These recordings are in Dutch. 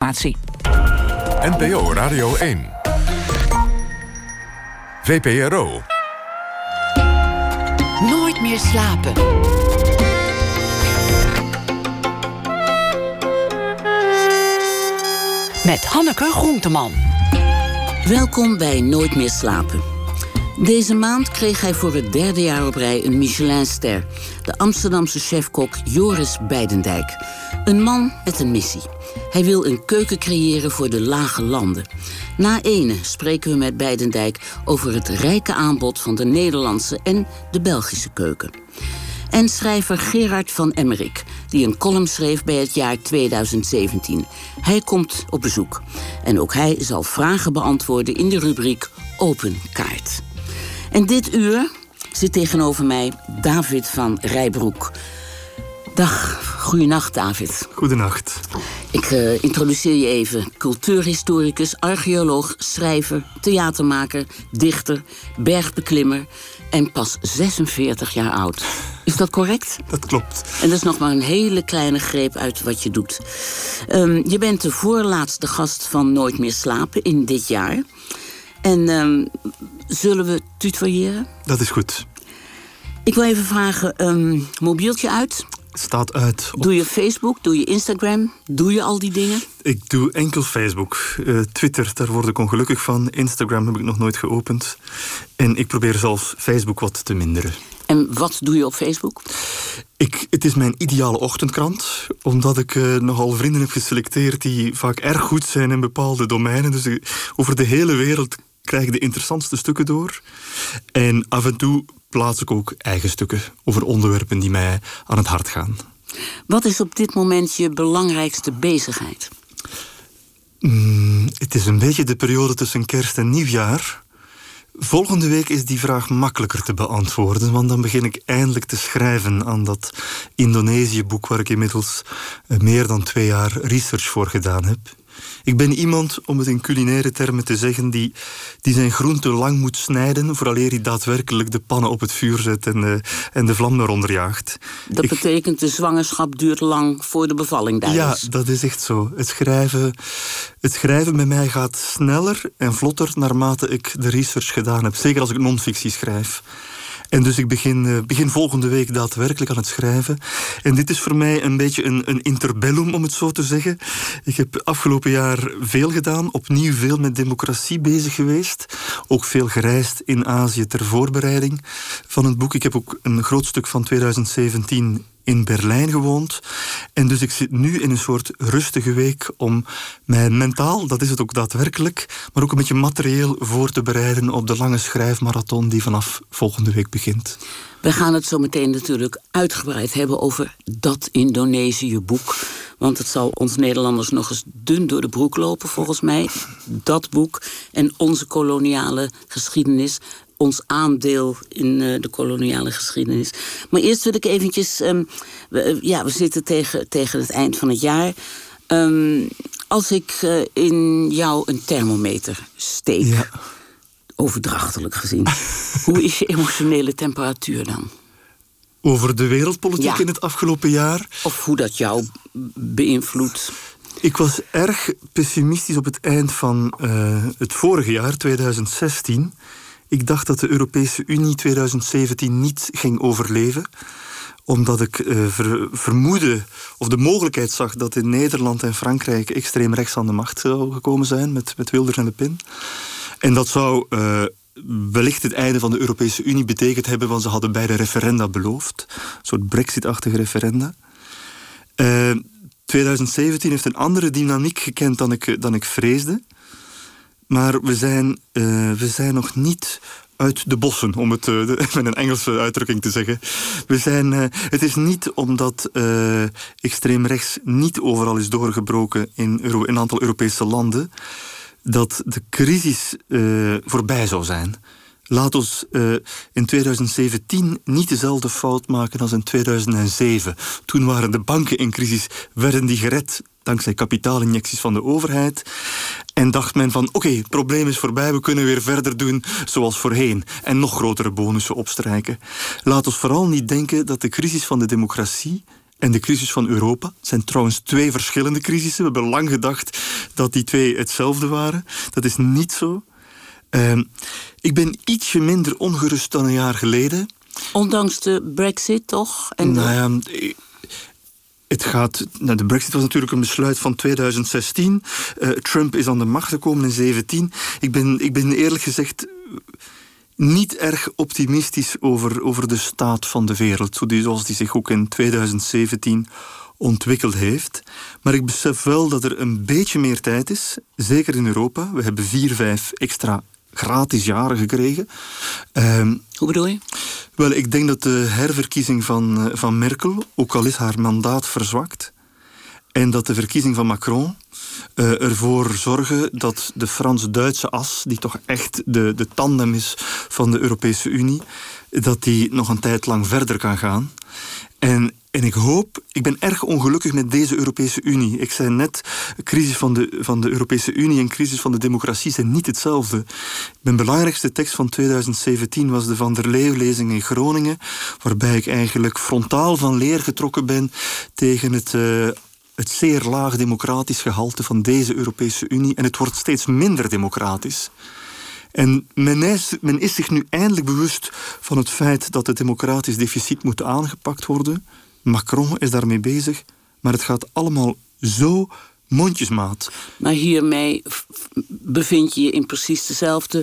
verkeersinformatie. NPO Radio 1. VPRO. Nooit meer slapen. Met Hanneke Groenteman. Welkom bij Nooit meer slapen. Deze maand kreeg hij voor het 3e jaar op rij een Michelinster. De Amsterdamse chefkok Joris Beidendijk. Een man met een missie. Hij wil een keuken creëren voor de lage landen. Na ene spreken we met Beidendijk over het rijke aanbod van de Nederlandse en de Belgische keuken. En schrijver Gerard van Emmerik, die een column schreef bij het jaar 2017. Hij komt op bezoek. En ook hij zal vragen beantwoorden in de rubriek Open Kaart. En dit uur zit tegenover mij David van Rijbroek. Dag, goeienacht David. Goedenacht. Ik introduceer je even. Cultuurhistoricus, archeoloog, schrijver, theatermaker, dichter, bergbeklimmer en pas 46 jaar oud. Is dat correct? Dat klopt. En dat is nog maar een hele kleine greep uit wat je doet. Je bent de voorlaatste gast van Nooit meer slapen in dit jaar. En zullen we tutoyeren? Dat is goed. Ik wil even vragen, mobieltje uit? Staat uit. Doe je Facebook? Doe je Instagram? Doe je al die dingen? Ik doe enkel Facebook. Twitter, daar word ik ongelukkig van. Instagram heb ik nog nooit geopend. En ik probeer zelfs Facebook wat te minderen. En wat doe je op Facebook? Het is mijn ideale ochtendkrant, omdat ik nogal vrienden heb geselecteerd die vaak erg goed zijn in bepaalde domeinen. Dus over de hele wereld krijg ik de interessantste stukken door. En af en toe plaats ik ook eigen stukken over onderwerpen die mij aan het hart gaan. Wat is op dit moment je belangrijkste bezigheid? Het is een beetje de periode tussen kerst en nieuwjaar. Volgende week is die vraag makkelijker te beantwoorden, want dan begin ik eindelijk te schrijven aan dat Indonesië-boek waar ik inmiddels meer dan 2 jaar research voor gedaan heb. Ik ben iemand, om het in culinaire termen te zeggen, die zijn groente lang moet snijden vooraleer hij daadwerkelijk de pannen op het vuur zet en de vlam eronder jaagt. Dat betekent de zwangerschap duurt lang voor de bevalling daar is. Ja, dat is echt zo. Het schrijven bij mij gaat sneller en vlotter naarmate ik de research gedaan heb. Zeker als ik non-fictie schrijf. En dus ik begin volgende week daadwerkelijk aan het schrijven. En dit is voor mij een beetje een interbellum, om het zo te zeggen. Ik heb afgelopen jaar veel gedaan, opnieuw veel met democratie bezig geweest. Ook veel gereisd in Azië ter voorbereiding van het boek. Ik heb ook een groot stuk van 2017 in Berlijn gewoond. En dus ik zit nu in een soort rustige week om mij mentaal, dat is het ook daadwerkelijk, maar ook een beetje materieel voor te bereiden op de lange schrijfmarathon die vanaf volgende week begint. We gaan het zo meteen natuurlijk uitgebreid hebben over dat Indonesië-boek. Want het zal ons Nederlanders nog eens dun door de broek lopen, volgens mij. Dat boek en onze koloniale geschiedenis. Ons aandeel in de koloniale geschiedenis. Maar eerst wil ik eventjes... we zitten tegen het eind van het jaar. Als ik in jou een thermometer steek... Ja. Overdrachtelijk gezien. Hoe is je emotionele temperatuur dan? Over de wereldpolitiek in het afgelopen jaar? Of hoe dat jou beïnvloedt? Ik was erg pessimistisch op het eind van het vorige jaar, 2016... Ik dacht dat de Europese Unie 2017 niet ging overleven, omdat ik vermoedde, of de mogelijkheid zag, dat in Nederland en Frankrijk extreem rechts aan de macht zou gekomen zijn, met Wilders en Le Pen. En dat zou wellicht het einde van de Europese Unie betekend hebben, want ze hadden beide referenda beloofd. Een soort Brexit-achtige referenda. 2017 heeft een andere dynamiek gekend dan ik vreesde. Maar we zijn nog niet uit de bossen, om het met een Engelse uitdrukking te zeggen. Het is niet omdat extreem rechts niet overal is doorgebroken in een aantal Europese landen, dat de crisis voorbij zou zijn. Laat ons in 2017 niet dezelfde fout maken als in 2007. Toen waren de banken in crisis, werden die gered dankzij kapitaalinjecties van de overheid. En dacht men van, oké, het probleem is voorbij, we kunnen weer verder doen zoals voorheen. En nog grotere bonussen opstrijken. Laat ons vooral niet denken dat de crisis van de democratie en de crisis van Europa, het zijn trouwens 2 verschillende crisissen. We hebben lang gedacht dat die twee hetzelfde waren. Dat is niet zo. Ik ben ietsje minder ongerust dan een jaar geleden. Ondanks de Brexit, toch? En de Brexit was natuurlijk een besluit van 2016. Trump is aan de macht gekomen in 2017. Ik ben eerlijk gezegd niet erg optimistisch over de staat van de wereld, zoals die zich ook in 2017 ontwikkeld heeft. Maar ik besef wel dat er een beetje meer tijd is, zeker in Europa. We hebben 4-5 extra gratis jaren gekregen. Hoe bedoel je? Wel, ik denk dat de herverkiezing van Merkel, ook al is haar mandaat verzwakt, en dat de verkiezing van Macron ervoor zorgen dat de Frans-Duitse as, die toch echt de tandem is van de Europese Unie, dat die nog een tijd lang verder kan gaan. En ik ben erg ongelukkig met deze Europese Unie. Ik zei net, de crisis van de Europese Unie en crisis van de democratie zijn niet hetzelfde. Mijn belangrijkste tekst van 2017 was de Van der Leeuw-lezing in Groningen, waarbij ik eigenlijk frontaal van leer getrokken ben tegen het zeer laag democratisch gehalte van deze Europese Unie. En het wordt steeds minder democratisch. En men is zich nu eindelijk bewust van het feit dat het democratisch deficit moet aangepakt worden. Macron is daarmee bezig, maar het gaat allemaal zo mondjesmaat. Maar hiermee bevind je je in precies dezelfde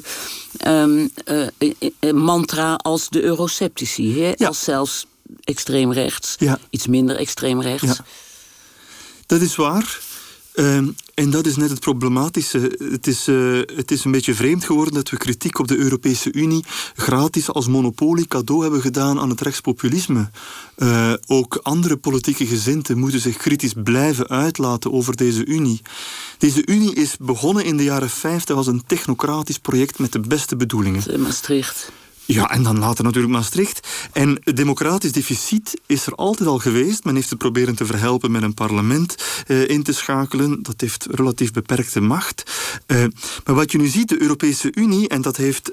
mantra als de euroceptici. Hè? Ja. Als zelfs extreemrechts, iets minder extreemrechts. Ja. Dat is waar. En dat is net het problematische. Het is een beetje vreemd geworden dat we kritiek op de Europese Unie gratis als monopolie cadeau hebben gedaan aan het rechtspopulisme. Ook andere politieke gezinten moeten zich kritisch blijven uitlaten over deze Unie. Deze Unie is begonnen in de jaren 50 als een technocratisch project met de beste bedoelingen. Maastricht. Ja, en dan later natuurlijk Maastricht. En het democratisch deficit is er altijd al geweest. Men heeft het proberen te verhelpen met een parlement in te schakelen. Dat heeft relatief beperkte macht. Maar wat je nu ziet, de Europese Unie, en dat heeft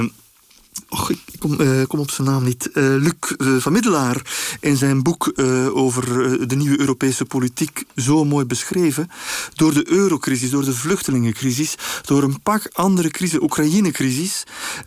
ik kom op zijn naam niet. Luc van Middelaar in zijn boek over de nieuwe Europese politiek zo mooi beschreven. Door de eurocrisis, door de vluchtelingencrisis, door een pak andere crisis, Oekraïne-crisis,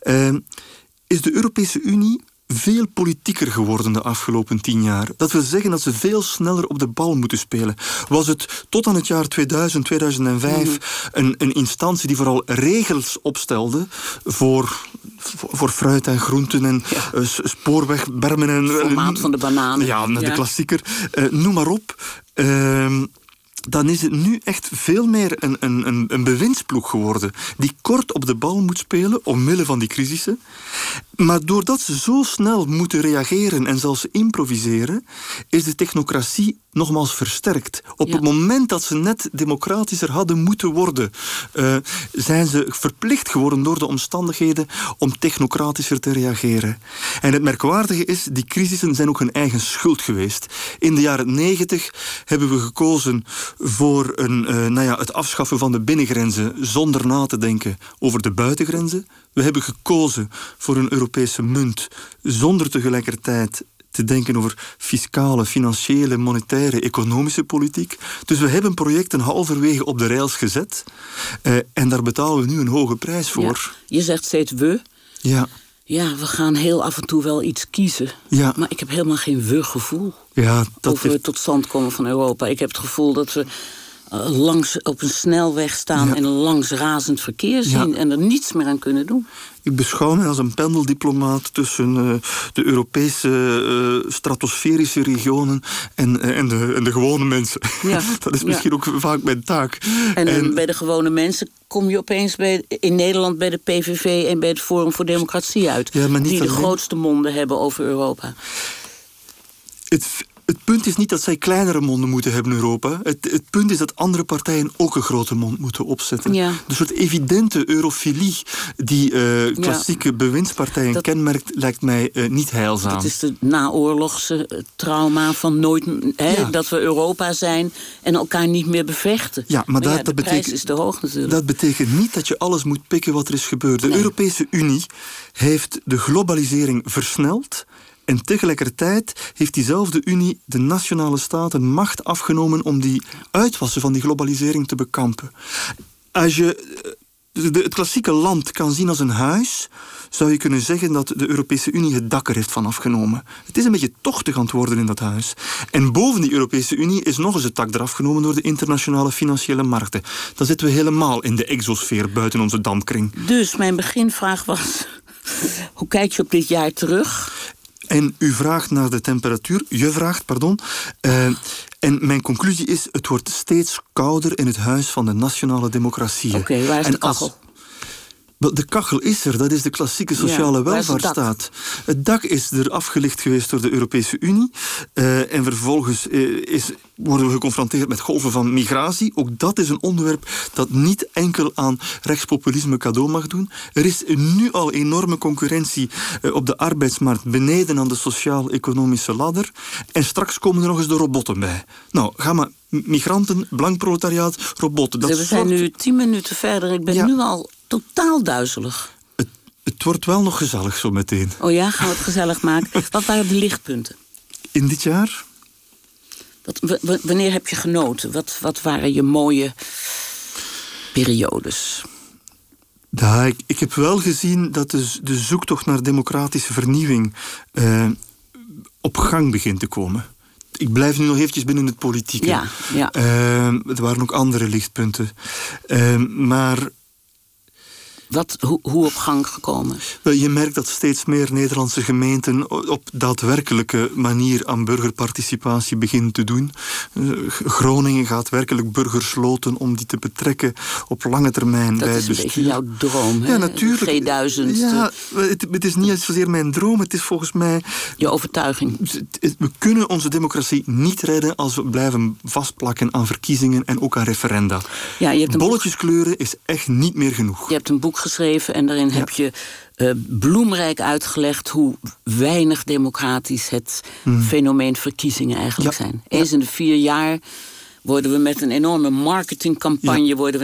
is de Europese Unie veel politieker geworden de afgelopen 10 jaar. Dat wil zeggen dat ze veel sneller op de bal moeten spelen. Was het tot aan het jaar 2000, 2005 een instantie die vooral regels opstelde voor fruit en groenten en spoorwegbermen en formaat van de bananen. Ja, de klassieker. Noem maar op. Dan is het nu echt veel meer een bewindsploeg geworden die kort op de bal moet spelen omwille van die crisissen. Maar doordat ze zo snel moeten reageren en zelfs improviseren, is de technocratie nogmaals versterkt. Op het moment dat ze net democratischer hadden moeten worden, zijn ze verplicht geworden door de omstandigheden om technocratischer te reageren. En het merkwaardige is, die crisissen zijn ook hun eigen schuld geweest. In de jaren 90 hebben we gekozen voor het afschaffen van de binnengrenzen zonder na te denken over de buitengrenzen. We hebben gekozen voor een Europese munt zonder tegelijkertijd te denken over fiscale, financiële, monetaire, economische politiek. Dus we hebben projecten halverwege op de rails gezet. En daar betalen we nu een hoge prijs voor. Ja, je zegt steeds we. Ja. Ja, we gaan heel af en toe wel iets kiezen. Ja. Maar ik heb helemaal geen we-gevoel over het tot stand komen van Europa. Ik heb het gevoel dat we langs op een snelweg staan en langs razend verkeer zien en er niets meer aan kunnen doen. Ik beschouw mij als een pendeldiplomaat tussen de Europese stratosferische regionen en de gewone mensen. Ja. Dat is misschien ook vaak mijn taak. En bij de gewone mensen kom je opeens in Nederland bij de PVV en bij het Forum voor Democratie uit. Ja, maar niet die de grootste monden hebben over Europa. Het punt is niet dat zij kleinere monden moeten hebben in Europa. Het punt is dat andere partijen ook een grote mond moeten opzetten. Ja. De soort evidente eurofilie die klassieke bewindspartijen kenmerkt, lijkt mij niet heilzaam. Dat is de naoorlogse trauma van nooit dat we Europa zijn en elkaar niet meer bevechten. Ja, maar de prijs is te hoog natuurlijk. Dat betekent niet dat je alles moet pikken wat er is gebeurd. De Europese Unie heeft de globalisering versneld En tegelijkertijd heeft diezelfde Unie de nationale staten macht afgenomen om die uitwassen van die globalisering te bekampen. Als je het klassieke land kan zien als een huis, zou je kunnen zeggen dat de Europese Unie het dak er heeft van afgenomen. Het is een beetje tochtig aan het worden in dat huis. En boven die Europese Unie is nog eens het dak eraf genomen door de internationale financiële markten. Dan zitten we helemaal in de exosfeer buiten onze dampkring. Dus mijn beginvraag was, hoe kijk je op dit jaar terug? En u vraagt naar de temperatuur, en mijn conclusie is, het wordt steeds kouder in het huis van de nationale democratieën. Oké, waar is de kachel? De kachel is er, dat is de klassieke sociale welvaartsstaat. Het dak is er afgelicht geweest door de Europese Unie. En vervolgens worden we geconfronteerd met golven van migratie. Ook dat is een onderwerp dat niet enkel aan rechtspopulisme cadeau mag doen. Er is nu al enorme concurrentie op de arbeidsmarkt beneden aan de sociaal-economische ladder. En straks komen er nog eens de robotten bij. Nou, ga maar. Migranten, blank proletariaat, robotten. We zijn nu 10 minuten verder. Ik ben nu al totaal duizelig. Het wordt wel nog gezellig zo meteen. Oh ja, gaan we het gezellig maken. Wat waren de lichtpunten? In dit jaar? Wanneer heb je genoten? Wat waren je mooie periodes? Ja, ik heb wel gezien dat de zoektocht naar democratische vernieuwing op gang begint te komen. Ik blijf nu nog eventjes binnen het politieke. Ja. Er waren ook andere lichtpunten. Maar Hoe op gang gekomen? Wel, je merkt dat steeds meer Nederlandse gemeenten op daadwerkelijke manier aan burgerparticipatie beginnen te doen. Groningen gaat werkelijk burgers loten om die te betrekken op lange termijn bij het bestuur. Dat is een beetje jouw droom, hè? Ja, natuurlijk. G1000. Ja, het is niet zozeer mijn droom, het is volgens mij je overtuiging. We kunnen onze democratie niet redden als we blijven vastplakken aan verkiezingen en ook aan referenda. Ja, je hebt bolletjes kleuren is echt niet meer genoeg. Je hebt een boek geschreven en daarin heb je bloemrijk uitgelegd hoe weinig democratisch het fenomeen verkiezingen eigenlijk zijn. Eens in de 4 jaar worden we met een enorme marketingcampagne worden we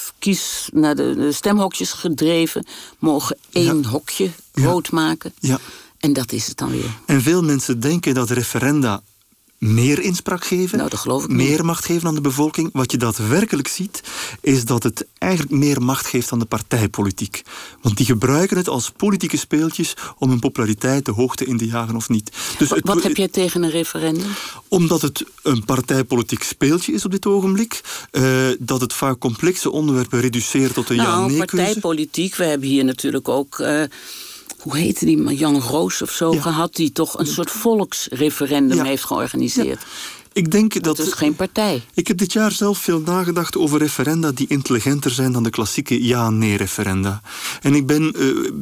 naar de stemhokjes gedreven, mogen 1 hokje rood maken. Ja. En dat is het dan weer. En veel mensen denken dat referenda meer inspraak geven, dat geloof ik meer niet. macht geven aan de bevolking. Wat je daadwerkelijk ziet, is dat het eigenlijk meer macht geeft aan de partijpolitiek. Want die gebruiken het als politieke speeltjes om hun populariteit de hoogte in te jagen of niet. Dus wat heb jij tegen een referendum? Omdat het een partijpolitiek speeltje is op dit ogenblik. Dat het vaak complexe onderwerpen reduceert tot een ja-nee-keuze. Partijpolitiek, we hebben hier natuurlijk ook hoe heette die, Jan Roos of zo gehad, die toch een soort volksreferendum heeft georganiseerd. Ja. Ik denk dat is geen partij. Ik heb dit jaar zelf veel nagedacht over referenda die intelligenter zijn dan de klassieke ja-nee-referenda. En ik ben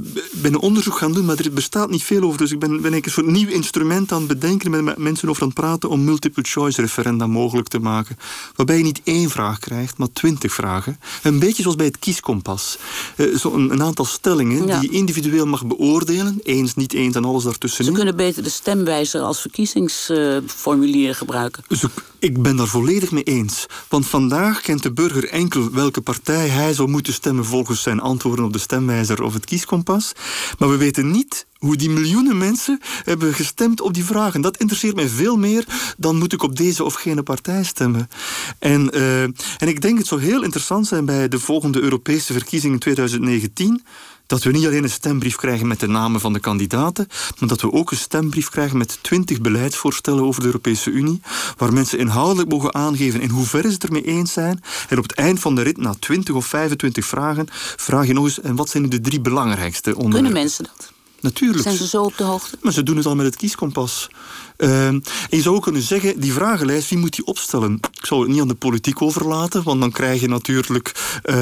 een onderzoek gaan doen, maar er bestaat niet veel over. Dus ik ben een soort nieuw instrument aan het bedenken, met mensen over aan het praten, om multiple-choice referenda mogelijk te maken. Waarbij je niet 1 vraag krijgt, maar 20 vragen. Een beetje zoals bij het kieskompas. Een aantal stellingen die je individueel mag beoordelen. Eens, niet eens en alles daartussenin. Ze kunnen beter de stemwijzer als verkiezingsformulier gebruiken. Dus ik ben daar volledig mee eens. Want vandaag kent de burger enkel welke partij hij zou moeten stemmen volgens zijn antwoorden op de stemwijzer of het kieskompas. Maar we weten niet hoe die miljoenen mensen hebben gestemd op die vragen. Dat interesseert mij veel meer dan moet ik op deze of gene partij stemmen. En ik denk het zou heel interessant zijn bij de volgende Europese verkiezingen in 2019... dat we niet alleen een stembrief krijgen met de namen van de kandidaten, maar dat we ook een stembrief krijgen met 20 beleidsvoorstellen over de Europese Unie, waar mensen inhoudelijk mogen aangeven in hoeverre ze het ermee eens zijn. En op het eind van de rit, na 20 of 25 vragen, vraag je nog eens, en wat zijn nu de 3 belangrijkste onderwerpen? Kunnen mensen dat? Natuurlijk. Zijn ze zo op de hoogte? Maar ze doen het al met het kieskompas. En je zou ook kunnen zeggen, die vragenlijst, wie moet die opstellen? Ik zou het niet aan de politiek overlaten, want dan krijg je natuurlijk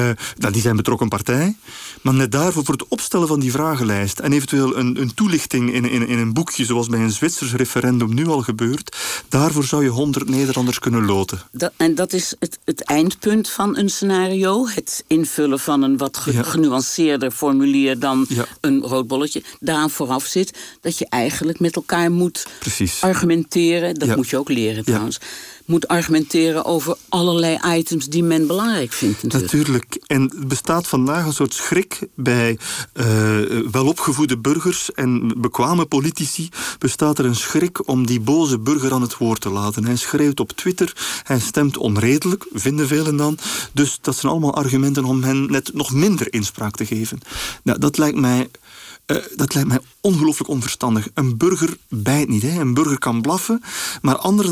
die zijn betrokken partij. Maar net daarvoor, voor het opstellen van die vragenlijst en eventueel een toelichting in een boekje, zoals bij een Zwitsers referendum nu al gebeurt, daarvoor zou je 100 Nederlanders kunnen loten. En dat is het eindpunt van een scenario? Het invullen van een wat genuanceerder formulier dan een rood bolletje. Daaraan vooraf zit dat je eigenlijk met elkaar moet argumenteren, dat moet je ook leren trouwens, moet argumenteren over allerlei items die men belangrijk vindt natuurlijk. En er bestaat vandaag een soort schrik bij welopgevoede burgers en bekwame politici. Bestaat er een schrik om die boze burger aan het woord te laten. Hij schreeuwt op Twitter, hij stemt onredelijk, vinden velen dan. Dus dat zijn allemaal argumenten om hen net nog minder inspraak te geven. Nou, dat lijkt mij ongelooflijk onverstandig. Een burger bijt niet. Hè. Een burger kan blaffen, maar anders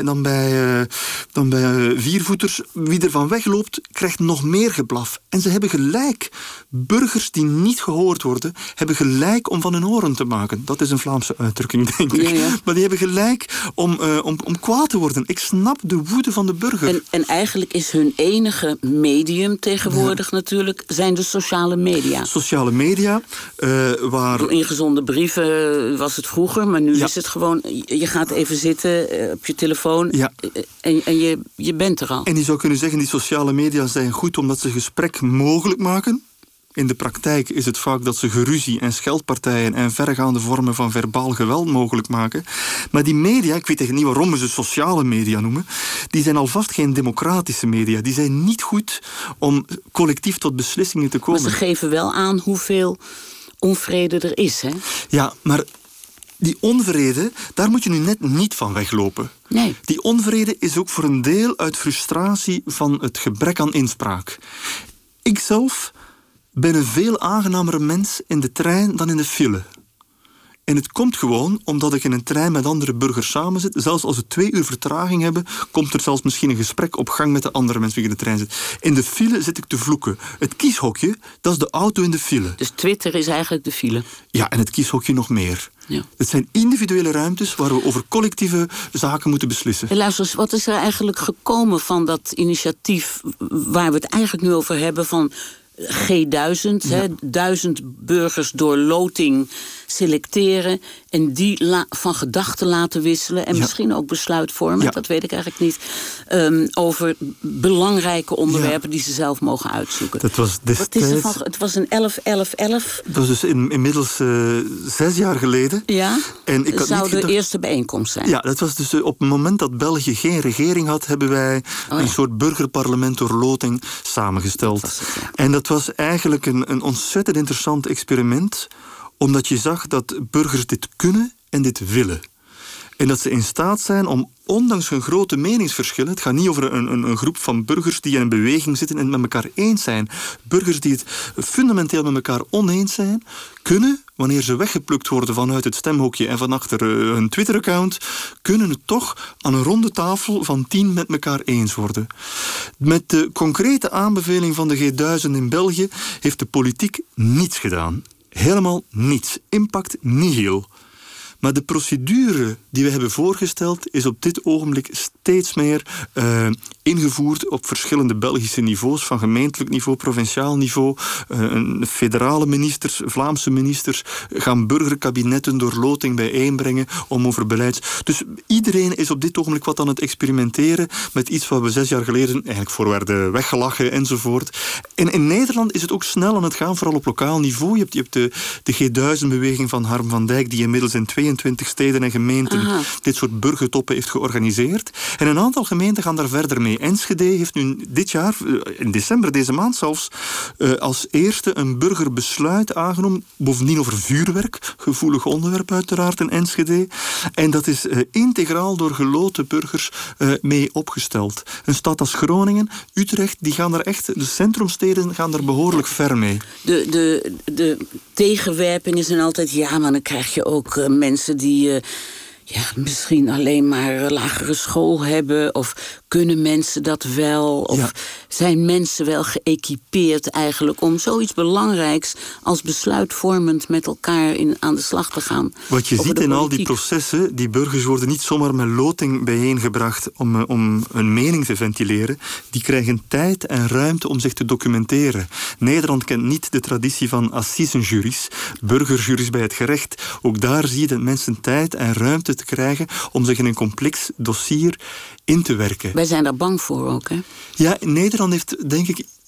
dan bij viervoeters. Wie ervan wegloopt, krijgt nog meer geblaf. En ze hebben gelijk. Burgers die niet gehoord worden, hebben gelijk om van hun oren te maken. Dat is een Vlaamse uitdrukking, denk ik. Ja. Maar die hebben gelijk om kwaad te worden. Ik snap de woede van de burger. En eigenlijk is hun enige medium tegenwoordig natuurlijk, zijn de sociale media. Sociale media, waar... Ingezonde brieven was het vroeger, maar nu is het gewoon, je gaat even zitten op je telefoon en je bent er al. En je zou kunnen zeggen, die sociale media zijn goed omdat ze gesprek mogelijk maken. In de praktijk is het vaak dat ze geruzie en scheldpartijen en verregaande vormen van verbaal geweld mogelijk maken. Maar die media, ik weet echt niet waarom we ze sociale media noemen, die zijn alvast geen democratische media. Die zijn niet goed om collectief tot beslissingen te komen. Maar ze geven wel aan hoeveel onvrede er is, hè? Ja, maar die onvrede, daar moet je nu net niet van weglopen. Nee. Die onvrede is ook voor een deel uit frustratie van het gebrek aan inspraak. Ikzelf ben een veel aangenamere mens in de trein dan in de file. En het komt gewoon omdat ik in een trein met andere burgers samen zit. Zelfs als we 2 uur vertraging hebben, komt er zelfs misschien een gesprek op gang met de andere mensen die in de trein zitten. In de file zit ik te vloeken. Het kieshokje, dat is de auto in de file. Dus Twitter is eigenlijk de file? Ja, en het kieshokje nog meer. Ja. Het zijn individuele ruimtes waar we over collectieve zaken moeten beslissen. En luister eens, wat is er eigenlijk gekomen van dat initiatief waar we het eigenlijk nu over hebben van G1000, hè, 1000 burgers door loting selecteren en die van gedachten laten wisselen en misschien ook besluit vormen, dat weet ik eigenlijk niet, over belangrijke onderwerpen die ze zelf mogen uitzoeken. Dat was destijds... Het was een 11-11-11. Dat was dus inmiddels 6 jaar geleden. Ja, en ik zou de eerste bijeenkomst zijn. Ja, dat was dus op het moment dat België geen regering had, hebben wij een soort burgerparlement door loting samengesteld. En dat was eigenlijk een ontzettend interessant experiment, omdat je zag dat burgers dit kunnen en dit willen. En dat ze in staat zijn om, ondanks hun grote meningsverschillen, het gaat niet over een groep van burgers die in een beweging zitten en het met elkaar eens zijn. Burgers die het fundamenteel met elkaar oneens zijn, kunnen, wanneer ze weggeplukt worden vanuit het stemhokje en van achter hun Twitter-account, kunnen het toch aan een ronde tafel van 10 met elkaar eens worden. Met de concrete aanbeveling van de G1000 in België heeft de politiek niets gedaan. Helemaal niets. Impact nihil. Maar de procedure die we hebben voorgesteld is op dit ogenblik steeds meer ingevoerd op verschillende Belgische niveaus, van gemeentelijk niveau, provinciaal niveau. Federale ministers, Vlaamse ministers gaan burgerkabinetten door loting bijeenbrengen om over beleids... Dus iedereen is op dit ogenblik wat aan het experimenteren met iets wat we 6 jaar geleden eigenlijk voor werden weggelachen enzovoort. En in Nederland is het ook snel aan het gaan, vooral op lokaal niveau. Je hebt de G1000-beweging van Harm van Dijk, die inmiddels in 22 steden en gemeenten dit soort burgertoppen heeft georganiseerd. En een aantal gemeenten gaan daar verder mee. Enschede heeft nu dit jaar, in december, deze maand zelfs, als eerste een burgerbesluit aangenomen. Bovendien over vuurwerk, gevoelig onderwerp uiteraard in Enschede. En dat is integraal door geloten burgers mee opgesteld. Een stad als Groningen, Utrecht, die gaan daar echt, de centrumsteden gaan daar behoorlijk ver mee. De tegenwerpingen zijn altijd, ja, maar dan krijg je ook mensen die misschien alleen maar lagere school hebben, of kunnen mensen dat wel, of zijn mensen wel geëquipeerd eigenlijk om zoiets belangrijks als besluitvormend met elkaar aan de slag te gaan. Wat je ziet in al die processen, die burgers worden niet zomaar met loting bijeengebracht om hun mening te ventileren. Die krijgen tijd en ruimte om zich te documenteren. Nederland kent niet de traditie van assisenjuries, burgerjuries bij het gerecht. Ook daar zie je dat mensen tijd en ruimte te krijgen om zich in een complex dossier in te werken. Wij zijn daar bang voor ook, hè? Ja, Nederland heeft, denk ik,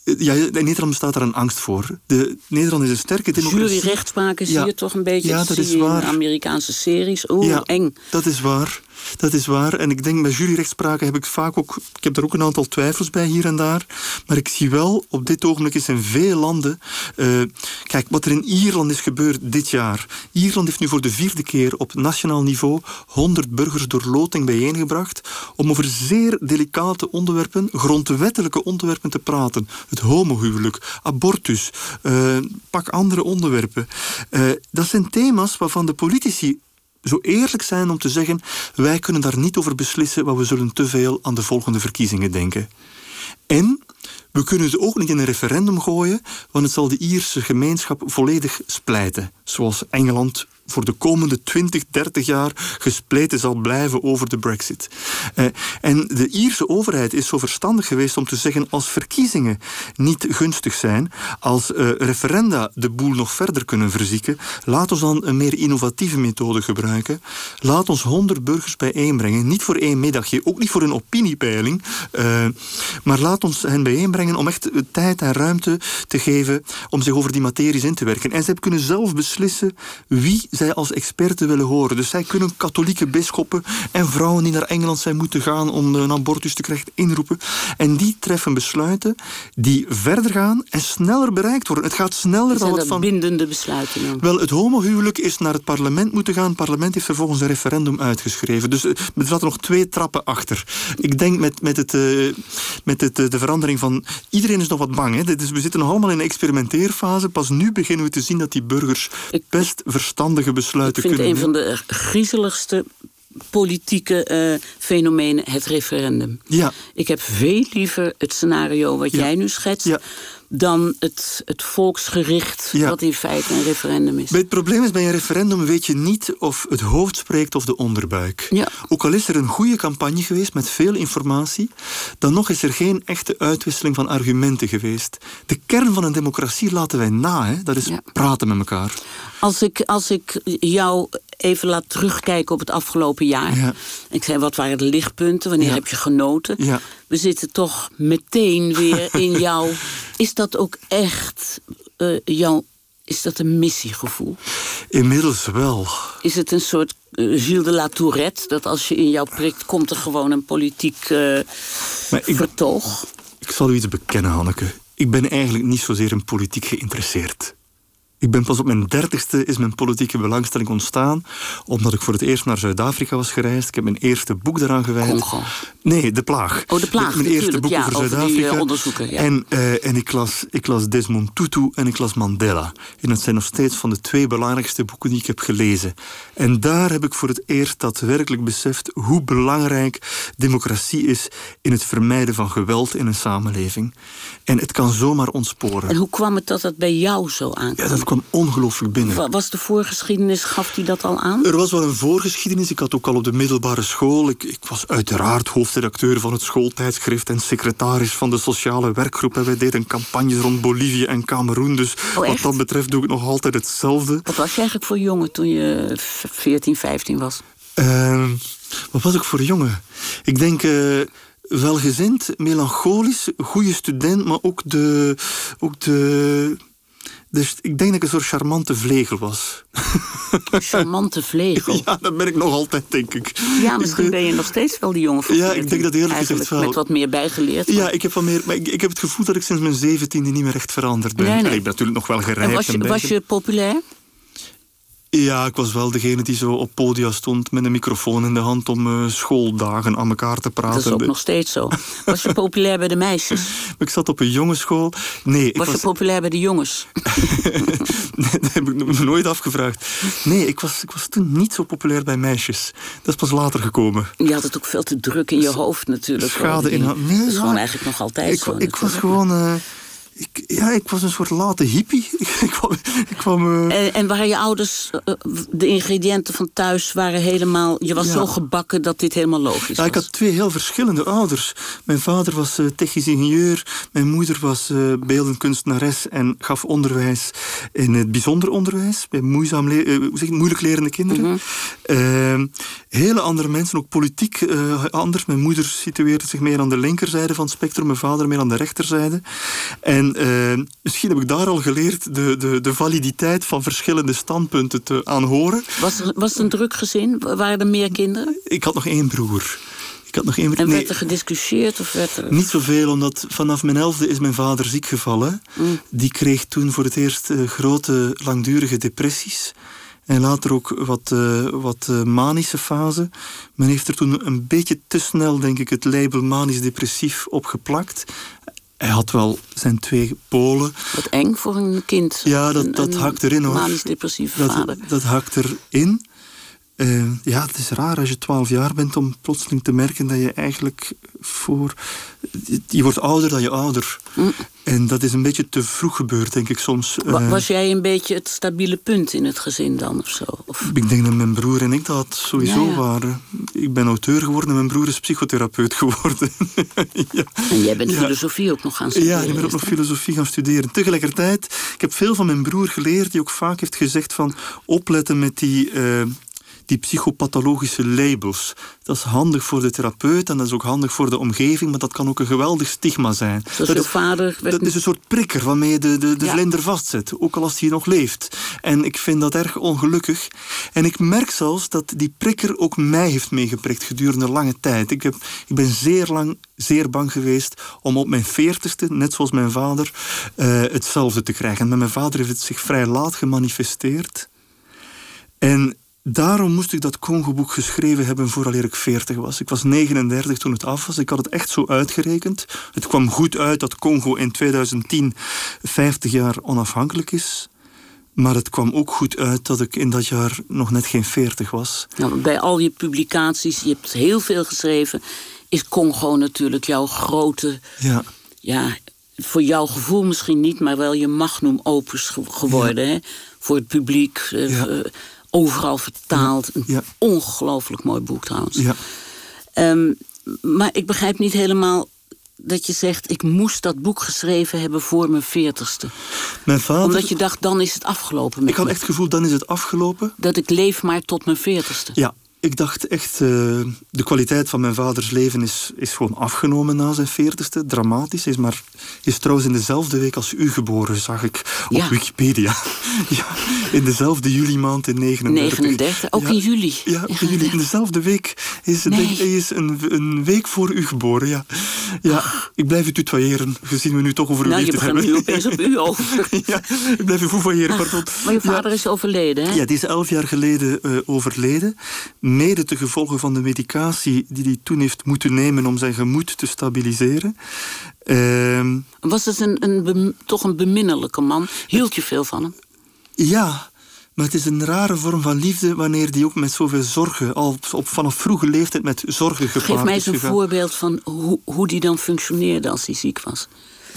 Ja, in Nederland bestaat daar een angst voor. Nederland is een sterke democratie. Juryrechtspraken zie je toch een beetje. Ja, dat is waar. In Amerikaanse series. Eng. Dat is waar. Dat is waar. En ik denk, bij juryrechtspraken heb ik vaak ook... Ik heb daar ook een aantal twijfels bij hier en daar. Maar ik zie wel, op dit ogenblik is in veel landen... kijk, wat er in Ierland is gebeurd dit jaar. Ierland heeft nu voor de 4e keer op nationaal niveau 100 burgers door loting bijeengebracht om over zeer delicate onderwerpen, grondwettelijke onderwerpen te praten. Het homohuwelijk, abortus, pak andere onderwerpen. Dat zijn thema's waarvan de politici zo eerlijk zijn om te zeggen, wij kunnen daar niet over beslissen, want we zullen te veel aan de volgende verkiezingen denken. En we kunnen het ook niet in een referendum gooien, want het zal de Ierse gemeenschap volledig splijten. Zoals Engeland voor de komende 20, 30 jaar gespleten zal blijven over de Brexit. En de Ierse overheid is zo verstandig geweest om te zeggen, als verkiezingen niet gunstig zijn, als referenda de boel nog verder kunnen verzieken, laat ons dan een meer innovatieve methode gebruiken. Laat ons 100 burgers bijeenbrengen, niet voor 1 middagje, ook niet voor een opiniepeiling, maar laat ons hen bijeenbrengen om echt tijd en ruimte te geven om zich over die materies in te werken. En zij kunnen zelf beslissen wie zij als experten willen horen. Dus zij kunnen katholieke bisschoppen en vrouwen die naar Engeland zijn moeten gaan om een abortus te krijgen inroepen. En die treffen besluiten die verder gaan en sneller bereikt worden. Het gaat sneller dan wat van... bindende besluiten dan? Wel, het homohuwelijk is naar het parlement moeten gaan. Het parlement heeft vervolgens een referendum uitgeschreven. Dus er zaten nog 2 trappen achter. Ik denk met de verandering van... Iedereen is nog wat bang. Hè? Dus we zitten nog allemaal in een experimenteerfase. Pas nu beginnen we te zien dat die burgers best verstandige besluiten kunnen nemen. Ik vind een van de griezeligste politieke fenomenen het referendum. Ja. Ik heb veel liever het scenario wat jij nu schetst... dan het volksgericht, wat in feite een referendum is. Het probleem is, bij een referendum weet je niet of het hoofd spreekt of de onderbuik. Ja. Ook al is er een goede campagne geweest met veel informatie, dan nog is er geen echte uitwisseling van argumenten geweest. De kern van een democratie laten wij na, hè? Dat is praten met elkaar. Als ik jou even laat terugkijken op het afgelopen jaar. Ja. Ik zei, wat waren de lichtpunten? Wanneer heb je genoten? Ja. We zitten toch meteen weer in jouw... Is dat ook echt is dat een missiegevoel? Inmiddels wel. Is het een soort Gilles de la Tourette, dat als je in jou prikt, komt er gewoon een politiek vertoog? Ik zal u iets bekennen, Hanneke. Ik ben eigenlijk niet zozeer in politiek geïnteresseerd. Ik ben pas op mijn 30ste is mijn politieke belangstelling ontstaan, omdat ik voor het eerst naar Zuid-Afrika was gereisd. Ik heb mijn eerste boek daaraan gewijd. Congo? Nee, De Plaag. Oh, De Plaag, mijn eerste boek over Zuid-Afrika. Die onderzoeken, ja. En ik las Desmond Tutu en ik las Mandela. En dat zijn nog steeds van de 2 belangrijkste boeken die ik heb gelezen. En daar heb ik voor het eerst daadwerkelijk beseft hoe belangrijk democratie is in het vermijden van geweld in een samenleving. En het kan zomaar ontsporen. En hoe kwam het dat bij jou zo aankwam? Ja, dat kwam ongelooflijk binnen. Was de voorgeschiedenis, gaf die dat al aan? Er was wel een voorgeschiedenis. Ik had ook al op de middelbare school... Ik was uiteraard hoofdredacteur van het schooltijdschrift en secretaris van de sociale werkgroep. En wij deden campagnes rond Bolivie en Kameroen. Dus wat dat betreft doe ik nog altijd hetzelfde. Wat was je eigenlijk voor jongen toen je 14, 15 was? Wat was ik voor jongen? Ik denk... welgezind, melancholisch, goede student, maar ook dus ik denk dat ik een soort charmante vlegel was. Charmante vlegel? Ja, dat ben ik nog altijd, denk ik. Ja, misschien ben je nog steeds wel die jongen van 14. Ja, ik denk dat eerlijk gezegd wel. Met wat meer bijgeleerd. Ja, ik heb wat meer, maar ik heb het gevoel dat ik sinds mijn 17e niet meer echt veranderd ben. Nee. Ik ben natuurlijk nog wel gerijpt. En was je populair? Ja, ik was wel degene die zo op podia stond met een microfoon in de hand om schooldagen aan elkaar te praten. Dat is ook nog steeds zo. Was je populair bij de meisjes? Ik zat op een jongenschool. Nee, was je populair bij de jongens? Nee, dat heb ik me nooit afgevraagd. Nee, ik was toen niet zo populair bij meisjes. Dat is pas later gekomen. Je had het ook veel te druk in je hoofd natuurlijk. Schade in... Nee, dat is gewoon eigenlijk nog altijd zo. Ik was gewoon... Ik was een soort late hippie. En waren je ouders, de ingrediënten van thuis waren helemaal... Je was zo gebakken dat dit helemaal logisch was? Ik had 2 heel verschillende ouders. Mijn vader was technisch ingenieur. Mijn moeder was beeldend kunstenares en gaf onderwijs in het bijzonder onderwijs. Bij moeilijk lerende kinderen. Hele andere mensen, ook politiek anders. Mijn moeder situeerde zich meer aan de linkerzijde van het spectrum. Mijn vader meer aan de rechterzijde. En misschien heb ik daar al geleerd de validiteit van verschillende standpunten te aanhoren. Was het een druk gezin? Waren er meer kinderen? Ik had nog 1 broer. En werd er gediscussieerd? Of werd er... Niet zoveel, omdat vanaf mijn 11e is mijn vader ziek gevallen. Die kreeg toen voor het eerst grote, langdurige depressies. En later ook wat manische fase. Men heeft er toen een beetje te snel, denk ik, het label manisch-depressief opgeplakt. Hij had wel zijn 2 polen. Wat eng voor een kind. Ja, dat hakt erin, hoor. Manisch-depressieve vader. Dat hakt erin. Het is raar als je 12 jaar bent om plotseling te merken dat je eigenlijk je wordt ouder dan je ouder. En dat is een beetje te vroeg gebeurd, denk ik soms. Was jij een beetje het stabiele punt in het gezin dan, of zo? Of? Ik denk dat mijn broer en ik dat sowieso waren. Ik ben auteur geworden en mijn broer is psychotherapeut geworden. En jij bent filosofie ook nog gaan studeren? Ja, ik ben ook nog filosofie gaan studeren. Tegelijkertijd, ik heb veel van mijn broer geleerd, die ook vaak heeft gezegd van opletten met die psychopathologische labels. Dat is handig voor de therapeut en dat is ook handig voor de omgeving, maar dat kan ook een geweldig stigma zijn. Dat is een soort prikker waarmee je de vlinder vastzet, ook al als hij nog leeft. En ik vind dat erg ongelukkig. En ik merk zelfs dat die prikker ook mij heeft meegeprikt gedurende lange tijd. Ik ben zeer lang zeer bang geweest om op mijn 40ste, net zoals mijn vader, hetzelfde te krijgen. En met mijn vader heeft het zich vrij laat gemanifesteerd. En daarom moest ik dat Congo-boek geschreven hebben vooraleer ik 40 was. Ik was 39 toen het af was. Ik had het echt zo uitgerekend. Het kwam goed uit dat Congo in 2010 50 jaar onafhankelijk is. Maar het kwam ook goed uit dat ik in dat jaar nog net geen 40 was. Nou, bij al je publicaties, je hebt heel veel geschreven, is Congo natuurlijk jouw grote... Ja, voor jouw gevoel misschien niet, maar wel je magnum opus geworden. Hè? Voor het publiek... overal vertaald. Een ongelooflijk mooi boek trouwens. Ja. Maar ik begrijp niet helemaal dat je zegt... ik moest dat boek geschreven hebben voor mijn 40ste. Mijn vader... Omdat je dacht, dan is het afgelopen met Ik had echt het gevoel, dan is het afgelopen. Dat ik leef maar tot mijn 40ste. Ja. Ik dacht echt, de kwaliteit van mijn vaders leven is gewoon afgenomen na zijn 40ste. Dramatisch. Hij is trouwens in dezelfde week als u geboren, zag ik op Wikipedia. In dezelfde juli-maand in 39. Ook in juli? Ja, in juli. In dezelfde week. Hij is een week voor u geboren, Ik blijf u tutoyeren, gezien we nu toch over uw leeftijd hebben. Je begint nu opeens op u over. Ik blijf u foevoyeren, pardon. Maar je vader is overleden, hè? Ja, die is 11 jaar geleden overleden. Mede te gevolge van de medicatie die hij toen heeft moeten nemen om zijn gemoed te stabiliseren. Was het toch een beminnelijke man? Hield je veel van hem? Ja, maar het is een rare vorm van liefde wanneer die ook met zoveel zorgen, al vanaf vroege leeftijd met zorgen gepaard is. Geef mij eens een voorbeeld van hoe die dan functioneerde als hij ziek was.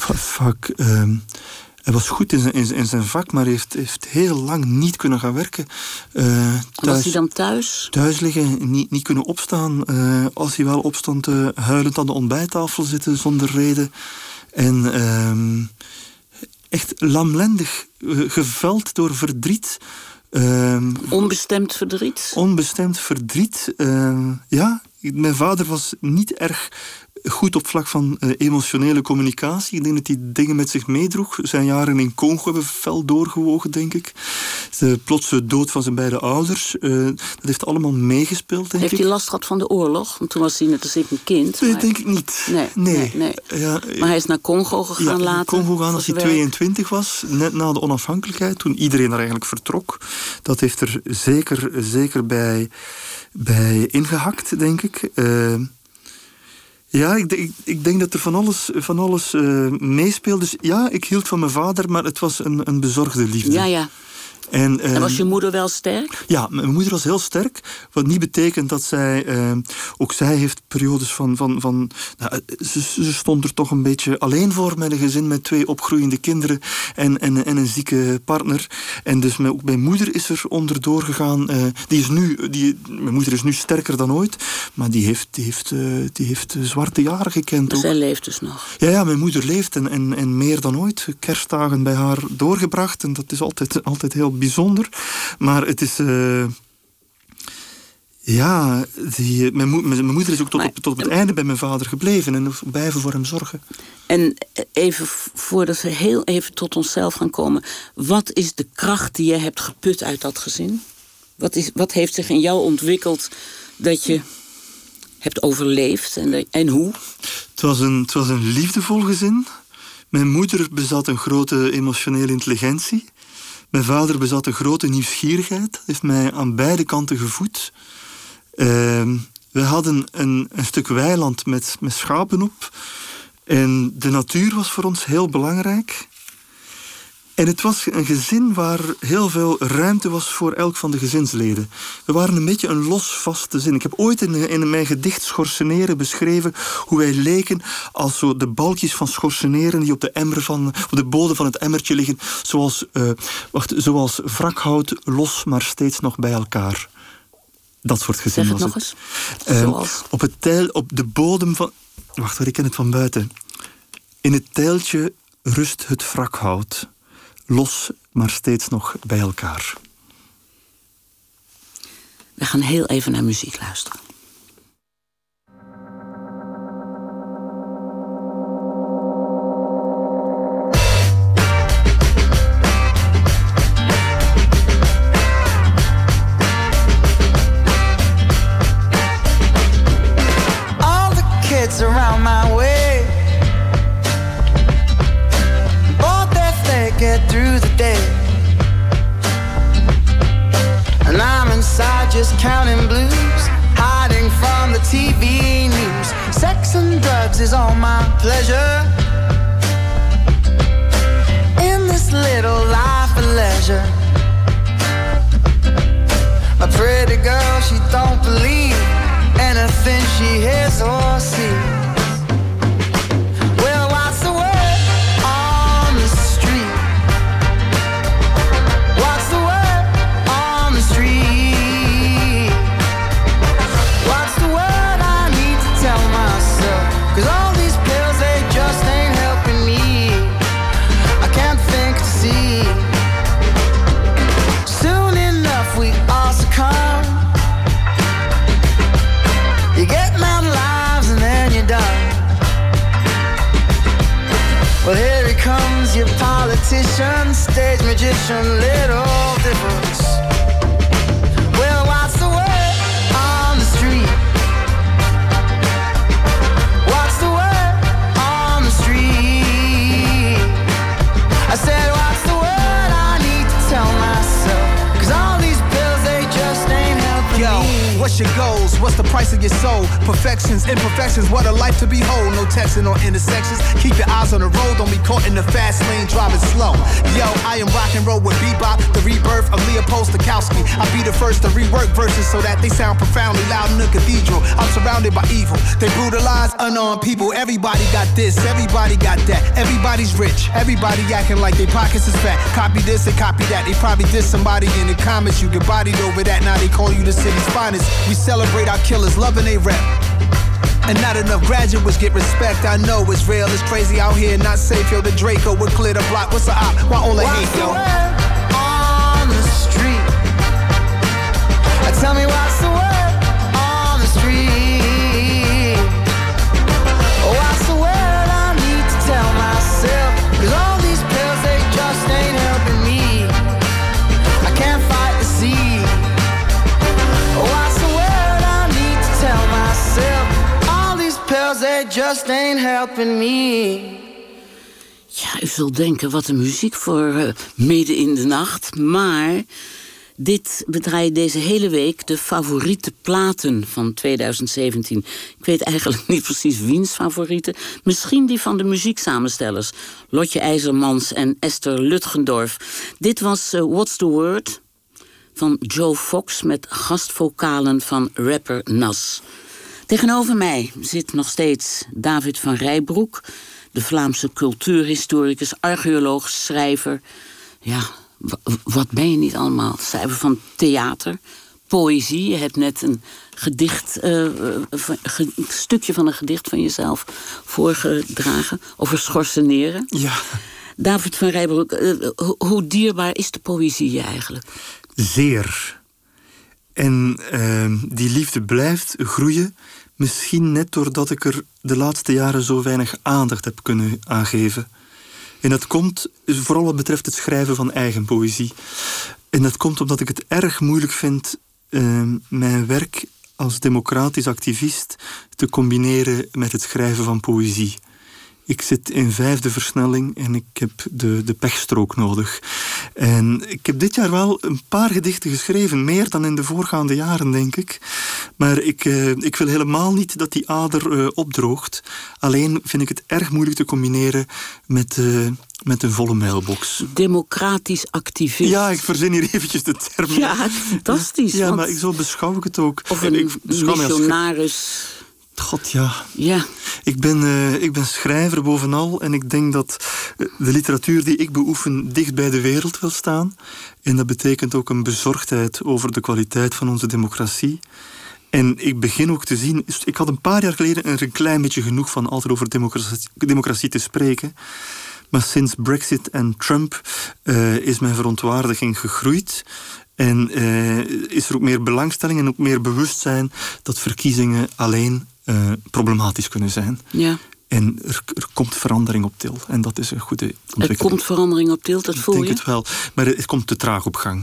Hij was goed in zijn vak, maar heeft heel lang niet kunnen gaan werken. Was hij dan thuis? Thuis liggen, niet kunnen opstaan. Als hij wel opstond, huilend aan de ontbijttafel zitten zonder reden. En echt lamlendig, geveld door verdriet. Onbestemd verdriet? Onbestemd verdriet, Mijn vader was niet erg goed op vlak van emotionele communicatie. Ik denk dat hij dingen met zich meedroeg. Zijn jaren in Congo hebben fel doorgewogen, denk ik. De plotse dood van zijn beide ouders. Dat heeft allemaal meegespeeld, denk ik. Heeft hij last gehad van de oorlog? Want toen was hij net als ik een kind. Nee, denk ik niet. Nee. Ja, maar hij is naar Congo gegaan later? naar Congo gegaan als hij 22 was. Net na de onafhankelijkheid. Toen iedereen er eigenlijk vertrok. Dat heeft er zeker bij ingehakt, denk ik. Ik denk dat er van alles meespeelt. Dus ja, ik hield van mijn vader, maar het was een bezorgde liefde. Ja. En was je moeder wel sterk? Ja, mijn moeder was heel sterk. Wat niet betekent dat zij... ook zij heeft periodes van ze stond er toch een beetje alleen voor met een gezin met 2 opgroeiende kinderen en een zieke partner. En dus ook mijn moeder is er onderdoor gegaan. Mijn moeder is nu sterker dan ooit, maar die heeft zwarte jaren gekend. Zij leeft dus nog? Ja, mijn moeder leeft en meer dan ooit. Kerstdagen bij haar doorgebracht en dat is altijd heel bijzonder. Maar het is... mijn moeder is ook tot op het einde bij mijn vader gebleven en blijven voor hem zorgen. En even voordat we heel even tot onszelf gaan komen, wat is de kracht die je hebt geput uit dat gezin? Wat heeft zich in jou ontwikkeld dat je hebt overleefd en hoe? Het was een liefdevol gezin. Mijn moeder bezat een grote emotionele intelligentie. Mijn vader bezat een grote nieuwsgierigheid. Dat heeft mij aan beide kanten gevoed. We hadden een stuk weiland met schapen op. En de natuur was voor ons heel belangrijk. En het was een gezin waar heel veel ruimte was voor elk van de gezinsleden. We waren een beetje een losvast gezin. Ik heb ooit in mijn gedicht Schorseneren beschreven hoe wij leken als zo de balkjes van schorseneren die op de bodem van het emmertje liggen, zoals wrakhout, los maar steeds nog bij elkaar. Dat soort gezin was het. Zeg het nog eens. Op de bodem van... Wacht hoor, ik ken het van buiten. In het teiltje rust het wrakhout. Los, maar steeds nog bij elkaar. We gaan heel even naar muziek luisteren. All the kids around my way, get through the day, and I'm inside just counting blues, hiding from the TV news. Sex and drugs is all my pleasure in this little life of leisure. My pretty girl, she don't believe anything she hears or sees. Well, here he comes, your politician, stage magician, little difference. Well, what's the word on the street? What's the word on the street? I said, what's the word I need to tell myself? 'Cause all these pills, they just ain't helping me. What's your goals? What's the price of your soul? Perfections, imperfections, what a life to behold. No texting or intersections. Keep your eyes on the road, don't be caught in the fast lane, driving slow. Yo, I am rock and roll with bebop, the rebirth of Leopold Stokowski. I'll be the first to rework verses so that they sound profoundly loud in the cathedral. I'm surrounded by evil. They brutalize unarmed people. Everybody got this, everybody got that. Everybody's rich, everybody acting like their pockets is fat. Copy this and copy that. They probably diss somebody in the comments. You get bodied over that, now they call you the city's finest. We celebrate our killers, loving they rap. And not enough graduates get respect. I know it's real, it's crazy out here, not safe. Yo, the Draco would clear the block. What's the op? Why all the hate, yo? On the street. Tell me what's the word on the street? What's the word I need to tell myself? 'Cause all these pills, they just ain't helping me. I can't fight the sea. What's the word I need to tell myself? All these pills, they just ain't helping me. Ja, u zult denken, wat een muziek voor midden in de nacht. Maar We draaien deze hele week de favoriete platen van 2017. Ik weet eigenlijk niet precies wiens favorieten. Misschien die van de muzieksamenstellers. Lotje IJzermans en Esther Lutgendorf. Dit was What's the Word van Joe Fox met gastvokalen van rapper Nas. Tegenover mij zit nog steeds David van Rijbroek, de Vlaamse cultuurhistoricus, archeoloog, schrijver. Ja, wat ben je niet allemaal? Schrijver van theater, poëzie. Je hebt net een gedicht, een stukje van een gedicht van jezelf voorgedragen over schorseneren. Ja. David van Rijbroek, hoe dierbaar is de poëzie je eigenlijk? Zeer. En die liefde blijft groeien. Misschien net doordat ik er de laatste jaren zo weinig aandacht heb kunnen aangeven. En dat komt vooral wat betreft het schrijven van eigen poëzie. En dat komt omdat ik het erg moeilijk vind mijn werk als democratisch activist te combineren met het schrijven van poëzie. Ik zit in 5e versnelling en ik heb de pechstrook nodig. En ik heb dit jaar wel een paar gedichten geschreven. Meer dan in de voorgaande jaren, denk ik. Maar ik wil helemaal niet dat die ader opdroogt. Alleen vind ik het erg moeilijk te combineren met een volle mailbox. Democratisch activist. Ja, ik verzin hier eventjes de term. Ja, fantastisch. Ja, maar zo beschouw ik het ook. Of een missionaris. God, ja. Ja. Ik ben schrijver bovenal en ik denk dat de literatuur die ik beoefen dicht bij de wereld wil staan. En dat betekent ook een bezorgdheid over de kwaliteit van onze democratie. En ik begin ook te zien. Ik had een paar jaar geleden een klein beetje genoeg van altijd over democratie te spreken. Maar sinds Brexit en Trump is mijn verontwaardiging gegroeid. En is er ook meer belangstelling en ook meer bewustzijn dat verkiezingen alleen problematisch kunnen zijn. Ja. En er komt verandering op til. En dat is een goede ontwikkeling. Er komt verandering op til, dat voel je? Ik denk het wel. Maar het komt te traag op gang.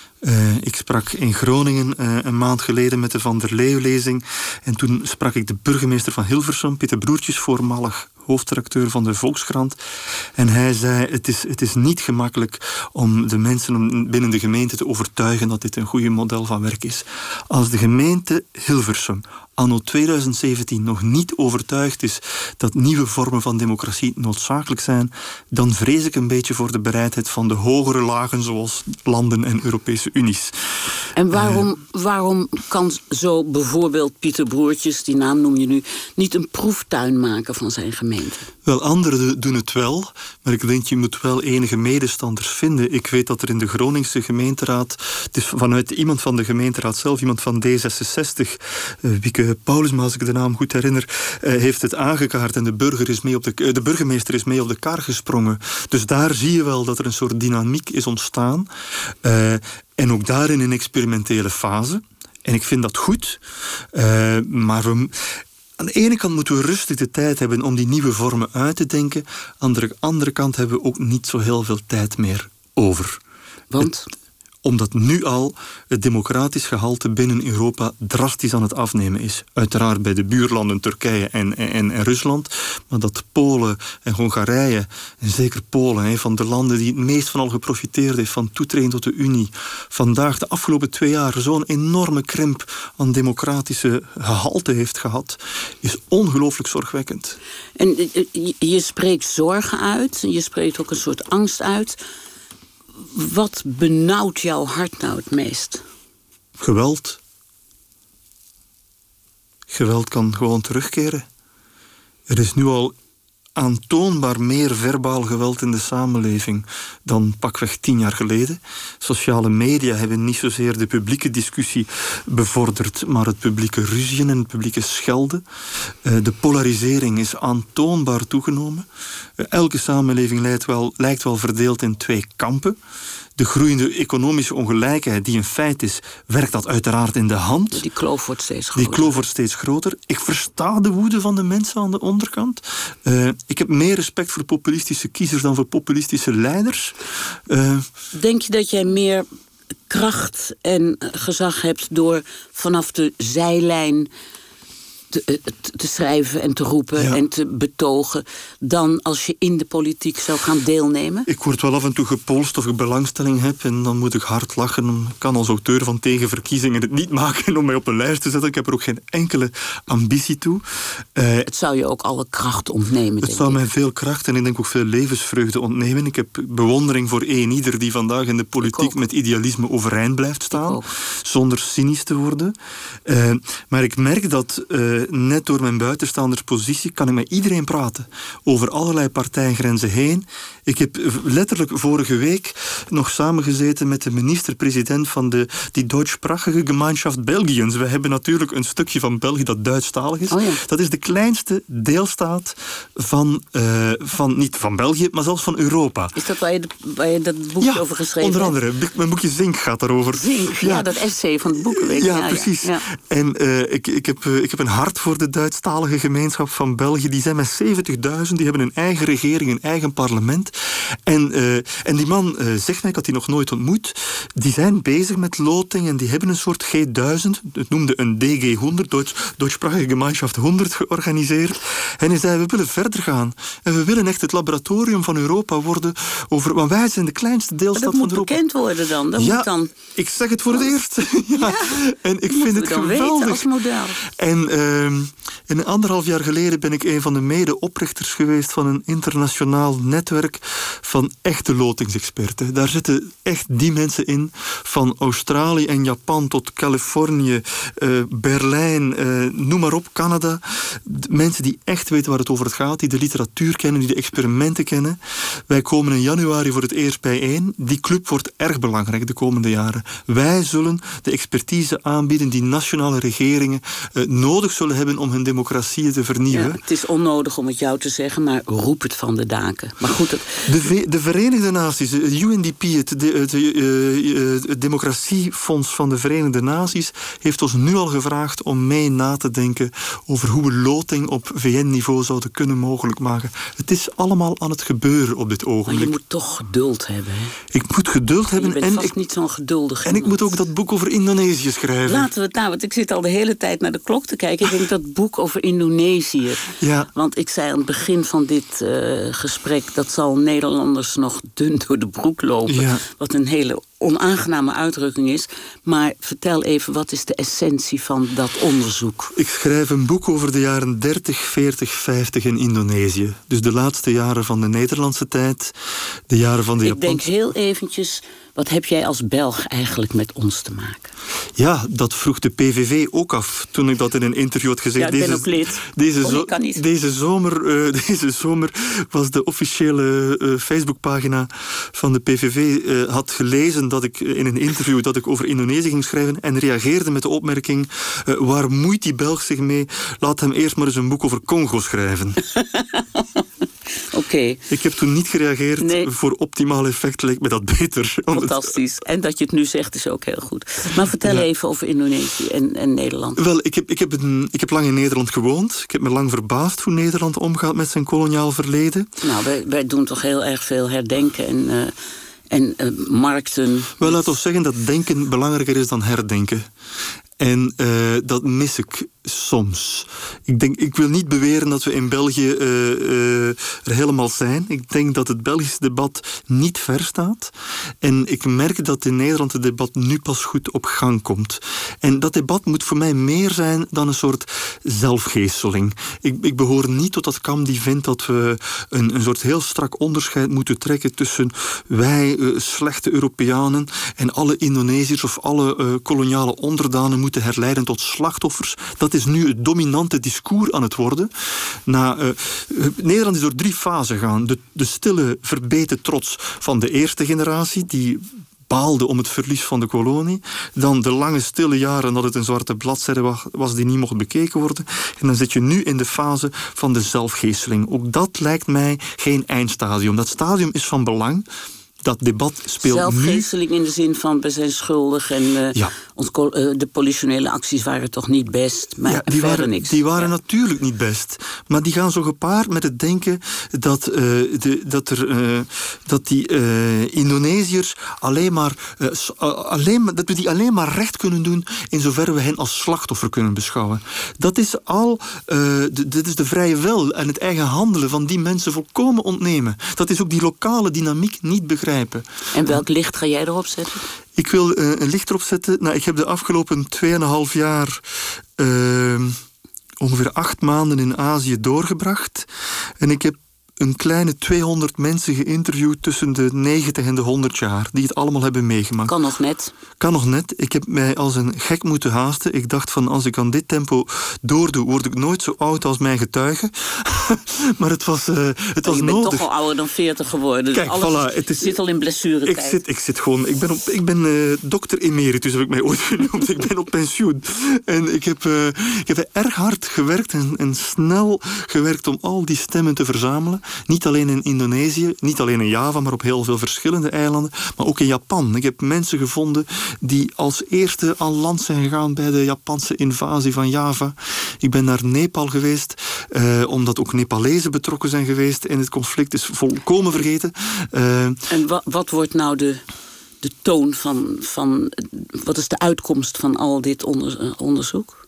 Ik sprak in Groningen een maand geleden met de Van der Leeuw-lezing. En toen sprak ik de burgemeester van Hilversum, Pieter Broertjes, voormalig hoofdredacteur van de Volkskrant. En hij zei, het is niet gemakkelijk om de mensen binnen de gemeente te overtuigen dat dit een goede model van werk is. Als de gemeente Hilversum anno 2017 nog niet overtuigd is dat nieuwe vormen van democratie noodzakelijk zijn, dan vrees ik een beetje voor de bereidheid van de hogere lagen zoals landen en Europese Unies. En waarom kan zo bijvoorbeeld Pieter Broertjes, die naam noem je nu, niet een proeftuin maken van zijn gemeente? Wel, anderen doen het wel, maar ik denk je moet wel enige medestanders vinden. Ik weet dat er in de Groningse gemeenteraad, het is vanuit iemand van de gemeenteraad zelf, iemand van D66, Wieke Paulusma, als ik de naam goed herinner, heeft het aangekaart en de burgemeester is mee op de kar gesprongen. Dus daar zie je wel dat er een soort dynamiek is ontstaan. En ook daarin een experimentele fase. En ik vind dat goed. Maar aan de ene kant moeten we rustig de tijd hebben om die nieuwe vormen uit te denken. Aan de andere kant hebben we ook niet zo heel veel tijd meer over. Want? Omdat nu al het democratisch gehalte binnen Europa drastisch aan het afnemen is. Uiteraard bij de buurlanden Turkije en Rusland. Maar dat Polen en Hongarije, en zeker Polen, van de landen die het meest van al geprofiteerd heeft van toetreding tot de Unie, vandaag de afgelopen 2 jaar zo'n enorme krimp aan democratische gehalte heeft gehad, is ongelooflijk zorgwekkend. En je spreekt zorgen uit, je spreekt ook een soort angst uit. Wat benauwt jouw hart nou het meest? Geweld. Geweld kan gewoon terugkeren. Er is nu al aantoonbaar meer verbaal geweld in de samenleving dan pakweg 10 jaar geleden. Sociale media hebben niet zozeer de publieke discussie bevorderd, maar het publieke ruzien en het publieke schelden. De polarisering is aantoonbaar toegenomen. Elke samenleving lijkt wel verdeeld in 2 kampen. De groeiende economische ongelijkheid die een feit is, werkt dat uiteraard in de hand. Die kloof wordt steeds groter. Ik versta de woede van de mensen aan de onderkant. Ik heb meer respect voor populistische kiezers dan voor populistische leiders. Denk je dat jij meer kracht en gezag hebt door vanaf de zijlijn te schrijven en te roepen en te betogen dan als je in de politiek zou gaan deelnemen? Ik word wel af en toe gepolst of ik belangstelling heb en dan moet ik hard lachen. Ik kan als auteur van tegenverkiezingen het niet maken om mij op een lijst te zetten. Ik heb er ook geen enkele ambitie toe. Het zou je ook alle kracht ontnemen. Het zou mij veel kracht en ik denk ook veel levensvreugde ontnemen. Ik heb bewondering voor ieder die vandaag in de politiek met idealisme overeind blijft staan, zonder cynisch te worden. Maar ik merk dat net door mijn buitenstaanderspositie kan ik met iedereen praten. Over allerlei partijgrenzen heen. Ik heb letterlijk vorige week nog samengezeten met de minister-president van die Deutschsprachige Gemeinschaft Belgiens. We hebben natuurlijk een stukje van België dat Duitsstalig is. Dat is de kleinste deelstaat niet van België, maar zelfs van Europa. Is dat waar je dat boekje over geschreven onder andere. Mijn boekje Zink gaat daarover. Zink, dat essay van het boekenweek. Ja, precies. Ja. En ik heb een hart voor de Duitsstalige gemeenschap van België. Die zijn met 70.000, die hebben een eigen regering, een eigen parlement. En die man zegt mij, ik had die nog nooit ontmoet, die zijn bezig met loting en die hebben een soort G1000, het noemde een DG100, Deutschsprachige Gemeinschaft 100, georganiseerd. En hij zei, we willen verder gaan. En we willen echt het laboratorium van Europa worden want wij zijn de kleinste deelstaat van Europa. Dat moet bekend worden dan. Moet dan... ik zeg het voor het eerst. En ik vind het geweldig. Als model. En 1,5 jaar geleden ben ik een van de mede-oprichters geweest van een internationaal netwerk van echte lotingsexperten. Daar zitten echt die mensen in, van Australië en Japan tot Californië, Berlijn, noem maar op, Canada. Mensen die echt weten waar het over gaat, die de literatuur kennen, die de experimenten kennen. Wij komen in januari voor het eerst bijeen. Die club wordt erg belangrijk de komende jaren. Wij zullen de expertise aanbieden die nationale regeringen nodig zullen hebben om hun democratieën te vernieuwen. Ja, het is onnodig om het jou te zeggen, maar roep het van de daken. Maar goed, de Verenigde Naties, het UNDP, het Democratiefonds van de Verenigde Naties, heeft ons nu al gevraagd om mee na te denken over hoe we loting op VN-niveau zouden kunnen mogelijk maken. Het is allemaal aan het gebeuren op dit ogenblik. Maar je moet toch geduld hebben, hè? Ik moet geduld hebben. Je bent vast niet zo'n geduldig iemand. En ik moet ook dat boek over Indonesië schrijven. Laten we het want ik zit al de hele tijd naar de klok te kijken. Ik denk dat boek over Indonesië. Ja. Want ik zei aan het begin van dit gesprek, dat zal Nederlanders nog dun door de broek lopen. Ja. Wat een hele onaangename uitdrukking is. Maar vertel even, wat is de essentie van dat onderzoek? Ik schrijf een boek over de jaren 30, 40, 50 in Indonesië. Dus de laatste jaren van de Nederlandse tijd, de jaren van de Japanse... Ik denk heel eventjes, wat heb jij als Belg eigenlijk met ons te maken? Ja, dat vroeg de PVV ook af toen ik dat in een interview had gezegd. Ja, ik ben ook lid. Deze zomer was de officiële Facebookpagina van de PVV had gelezen dat ik in een interview dat ik over Indonesië ging schrijven en reageerde met de opmerking, waar moeit die Belg zich mee? Laat hem eerst maar eens een boek over Congo schrijven. Oké. Ik heb toen niet gereageerd. Nee. Voor optimaal effect leek me dat beter. Fantastisch. En dat je het nu zegt is ook heel goed. Maar vertel even over Indonesië en Nederland. Wel, ik heb lang in Nederland gewoond. Ik heb me lang verbaasd hoe Nederland omgaat met zijn koloniaal verleden. Nou, wij doen toch heel erg veel herdenken en markten. Wel, laten we zeggen dat denken belangrijker is dan herdenken. En dat mis ik soms. Ik wil niet beweren dat we in België er helemaal zijn. Ik denk dat het Belgische debat niet ver staat. En ik merk dat in Nederland het debat nu pas goed op gang komt. En dat debat moet voor mij meer zijn dan een soort zelfgeesteling. Ik behoor niet tot dat kamp die vindt dat we een soort heel strak onderscheid moeten trekken tussen wij, slechte Europeanen, en alle Indonesiërs of alle koloniale onderdanen moeten herleiden tot slachtoffers. Dat is nu het dominante discours aan het worden. Nederland is door 3 fasen gegaan. De stille, verbeten trots van de eerste generatie, die baalde om het verlies van de kolonie. Dan de lange stille jaren dat het een zwarte bladzijde was die niet mocht bekeken worden. En dan zit je nu in de fase van de zelfgeesteling. Ook dat lijkt mij geen eindstadium. Dat stadium is van belang. dat debat speelt nu. Zelfgeesteling in de zin van we zijn schuldig en de politionele acties waren toch niet best, maar die waren natuurlijk niet best. Maar die gaan zo gepaard met het denken dat die Indonesiërs dat we die alleen maar recht kunnen doen in zoverre we hen als slachtoffer kunnen beschouwen. Dat is dit is de vrije wil en het eigen handelen van die mensen volkomen ontnemen. Dat is ook die lokale dynamiek niet begrijpen. En welk licht ga jij erop zetten? Ik wil een licht erop zetten. Nou, ik heb de afgelopen 2,5 jaar ongeveer 8 maanden in Azië doorgebracht. En ik heb een kleine 200 mensen geïnterviewd tussen de 90 en de 100 jaar, die het allemaal hebben meegemaakt. Kan nog net. Kan nog net. Ik heb mij als een gek moeten haasten. Ik dacht van, als ik aan dit tempo doordoe, word ik nooit zo oud als mijn getuigen. Maar het was nodig. Je bent toch al ouder dan 40 geworden. Kijk, dus alles voilà, zit al in blessuretijd. Ik zit gewoon... Ik ben dokter emeritus, heb ik mij ooit genoemd. Ik ben op pensioen. En ik heb erg hard gewerkt en snel gewerkt om al die stemmen te verzamelen. Niet alleen in Indonesië, niet alleen in Java, maar op heel veel verschillende eilanden. Maar ook in Japan. Ik heb mensen gevonden die als eerste aan land zijn gegaan bij de Japanse invasie van Java. Ik ben naar Nepal geweest, omdat ook Nepalezen betrokken zijn geweest in het conflict. Is volkomen vergeten. En wat wordt nou de toon van wat is de uitkomst van al dit onderzoek?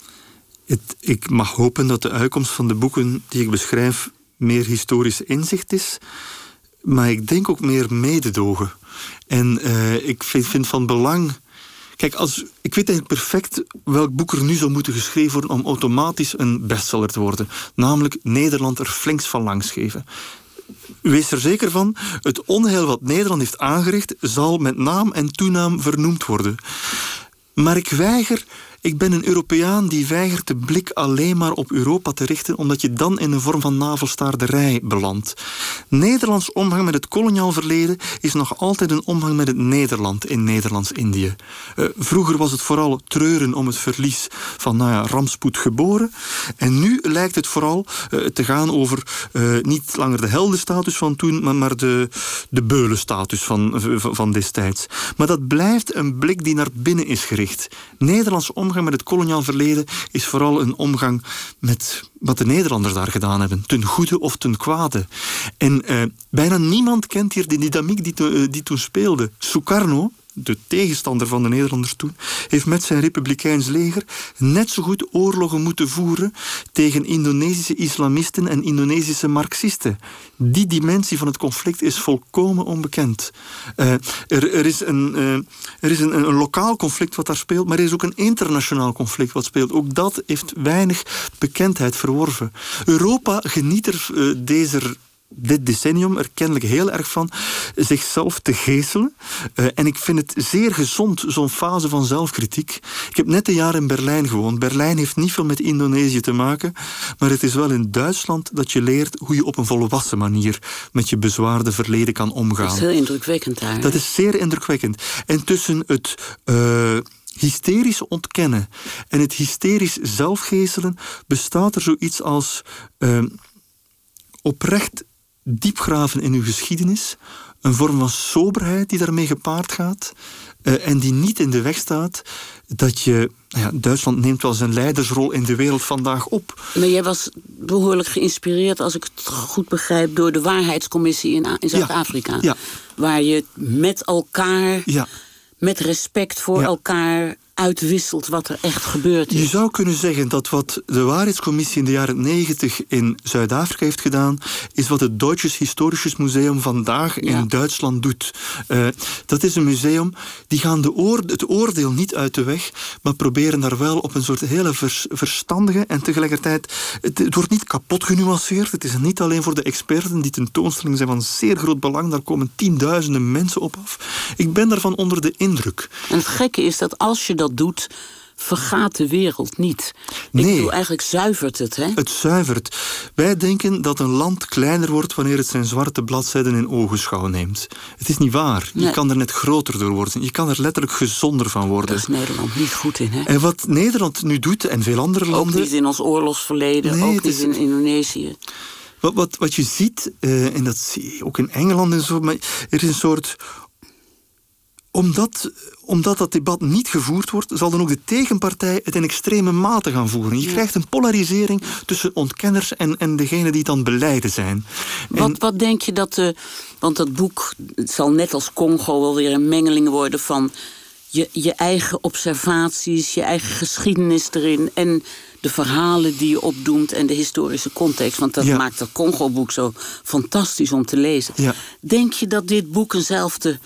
Ik mag hopen dat de uitkomst van de boeken die ik beschrijf meer historisch inzicht is, maar ik denk ook meer mededogen. En ik vind van belang... Kijk, ik weet eigenlijk perfect welk boek er nu zou moeten geschreven worden om automatisch een bestseller te worden. Namelijk Nederland er flinks van langs geven. Wees er zeker van, het onheil wat Nederland heeft aangericht zal met naam en toenaam vernoemd worden. Maar ik ben een Europeaan die weigert de blik alleen maar op Europa te richten, omdat je dan in een vorm van navelstaarderij belandt. Nederlands omgang met het koloniaal verleden is nog altijd een omgang met het Nederland in Nederlands-Indië. Vroeger was het vooral treuren om het verlies van rampspoed geboren. En nu lijkt het vooral te gaan over niet langer de heldenstatus van toen, maar de beulenstatus van destijds. Maar dat blijft een blik die naar binnen is gericht. Nederlands omgang met het koloniaal verleden is vooral een omgang met wat de Nederlanders daar gedaan hebben. Ten goede of ten kwade. En bijna niemand kent hier de dynamiek die toen speelde. Sukarno, de tegenstander van de Nederlanders toen, heeft met zijn republikeins leger net zo goed oorlogen moeten voeren tegen Indonesische islamisten en Indonesische marxisten. Die dimensie van het conflict is volkomen onbekend. Er is een lokaal conflict wat daar speelt, maar er is ook een internationaal conflict wat speelt. Ook dat heeft weinig bekendheid verworven. Europa geniet er dit decennium er kennelijk heel erg van zichzelf te geeselen. En ik vind het zeer gezond, zo'n fase van zelfkritiek. Ik heb net een jaar in Berlijn gewoond. Berlijn heeft niet veel met Indonesië te maken, maar het is wel in Duitsland dat je leert hoe je op een volwassen manier met je bezwaarde verleden kan omgaan. Dat is heel indrukwekkend daar. Dat is zeer indrukwekkend. En tussen het hysterisch ontkennen en het hysterisch zelfgeeselen bestaat er zoiets als oprecht diepgraven in uw geschiedenis, een vorm van soberheid die daarmee gepaard gaat en die niet in de weg staat dat je... Duitsland neemt wel zijn leidersrol in de wereld vandaag op. Maar jij was behoorlijk geïnspireerd, als ik het goed begrijp, door de Waarheidscommissie in Zuid-Afrika. Ja. Waar je met elkaar, met respect voor elkaar uitwisselt wat er echt gebeurd is. Je zou kunnen zeggen dat wat de Waarheidscommissie in de jaren 90 in Zuid-Afrika heeft gedaan, is wat het Deutsches Historisches Museum vandaag in Duitsland doet. Dat is een museum, die gaan het oordeel niet uit de weg, maar proberen daar wel op een soort hele verstandige en tegelijkertijd, het wordt niet kapot genuanceerd. Het is niet alleen voor de experten, die tentoonstellingen zijn van zeer groot belang. Daar komen tienduizenden mensen op af. Ik ben daarvan onder de indruk. En het gekke is dat als je dat doet, vergaat de wereld niet. Ik bedoel, eigenlijk zuivert het, hè? Het zuivert. Wij denken dat een land kleiner wordt wanneer het zijn zwarte bladzijden in ogenschouw neemt. Het is niet waar. Je kan er net groter door worden. Je kan er letterlijk gezonder van worden. Daar is Nederland niet goed in, hè? En wat Nederland nu doet, en veel andere landen... Ook niet in ons oorlogsverleden, ook niet in Indonesië. Wat je ziet, en dat zie je ook in Engeland en zo, maar er is een soort... Omdat dat debat niet gevoerd wordt, zal dan ook de tegenpartij het in extreme mate gaan voeren. Je krijgt een polarisering tussen ontkenners en degenen die het dan belijden zijn. Wat denk je dat... want dat boek, het zal net als Congo wel weer een mengeling worden van je eigen observaties, je eigen geschiedenis erin en de verhalen die je opdoemt en de historische context. Want dat maakt dat Congo-boek zo fantastisch om te lezen. Ja. Denk je dat dit boek eenzelfde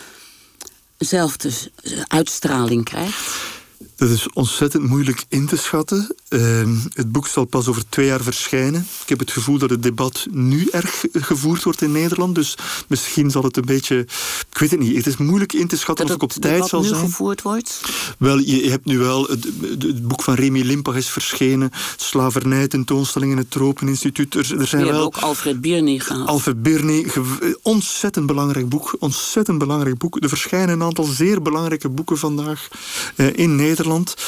uitstraling krijgt? Dat is ontzettend moeilijk in te schatten. Het boek zal pas over 2 jaar verschijnen. Ik heb het gevoel dat het debat nu erg gevoerd wordt in Nederland. Dus misschien zal het een beetje... Ik weet het niet. Het is moeilijk in te schatten of ik op tijd zal zijn. Dat het nu gevoerd wordt? Wel, je hebt nu wel... Het boek van Remy Limpach is verschenen. Slavernij, tentoonstelling in het Tropeninstituut. Er zijn wel... ook Alfred Birny gehad. Alfred Birny, ontzettend belangrijk boek. Ontzettend belangrijk boek. Er verschijnen een aantal zeer belangrijke boeken vandaag in Nederland.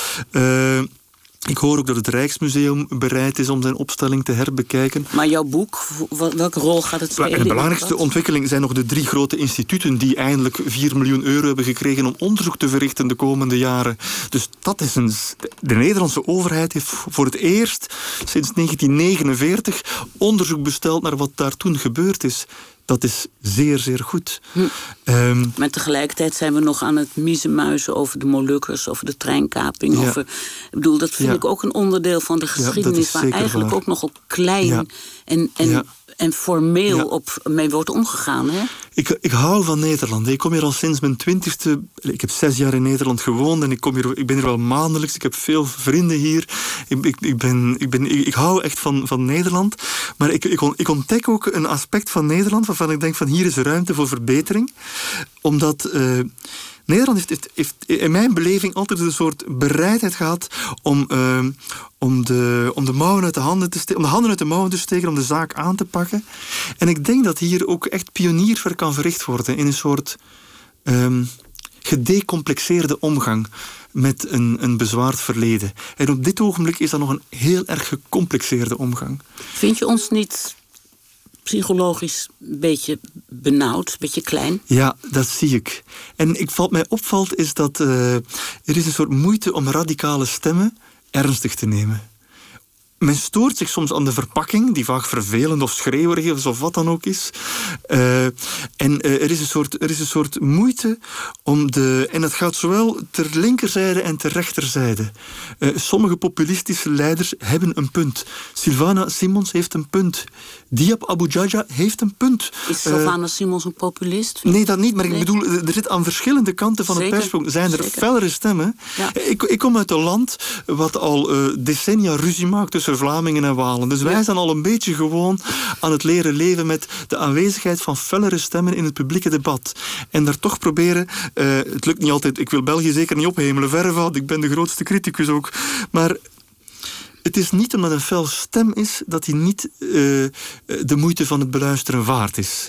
Ik hoor ook dat het Rijksmuseum bereid is om zijn opstelling te herbekijken. Maar jouw boek, welke rol gaat het spelen? De belangrijkste ontwikkeling zijn nog de 3 grote instituten die eindelijk 4 miljoen euro hebben gekregen om onderzoek te verrichten de komende jaren. Dus dat is de Nederlandse overheid heeft voor het eerst sinds 1949 onderzoek besteld naar wat daar toen gebeurd is. Dat is zeer, zeer goed. Maar tegelijkertijd zijn we nog aan het miezenmuizen over de Molukkers, over de treinkaping. Ja. Ik bedoel, dat vind ik ook een onderdeel van de geschiedenis waar eigenlijk ook nogal klein en formeel op mee wordt omgegaan. Hè? Ik hou van Nederland. Ik kom hier al sinds mijn 20e. Ik heb 6 jaar in Nederland gewoond en ik ben hier wel maandelijks. Ik heb veel vrienden hier. Ik hou echt van Nederland. Maar ik ontdek ook een aspect van Nederland waarvan ik denk van hier is ruimte voor verbetering. Omdat... Nederland heeft in mijn beleving altijd een soort bereidheid gehad om de mouwen uit de handen te steken, om de handen uit de mouwen te steken, om de zaak aan te pakken. En ik denk dat hier ook echt pionierwerk kan verricht worden in een soort gedecomplexeerde omgang met een bezwaard verleden. En op dit ogenblik is dat nog een heel erg gecomplexeerde omgang. Vind je ons niet psychologisch een beetje benauwd, een beetje klein? Ja, dat zie ik. En wat mij opvalt is dat er is een soort moeite om radicale stemmen ernstig te nemen. Men stoort zich soms aan de verpakking, die vaak vervelend of schreeuwerig is of wat dan ook is. En er is een soort moeite om en dat gaat zowel ter linkerzijde en ter rechterzijde. Sommige populistische leiders hebben een punt. Sylvana Simons heeft een punt. Diab Abu Jaja heeft een punt. Is Sylvana Simons een populist? Nee, dat niet, maar ik bedoel, er zit aan verschillende kanten van het perspunt. Zijn er fellere stemmen? Ja. Ik kom uit een land wat al decennia ruzie maakt tussen Vlamingen en Walen. Dus wij zijn al een beetje gewoon aan het leren leven met de aanwezigheid van fellere stemmen in het publieke debat. En daar toch proberen, het lukt niet altijd, ik wil België zeker niet ophemelen, verre van, ik ben de grootste criticus ook, maar het is niet omdat een fel stem is dat hij niet de moeite van het beluisteren waard is.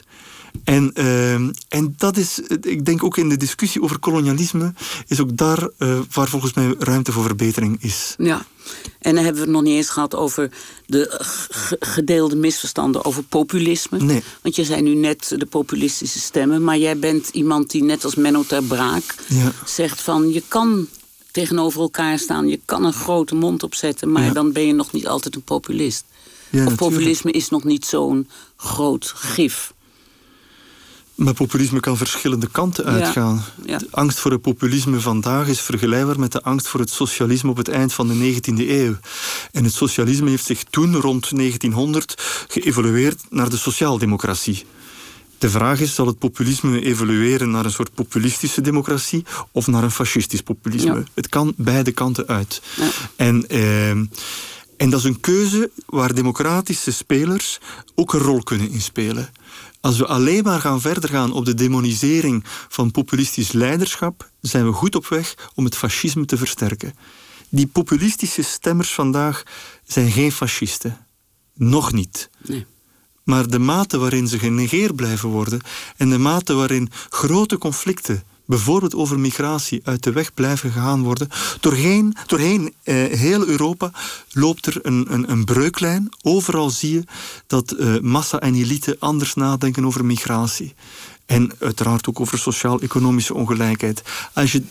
En dat is, ik denk ook in de discussie over kolonialisme, is ook daar waar volgens mij ruimte voor verbetering is. Ja, en dan hebben we het nog niet eens gehad over de gedeelde misverstanden over populisme. Nee. Want je zei nu net de populistische stemmen, maar jij bent iemand die net als Menno ter Braak zegt van je kan tegenover elkaar staan, je kan een grote mond opzetten, maar dan ben je nog niet altijd een populist. Ja, of populisme is nog niet zo'n groot gif. Maar populisme kan verschillende kanten uitgaan. Ja. De angst voor het populisme vandaag is vergelijkbaar met de angst voor het socialisme op het eind van de 19e eeuw. En het socialisme heeft zich toen, rond 1900, geëvolueerd naar de sociaaldemocratie. De vraag is, zal het populisme evolueren naar een soort populistische democratie of naar een fascistisch populisme? Ja. Het kan beide kanten uit. Ja. En dat is een keuze waar democratische spelers ook een rol kunnen inspelen. Als we alleen maar verder gaan op de demonisering van populistisch leiderschap, zijn we goed op weg om het fascisme te versterken. Die populistische stemmers vandaag zijn geen fascisten. Nog niet. Nee. Maar de mate waarin ze genegeerd blijven worden en de mate waarin grote conflicten bijvoorbeeld over migratie uit de weg blijven gegaan worden. Doorheen heel Europa loopt er een breuklijn. Overal zie je dat massa en elite anders nadenken over migratie. En uiteraard ook over sociaal-economische ongelijkheid. Als je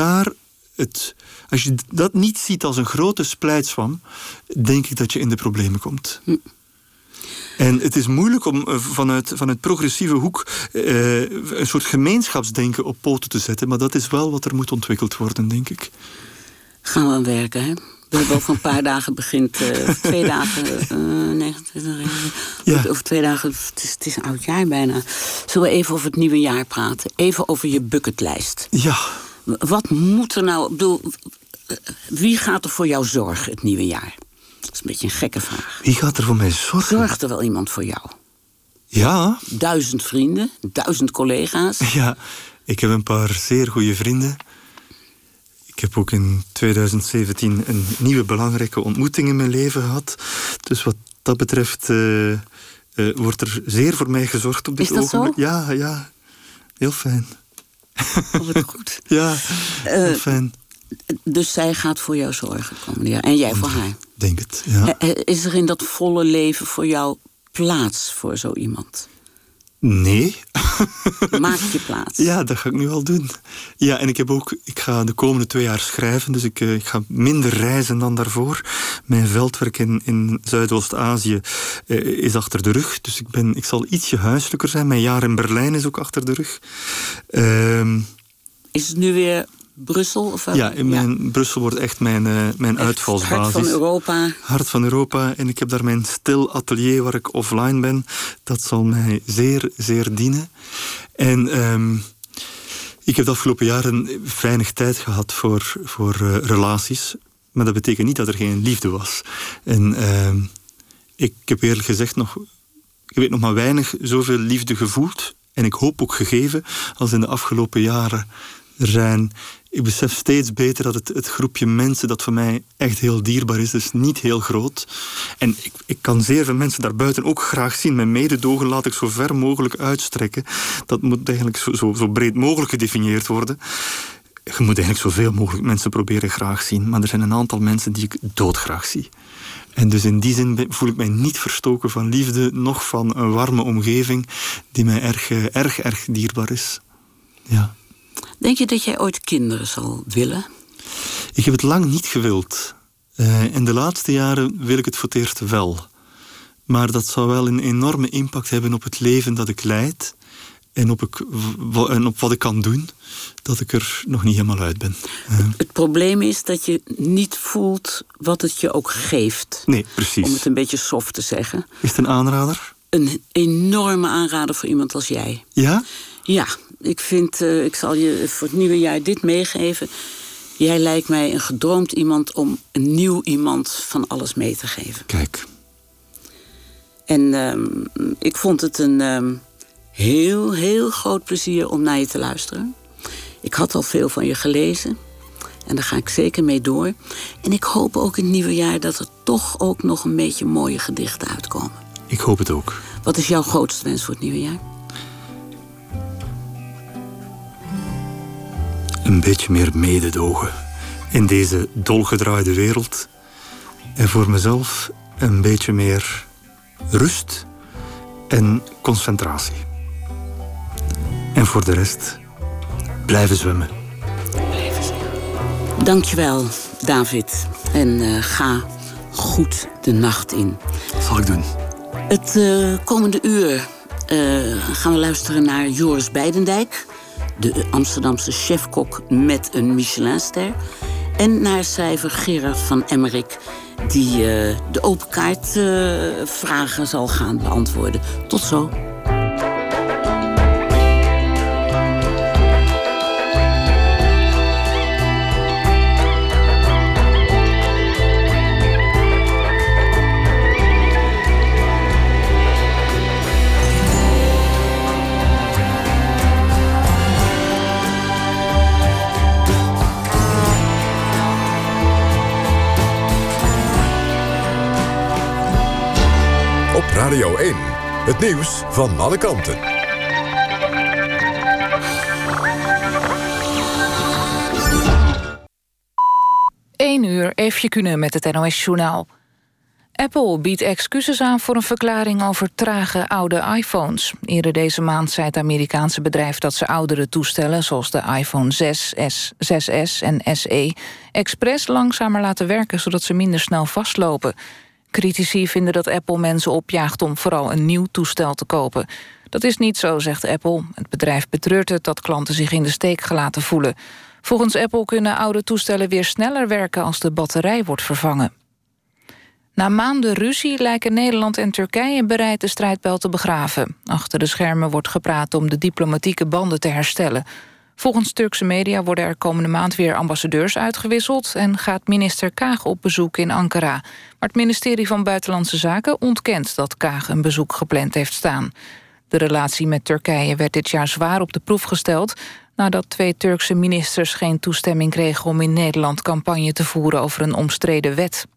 dat niet ziet als een grote splijtswam, denk ik dat je in de problemen komt. En het is moeilijk om vanuit progressieve hoek een soort gemeenschapsdenken op poten te zetten, maar dat is wel wat er moet ontwikkeld worden, denk ik. Gaan we aan werken, hè? We hebben over een paar dagen begint, 2 dagen, 29, over 2 dagen, het is een oud jaar bijna. Zullen we even over het nieuwe jaar praten? Even over je bucketlijst. Ja. Wat moet er nou, ik bedoel, wie gaat er voor jou zorgen het nieuwe jaar? Dat is een beetje een gekke vraag. Wie gaat er voor mij zorgen? Zorgt er wel iemand voor jou? Ja. 1000 vrienden, 1000 collega's. Ja, ik heb een paar zeer goede vrienden. Ik heb ook in 2017 een nieuwe belangrijke ontmoeting in mijn leven gehad. Dus wat dat betreft wordt er zeer voor mij gezorgd op dit ogenblik. Is dat zo? Ja. Heel fijn. Oh, wat goed. Ja, heel fijn. Dus zij gaat voor jou zorgen komende jaar. En jij voor haar. Denk het, ja. Is er in dat volle leven voor jou plaats voor zo iemand? Nee. Maak je plaats? Ja, dat ga ik nu al doen. Ja, en ik ga de komende 2 jaar schrijven, dus ik ga minder reizen dan daarvoor. Mijn veldwerk in Zuidoost-Azië is achter de rug, dus ik zal ietsje huiselijker zijn. Mijn jaar in Berlijn is ook achter de rug. Is het nu weer Brussel? Of Brussel wordt echt mijn uitvalsbasis. Hart van Europa. Hart van Europa. En ik heb daar mijn stil atelier waar ik offline ben. Dat zal mij zeer, zeer dienen. En ik heb de afgelopen jaren weinig tijd gehad voor relaties. Maar dat betekent niet dat er geen liefde was. En ik heb eerlijk gezegd ik weet nog maar weinig zoveel liefde gevoeld. En ik hoop ook gegeven als in de afgelopen jaren er zijn. Ik besef steeds beter dat het groepje mensen dat voor mij echt heel dierbaar is, dus niet heel groot. En ik kan zeer veel mensen daarbuiten ook graag zien. Mijn mededogen laat ik zo ver mogelijk uitstrekken. Dat moet eigenlijk zo breed mogelijk gedefinieerd worden. Je moet eigenlijk zoveel mogelijk mensen proberen graag zien. Maar er zijn een aantal mensen die ik doodgraag zie. En dus in die zin voel ik mij niet verstoken van liefde, noch van een warme omgeving die mij erg dierbaar is. Ja. Denk je dat jij ooit kinderen zal willen? Ik heb het lang niet gewild. In de laatste jaren wil ik het voor het eerst wel. Maar dat zou wel een enorme impact hebben op het leven dat ik leid. En op wat ik kan doen, dat ik er nog niet helemaal uit ben. Het probleem is dat je niet voelt wat het je ook geeft. Nee, precies. Om het een beetje soft te zeggen. Is het een aanrader? Een enorme aanrader voor iemand als jij. Ja? Ja, ik zal je voor het nieuwe jaar dit meegeven. Jij lijkt mij een gedroomd iemand om een nieuw iemand van alles mee te geven. Kijk. En ik vond het een heel, heel groot plezier om naar je te luisteren. Ik had al veel van je gelezen. En daar ga ik zeker mee door. En ik hoop ook in het nieuwe jaar dat er toch ook nog een beetje mooie gedichten uitkomen. Ik hoop het ook. Wat is jouw grootste wens voor het nieuwe jaar? Een beetje meer mededogen in deze dolgedraaide wereld. En voor mezelf een beetje meer rust en concentratie. En voor de rest blijven zwemmen. Dankjewel, David. En ga goed de nacht in. Dat zal ik doen. Het komende uur gaan we luisteren naar Joris Beidendijk, de Amsterdamse chefkok met een Michelinster. En naar schrijver Gerard van Emmerik, die de open kaart vragen zal gaan beantwoorden. Tot zo. Radio 1, het nieuws van alle kanten. uur, Eefje Kunen met het NOS-journaal. Apple biedt excuses aan voor een verklaring over trage oude iPhones. Eerder deze maand zei het Amerikaanse bedrijf dat ze oudere toestellen, zoals de iPhone 6S, 6S en SE, expres langzamer laten werken, zodat ze minder snel vastlopen. Critici vinden dat Apple mensen opjaagt om vooral een nieuw toestel te kopen. Dat is niet zo, zegt Apple. Het bedrijf betreurt het dat klanten zich in de steek gelaten voelen. Volgens Apple kunnen oude toestellen weer sneller werken als de batterij wordt vervangen. Na maanden ruzie lijken Nederland en Turkije bereid de strijdbijl te begraven. Achter de schermen wordt gepraat om de diplomatieke banden te herstellen. Volgens Turkse media worden er komende maand weer ambassadeurs uitgewisseld en gaat minister Kaag op bezoek in Ankara. Maar het ministerie van Buitenlandse Zaken ontkent dat Kaag een bezoek gepland heeft staan. De relatie met Turkije werd dit jaar zwaar op de proef gesteld nadat 2 Turkse ministers geen toestemming kregen om in Nederland campagne te voeren over een omstreden wet.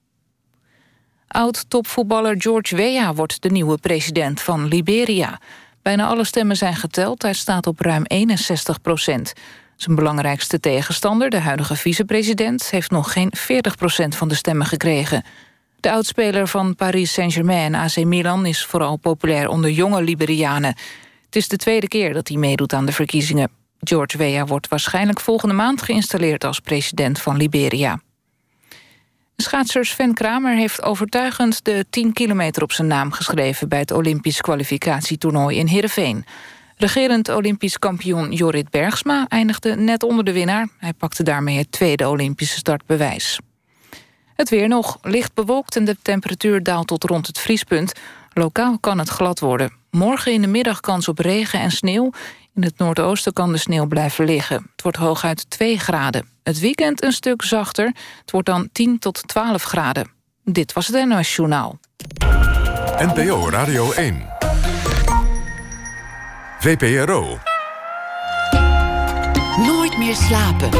Oud-topvoetballer George Weah wordt de nieuwe president van Liberia. Bijna alle stemmen zijn geteld, hij staat op ruim 61%. Zijn belangrijkste tegenstander, de huidige vicepresident, heeft nog geen 40% van de stemmen gekregen. De oudspeler van Paris Saint-Germain en AC Milan is vooral populair onder jonge Liberianen. Het is de tweede keer dat hij meedoet aan de verkiezingen. George Weah wordt waarschijnlijk volgende maand geïnstalleerd als president van Liberia. Schaatser Sven Kramer heeft overtuigend de 10 kilometer op zijn naam geschreven bij het Olympisch kwalificatietoernooi in Heerenveen. Regerend Olympisch kampioen Jorrit Bergsma eindigde net onder de winnaar. Hij pakte daarmee het tweede Olympische startbewijs. Het weer nog, licht bewolkt en de temperatuur daalt tot rond het vriespunt. Lokaal kan het glad worden. Morgen in de middag kans op regen en sneeuw. In het noordoosten kan de sneeuw blijven liggen. Het wordt hooguit 2 graden. Het weekend een stuk zachter. Het wordt dan 10 tot 12 graden. Dit was het NOS Journaal. NPO Radio 1. VPRO. Nooit meer slapen.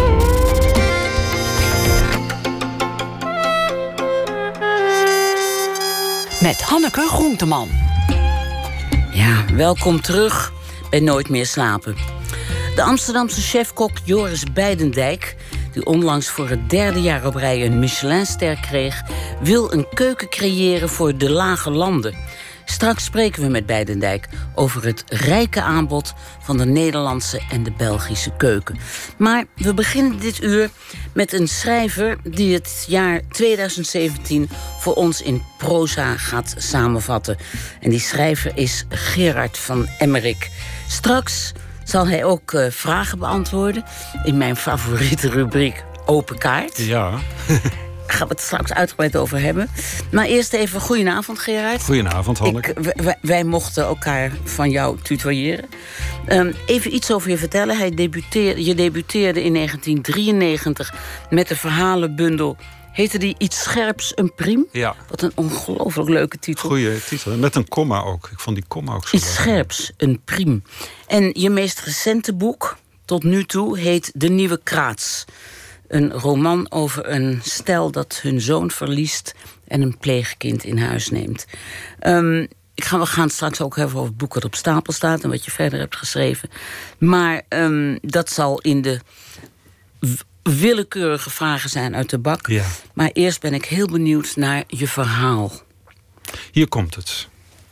Met Hanneke Groenteman. Ja, welkom terug bij Nooit meer slapen. De Amsterdamse chefkok Joris Beidendijk, die onlangs voor het 3e jaar op rij een Michelinster kreeg, wil een keuken creëren voor de lage landen. Straks spreken we met Beidendijk over het rijke aanbod van de Nederlandse en de Belgische keuken. Maar we beginnen dit uur met een schrijver die het jaar 2017 voor ons in proza gaat samenvatten. En die schrijver is Gerard van Emmerik. Straks zal hij ook vragen beantwoorden in mijn favoriete rubriek Open Kaart. Ja. Daar gaan we het straks uitgebreid over hebben. Maar eerst even goedenavond, Gerard. Goedenavond, Hanneke. Wij mochten elkaar van jou tutoyeren. Even iets over je vertellen. Je debuteerde in 1993 met de verhalenbundel. Heette die Iets Scherps, een Priem? Ja. Wat een ongelooflijk leuke titel. Goeie titel. Met een komma ook. Ik vond die komma ook zo Iets Scherps, een Priem. En je meest recente boek, tot nu toe, heet De Nieuwe Kraats. Een roman over een stel dat hun zoon verliest en een pleegkind in huis neemt. We gaan het straks ook hebben over het boek dat op stapel staat en wat je verder hebt geschreven. Maar dat zal in de willekeurige vragen zijn uit de bak. Ja. Maar eerst ben ik heel benieuwd naar je verhaal. Hier komt het.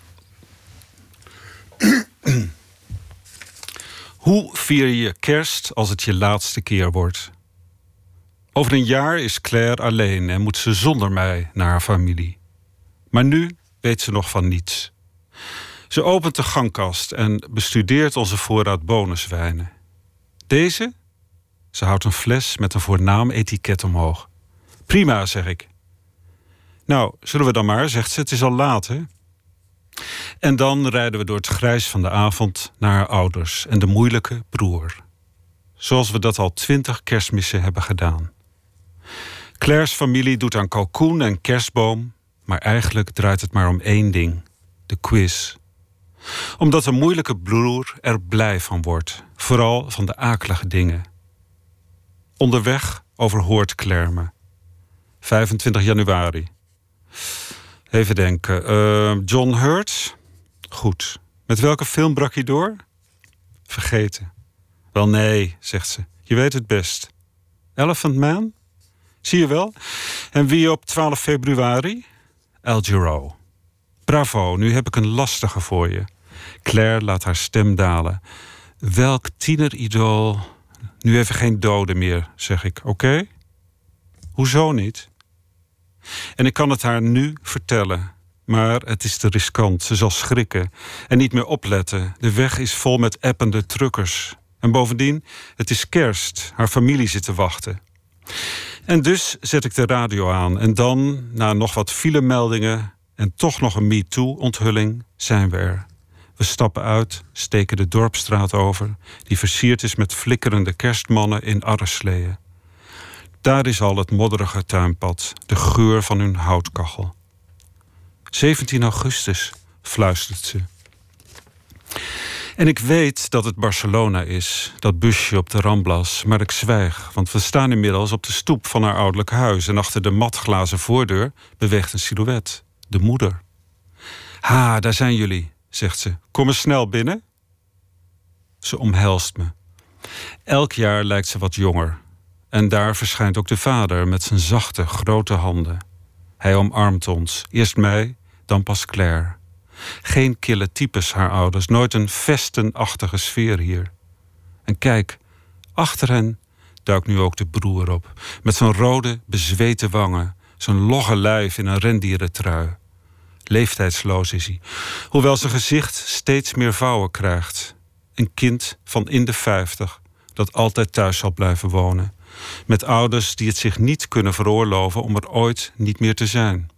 Hoe vier je kerst als het je laatste keer wordt? Over een jaar is Claire alleen en moet ze zonder mij naar haar familie. Maar nu weet ze nog van niets. Ze opent de gangkast en bestudeert onze voorraad bonuswijnen. Deze? Ze houdt een fles met een voornaam etiket omhoog. Prima, zeg ik. Nou, zullen we dan maar, zegt ze, het is al laat, hè? En dan rijden we door het grijs van de avond naar haar ouders en de moeilijke broer. Zoals we dat al 20 kerstmissen hebben gedaan. Claire's familie doet aan kalkoen en kerstboom, maar eigenlijk draait het maar om één ding: de quiz. Omdat de moeilijke broer er blij van wordt, vooral van de akelige dingen. Onderweg overhoort Claire me. 25 januari. Even denken. John Hurt? Goed. Met welke film brak hij door? Vergeten. Wel nee, zegt ze. Je weet het best. Elephant Man? Zie je wel? En wie op 12 februari? Al Jarreau. Bravo, nu heb ik een lastige voor je. Claire laat haar stem dalen. Welk tieneridool... Nu even geen doden meer, zeg ik. Oké? Hoezo niet? En ik kan het haar nu vertellen. Maar het is te riskant. Ze zal schrikken en niet meer opletten. De weg is vol met appende truckers. En bovendien, het is kerst. Haar familie zit te wachten. En dus zet ik de radio aan. En dan, na nog wat filemeldingen en toch nog een MeToo-onthulling, zijn we er. We stappen uit, steken de dorpsstraat over, die versierd is met flikkerende kerstmannen in arresleeën. Daar is al het modderige tuinpad, de geur van hun houtkachel. 17 augustus, fluistert ze. En ik weet dat het Barcelona is, dat busje op de Ramblas, maar ik zwijg, want we staan inmiddels op de stoep van haar ouderlijk huis en achter de matglazen voordeur beweegt een silhouet, de moeder. Ha, daar zijn jullie, zegt ze. Kom eens snel binnen. Ze omhelst me. Elk jaar lijkt ze wat jonger. En daar verschijnt ook de vader met zijn zachte, grote handen. Hij omarmt ons. Eerst mij, dan pas Claire. Geen kille types, haar ouders. Nooit een vestenachtige sfeer hier. En kijk, achter hen duikt nu ook de broer op. Met zijn rode, bezweten wangen. Zijn logge lijf in een rendierentrui. Leeftijdsloos is hij. Hoewel zijn gezicht steeds meer vouwen krijgt. Een kind van in de 50 dat altijd thuis zal blijven wonen. Met ouders die het zich niet kunnen veroorloven om er ooit niet meer te zijn.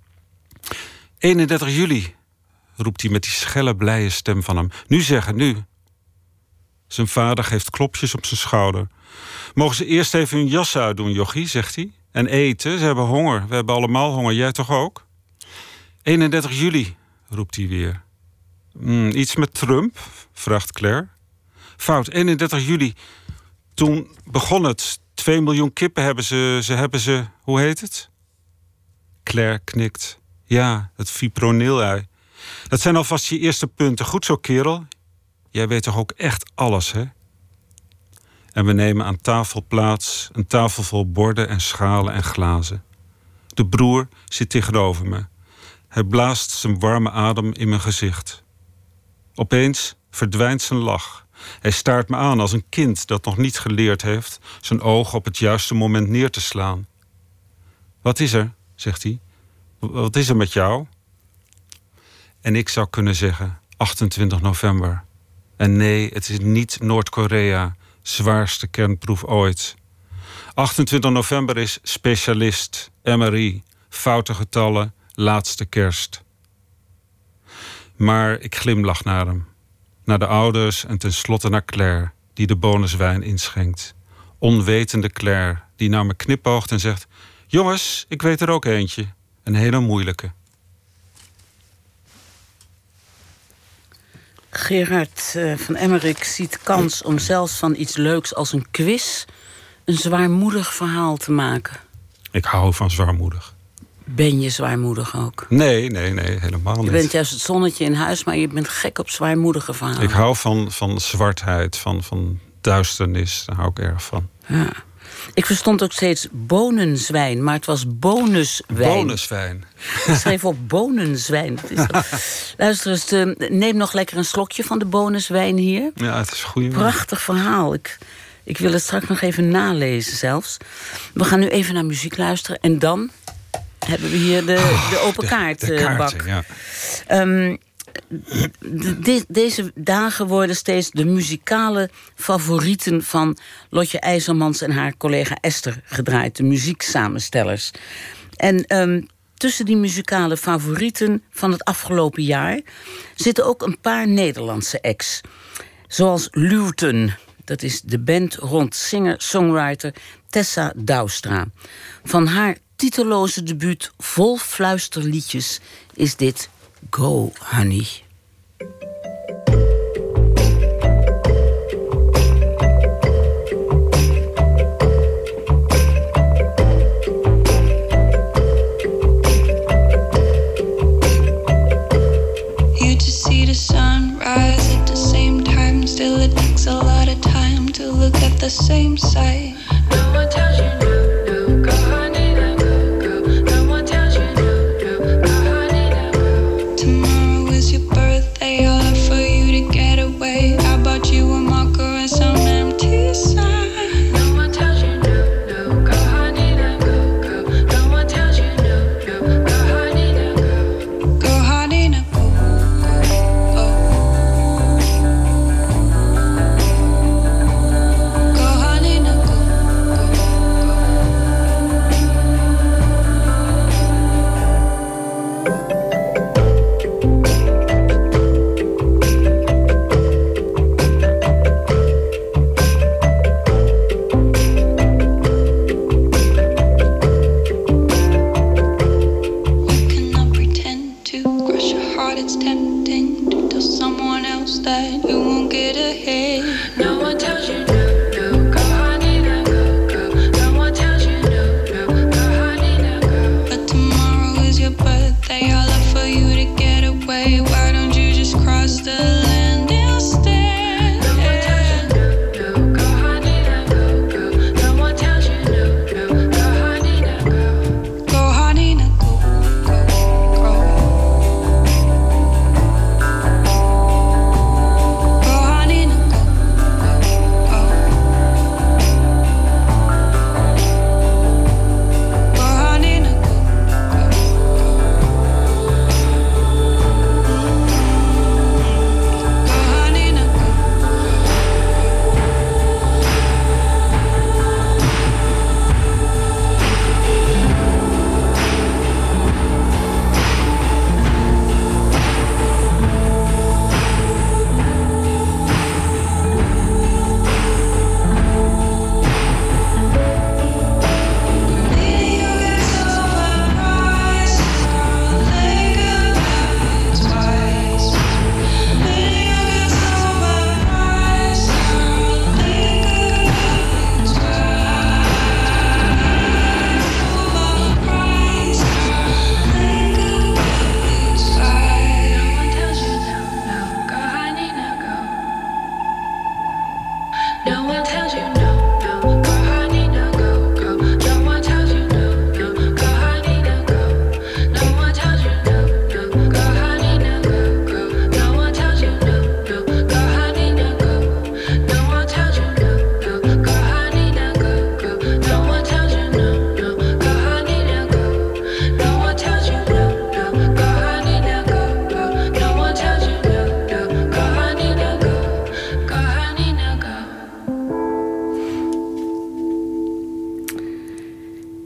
31 juli, roept hij met die schelle, blije stem van hem. Nu zeggen, nu. Zijn vader geeft klopjes op zijn schouder. Mogen ze eerst even hun jas uitdoen, jochie, zegt hij. En eten, ze hebben honger. We hebben allemaal honger, jij toch ook? 31 juli, roept hij weer. Iets met Trump, vraagt Claire. Fout, 31 juli. Toen begon het. 2 miljoen kippen hebben ze, hoe heet het? Claire knikt. Ja, het fipronil-ei. Dat zijn alvast je eerste punten. Goed zo, kerel. Jij weet toch ook echt alles, hè? En we nemen aan tafel plaats. Een tafel vol borden en schalen en glazen. De broer zit tegenover me. Hij blaast zijn warme adem in mijn gezicht. Opeens verdwijnt zijn lach. Hij staart me aan als een kind dat nog niet geleerd heeft zijn ogen op het juiste moment neer te slaan. Wat is er? Zegt hij. Wat is er met jou? En ik zou kunnen zeggen 28 november. En nee, het is niet Noord-Korea, zwaarste kernproef ooit. 28 november is specialist, MRI, foute getallen, laatste kerst. Maar ik glimlach naar hem. Naar de ouders en tenslotte naar Claire, die de bonuswijn inschenkt. Onwetende Claire, die naar me knipoogt en zegt... Jongens, ik weet er ook eentje. Een hele moeilijke. Gerard van Emmerik ziet kans om zelfs van iets leuks als een quiz... een zwaarmoedig verhaal te maken. Ik hou van zwaarmoedig. Ben je zwaarmoedig ook? Nee, helemaal niet. Je bent juist het zonnetje in huis, maar je bent gek op zwaarmoedige verhalen. Ik hou van zwartheid, van duisternis. Daar hou ik erg van. Ja. Ik verstond ook steeds bonenzwijn, maar het was bonuswijn. Bonuswijn. Ik schreef op bonenzwijn. Luister eens, neem nog lekker een slokje van de bonuswijn hier. Ja, het is goed. Prachtig verhaal. Ik wil het straks nog even nalezen zelfs. We gaan nu even naar muziek luisteren en dan... hebben we hier de open kaartbak. Ja. Deze dagen worden steeds de muzikale favorieten van Lotje IJzermans en haar collega Esther gedraaid. De muzieksamenstellers. En tussen die muzikale favorieten van het afgelopen jaar zitten ook een paar Nederlandse acts. Zoals Luwten. Dat is de band rond singer-songwriter Tessa Douwstra. Van haar titeloze debuut vol fluisterliedjes is dit Go Honey. You just see the sun rise at the same time. Still it takes a lot of time to look at the same sight. No one tells you no, go honey.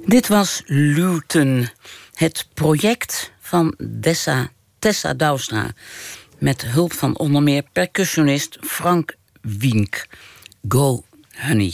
Dit was Luton, het project van Tessa Douwstra, met hulp van onder meer percussionist Frank Wink. Go, honey.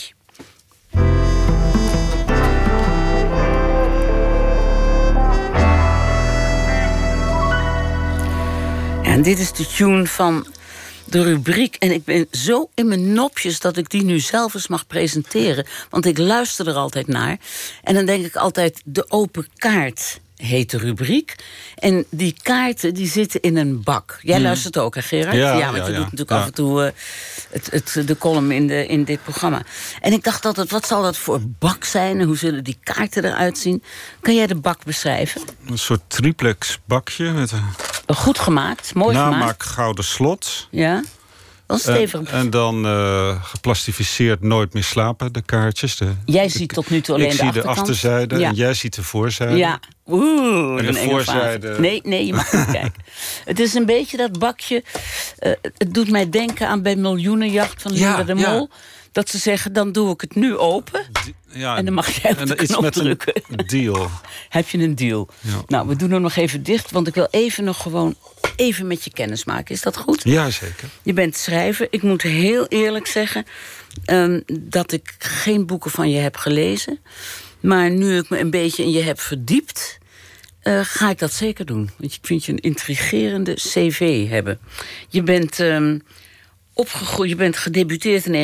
En dit is de tune van de rubriek. En ik ben zo in mijn nopjes dat ik die nu zelf eens mag presenteren. Want ik luister er altijd naar. En dan denk ik altijd, de open kaart heet de rubriek. En die kaarten die zitten in een bak. Jij luistert ook, hè Gerard? Ja, want je doet natuurlijk af en toe de column in dit programma. En ik dacht altijd, wat zal dat voor bak zijn? En hoe zullen die kaarten eruit zien? Kan jij de bak beschrijven? Een soort triplex bakje met een goed gemaakt, mooi gemaakt. namaak gouden slot. Ja. En dan geplastificeerd Nooit meer slapen, de kaartjes. Jij ziet tot nu toe alleen de achterkant. Ik zie de achterzijde en jij ziet de voorzijde. Ja, en de voorzijde. Nee, je mag niet kijken. Het is een beetje dat bakje. Het doet mij denken aan bij Miljoenenjacht van Linda de Mol. Dat ze zeggen, dan doe ik het nu open. En dan mag jij op de knop drukken. Een deal. Heb je een deal? Ja. Nou, we doen hem nog even dicht, want ik wil even met je kennis maken. Is dat goed? Ja, zeker. Je bent schrijver. Ik moet heel eerlijk zeggen dat ik geen boeken van je heb gelezen. Maar nu ik me een beetje in je heb verdiept, ga ik dat zeker doen. Want ik vind je een intrigerende cv hebben. Je bent opgegroeid, je bent gedebuteerd in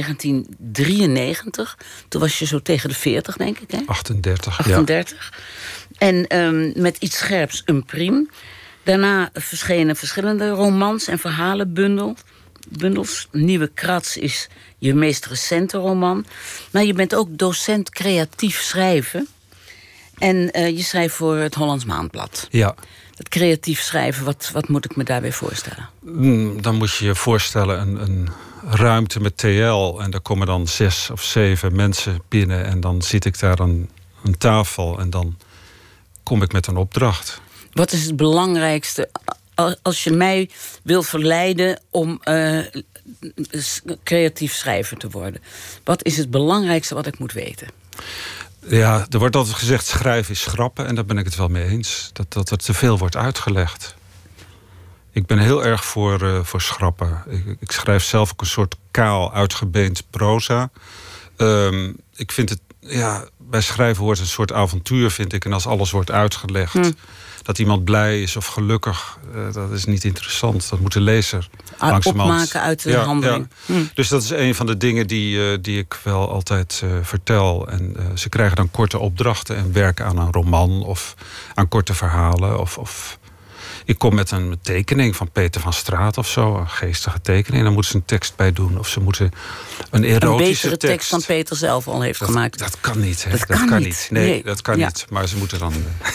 1993. Toen was je zo tegen de 40, denk ik, hè? 38. En met Iets scherps, een priem. Daarna verschenen verschillende romans en verhalenbundels. Nieuwe Krats is je meest recente roman. Maar je bent ook docent creatief schrijven. En je schrijft voor het Hollands Maandblad. Ja. Het creatief schrijven, wat moet ik me daarbij voorstellen? Dan moet je je voorstellen een ruimte met TL. En daar komen dan 6 of 7 mensen binnen. En dan zit ik daar aan een tafel. En dan kom ik met een opdracht. Wat is het belangrijkste als je mij wil verleiden om creatief schrijver te worden? Wat is het belangrijkste wat ik moet weten? Ja, er wordt altijd gezegd, schrijven is schrappen. En daar ben ik het wel mee eens. Dat er te veel wordt uitgelegd. Ik ben heel erg voor schrappen. Ik schrijf zelf ook een soort kaal, uitgebeend proza. Ik vind het, bij schrijven hoort een soort avontuur, vind ik. En als alles wordt uitgelegd, dat iemand blij is of gelukkig, dat is niet interessant. Dat moet de lezer opmaken uit de handeling. Ja. Dus dat is een van de dingen die ik wel altijd vertel. En ze krijgen dan korte opdrachten en werken aan een roman of aan korte verhalen. Of ik kom met een tekening van Peter van Straat of zo, een geestige tekening. En dan moeten ze een tekst bij doen. Of ze moeten een erotische een betere tekst dan Peter zelf al heeft gemaakt. Dat kan niet. Hè? Dat kan niet. Nee, dat kan niet. Maar ze moeten dan...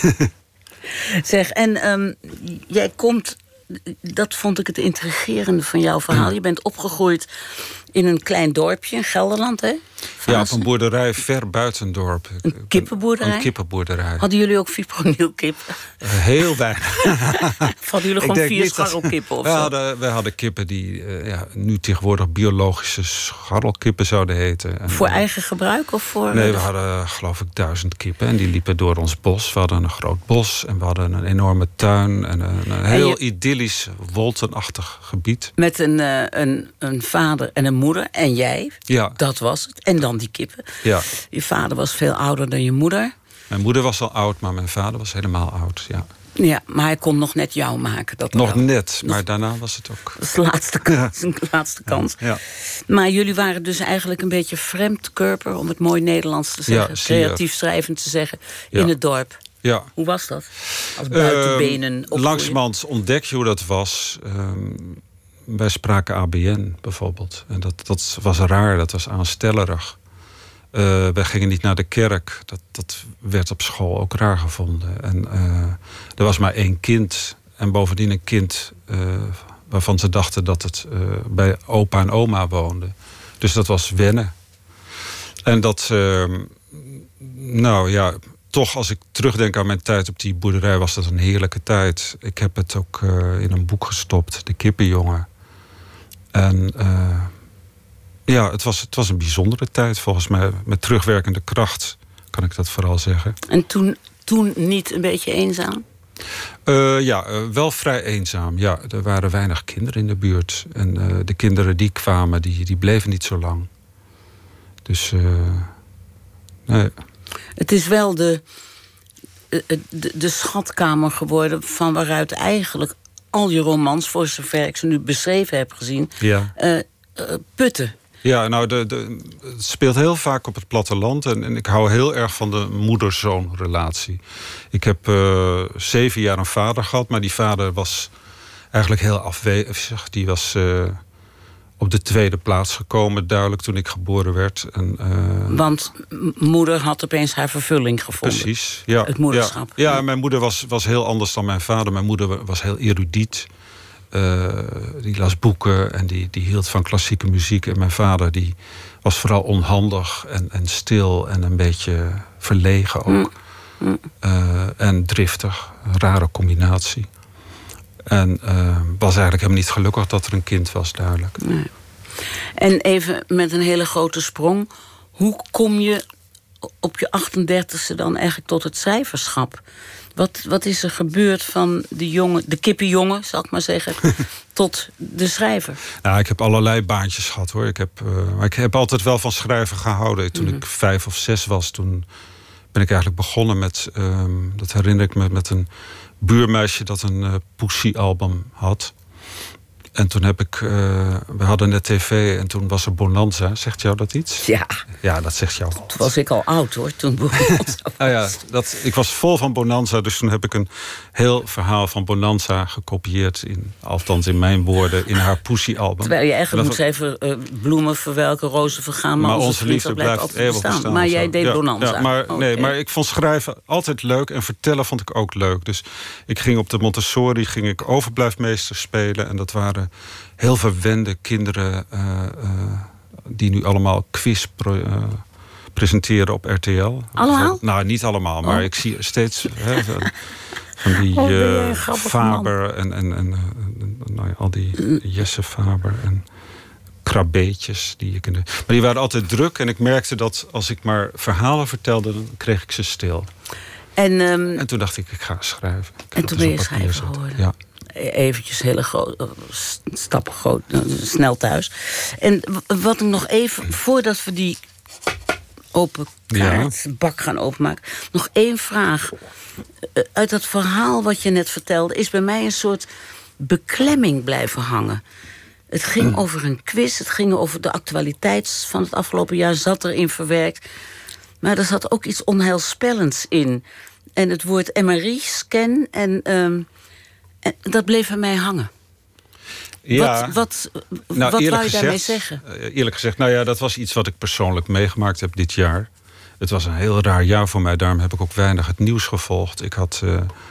Zeg, en jij komt... Dat vond ik het intrigerende van jouw verhaal. Je bent opgegroeid in een klein dorpje in Gelderland, hè? Ja, op een boerderij ver buiten het dorp. Een kippenboerderij? Een kippenboerderij. Hadden jullie ook fipronilkippen? Heel weinig. Of hadden jullie gewoon 4 scharrelkippen of zo? We hadden kippen die nu tegenwoordig biologische scharrelkippen zouden heten. En, voor eigen gebruik of voor... Nee, we hadden geloof ik 1000 kippen. En die liepen door ons bos. We hadden een groot bos en we hadden een enorme tuin. En een heel idyllisch, woltenachtig gebied. Met een vader en een moeder en jij. Ja. Dat was het. En dan die kippen. Ja. Je vader was veel ouder dan je moeder. Mijn moeder was al oud, maar mijn vader was helemaal oud, ja. Ja, maar hij kon nog net jou maken. Dat nog wel. Net, maar daarna was het ook... Dat is de laatste kans. Ja. Maar jullie waren dus eigenlijk een beetje vreemdkörper, om het mooi Nederlands te zeggen. Creatief schrijvend te zeggen, in het dorp. Ja. Hoe was dat? Als buitenbenen langzamerhand ontdek je hoe dat was. Wij spraken ABN bijvoorbeeld. En dat was raar, dat was aanstellerig. Wij gingen niet naar de kerk. Dat werd op school ook raar gevonden. En er was maar 1 kind. En bovendien een kind waarvan ze dachten dat het bij opa en oma woonde. Dus dat was wennen. En dat, toch als ik terugdenk aan mijn tijd op die boerderij, was dat een heerlijke tijd. Ik heb het ook in een boek gestopt, De Kippenjongen. En het was een bijzondere tijd volgens mij. Met terugwerkende kracht kan ik dat vooral zeggen. En toen niet een beetje eenzaam? Wel vrij eenzaam. Ja, er waren weinig kinderen in de buurt. En de kinderen die kwamen, die bleven niet zo lang. Dus, nee. Het is wel de schatkamer geworden van waaruit eigenlijk al je romans, voor zover ik ze nu beschreven heb gezien, putten. Ja, nou, het speelt heel vaak op het platteland. En ik hou heel erg van de moeder-zoon-relatie. Ik heb 7 jaar een vader gehad, maar die vader was eigenlijk heel afwezig. Die was op de 2e plaats gekomen, duidelijk, toen ik geboren werd. Want moeder had opeens haar vervulling gevonden. Precies, ja. Het moederschap. Ja, mijn moeder was heel anders dan mijn vader. Mijn moeder was heel erudiet. Die las boeken en die hield van klassieke muziek. En mijn vader die was vooral onhandig en stil en een beetje verlegen ook. En driftig. Een rare combinatie. En was eigenlijk helemaal niet gelukkig dat er een kind was, duidelijk. Nee. En even met een hele grote sprong. Hoe kom je op je 38e dan eigenlijk tot het schrijverschap? Wat is er gebeurd van de kippenjongen, zal ik maar zeggen, tot de schrijver? Nou, ik heb allerlei baantjes gehad, hoor. Maar ik heb altijd wel van schrijven gehouden. Toen ik 5 of 6 was, toen ben ik eigenlijk begonnen met, dat herinner ik me, met een buurmeisje dat een Poesie-album had. En toen we hadden net tv en toen was er Bonanza. Zegt jou dat iets? Ja. Ja, dat zegt jou. Toen was ik al oud, hoor, toen Bonanza was. Ik was vol van Bonanza, dus toen heb ik een heel verhaal van Bonanza gekopieerd, althans in mijn woorden, in haar Poesie-album. Terwijl je eigenlijk moet schrijven, bloemen verwelken, rozen vergaan, maar onze liefde blijft eeuwig bestaan. Maar jij deed Bonanza. Ja, maar ik vond schrijven altijd leuk en vertellen vond ik ook leuk. Dus ik ging op de Montessori overblijfmeester spelen en dat waren heel verwende kinderen die nu allemaal quiz presenteren op RTL. Allemaal? Nou, niet allemaal, maar ik zie steeds van die Faber en al die Jesse Faber en krabbeetjes die ik maar die waren altijd druk en ik merkte dat als ik maar verhalen vertelde, dan kreeg ik ze stil. En toen dacht ik ga schrijven. En toen ben je schrijver geworden. Ja. Eventjes hele stappen snel thuis. En wat ik nog even, voordat we die open kaartbak gaan openmaken, nog 1 vraag. Uit dat verhaal wat je net vertelde is bij mij een soort beklemming blijven hangen. Het ging over een quiz, het ging over de actualiteit van het afgelopen jaar, zat erin verwerkt. Maar er zat ook iets onheilspellends in. En het woord MRI-scan en dat bleef bij mij hangen. Ja, wat wou je daarmee zeggen? Eerlijk gezegd, dat was iets wat ik persoonlijk meegemaakt heb dit jaar. Het was een heel raar jaar voor mij, daarom heb ik ook weinig het nieuws gevolgd. Ik had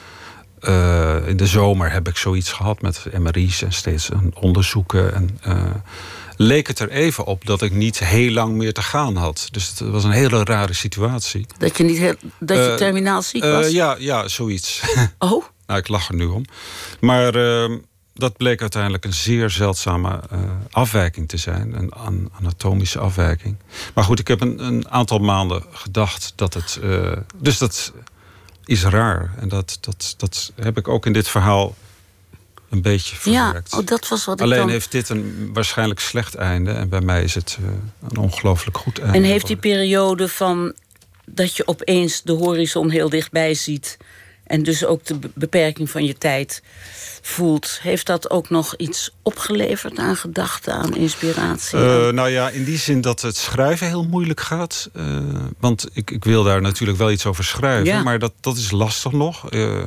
in de zomer heb ik zoiets gehad met MRI's en steeds onderzoeken. En leek het er even op dat ik niet heel lang meer te gaan had. Dus het was een hele rare situatie. Dat je terminaal ziek was? Ja, zoiets. Oh? Nou, ik lach er nu om. Maar dat bleek uiteindelijk een zeer zeldzame afwijking te zijn. Een anatomische afwijking. Maar goed, ik heb een aantal maanden gedacht dat het... dus dat is raar. En dat heb ik ook in dit verhaal een beetje verwerkt. Ja, dat was wat Alleen heeft dit een waarschijnlijk slecht einde. En bij mij is het een ongelooflijk goed einde. En heeft die periode van dat je opeens de horizon heel dichtbij ziet en dus ook de beperking van je tijd voelt, heeft dat ook nog iets opgeleverd aan gedachten, aan inspiratie? In die zin dat het schrijven heel moeilijk gaat. Want ik wil daar natuurlijk wel iets over schrijven, maar dat is lastig nog.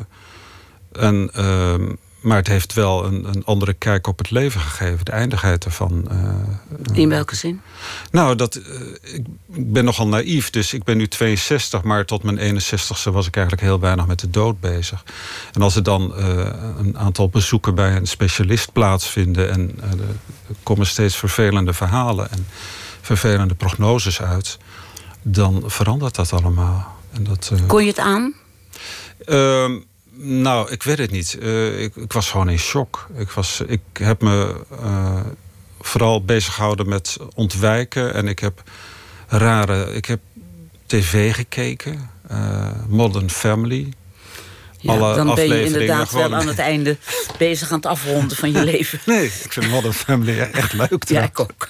Maar het heeft wel een andere kijk op het leven gegeven. De eindigheid ervan. In welke zin? Ik ben nogal naïef. Dus ik ben nu 62. Maar tot mijn 61ste was ik eigenlijk heel weinig met de dood bezig. En als er dan een aantal bezoeken bij een specialist plaatsvinden. En er komen steeds vervelende verhalen. En vervelende prognoses uit. Dan verandert dat allemaal. En kon je het aan? Ik weet het niet. Ik was gewoon in shock. Ik heb me vooral bezig gehouden met ontwijken. En ik heb tv gekeken. Modern Family. Ja, Alle dan ben je afleveringen inderdaad gewoon... wel aan het einde bezig aan het afronden van je leven. Nee, ik vind Modern Family echt leuk. Ja, ik ook.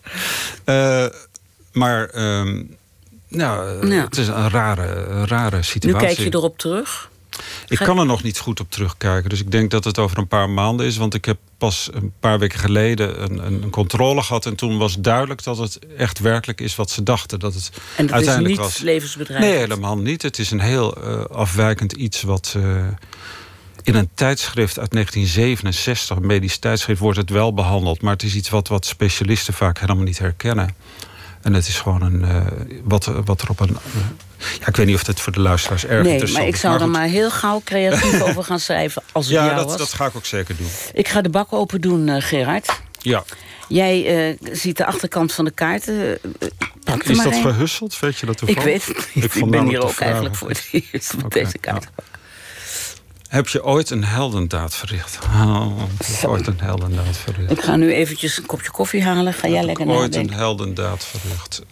Maar het is een rare situatie. Nu kijk je erop terug? Ik kan er nog niet goed op terugkijken. Dus ik denk dat het over een paar maanden is. Want ik heb pas een paar weken geleden een controle gehad. En toen was duidelijk dat het echt werkelijk is wat ze dachten. Dat het En dat uiteindelijk is niet was levensbedreigend? Nee, helemaal niet. Het is een heel afwijkend iets wat... in een tijdschrift uit 1967, een medisch tijdschrift, wordt het wel behandeld. Maar het is iets wat specialisten vaak helemaal niet herkennen. En het is gewoon wat er op een... ik weet niet of het voor de luisteraars erg interessant is. Nee, maar ik zou er maar heel gauw creatief over gaan schrijven als het jou was. Dat ga ik ook zeker doen. Ik ga de bak open doen, Gerard. Ja. Jij ziet de achterkant van de kaarten. Is dat verhusteld? Weet je dat toevallig? Ik weet het niet. Ik ben hier ook eigenlijk voor het eerst met deze kaart. Heb je ooit een heldendaad verricht? Ooit een heldendaad verricht. Ik ga nu eventjes een kopje koffie halen. Ga jij lekker nadenken? Ooit een heldendaad verricht?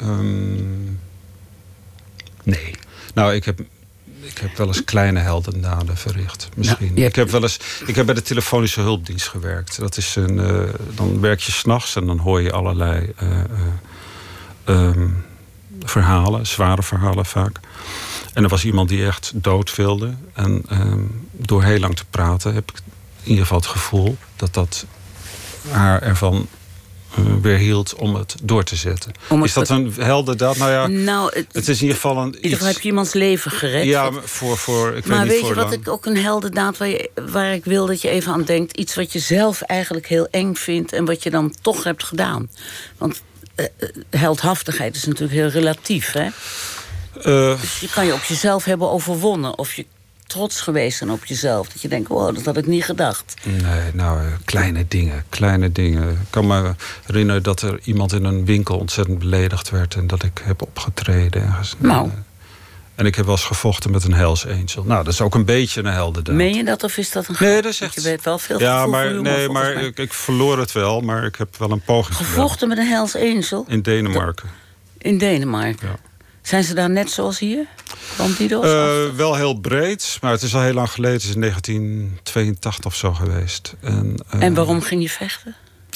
Nee. Nou, ik heb wel eens kleine heldendaden verricht. Misschien. Nou, Ik heb bij de telefonische hulpdienst gewerkt. Dat is dan werk je 's nachts en dan hoor je allerlei verhalen, zware verhalen vaak. En er was iemand die echt dood wilde. En door heel lang te praten heb ik in ieder geval het gevoel dat haar ervan weerhield om het door te zetten. Is dat een heldendaad? Nou ja, het is in ieder geval in ieder geval heb je iemands leven gered. Ja, ik weet maar niet weet voor je wat lang. ik ook een heldendaad waar ik wil dat je even aan denkt. Iets wat je zelf eigenlijk heel eng vindt en wat je dan toch hebt gedaan. Want heldhaftigheid is natuurlijk heel relatief, hè? Dus je kan je op jezelf hebben overwonnen. Of je trots geweest bent op jezelf. Dat je denkt, wow, dat had ik niet gedacht. Nee, kleine dingen. Ik kan me herinneren dat er iemand in een winkel ontzettend beledigd werd. En dat ik heb opgetreden ergens. En ik heb wel eens gevochten met een Hells Angel. Nou, dat is ook een beetje een heldendaad. Meen je dat of is dat een grap? Nee, dat is echt... Je weet wel veel gevoel voor humor, maar ik verloor het wel. Maar ik heb wel een poging gevochten met een Hells Angel? In Denemarken. In Denemarken? Ja. Zijn ze daar net zoals hier? Wel heel breed, maar het is al heel lang geleden. Het is in 1982 of zo geweest. En waarom ging je vechten?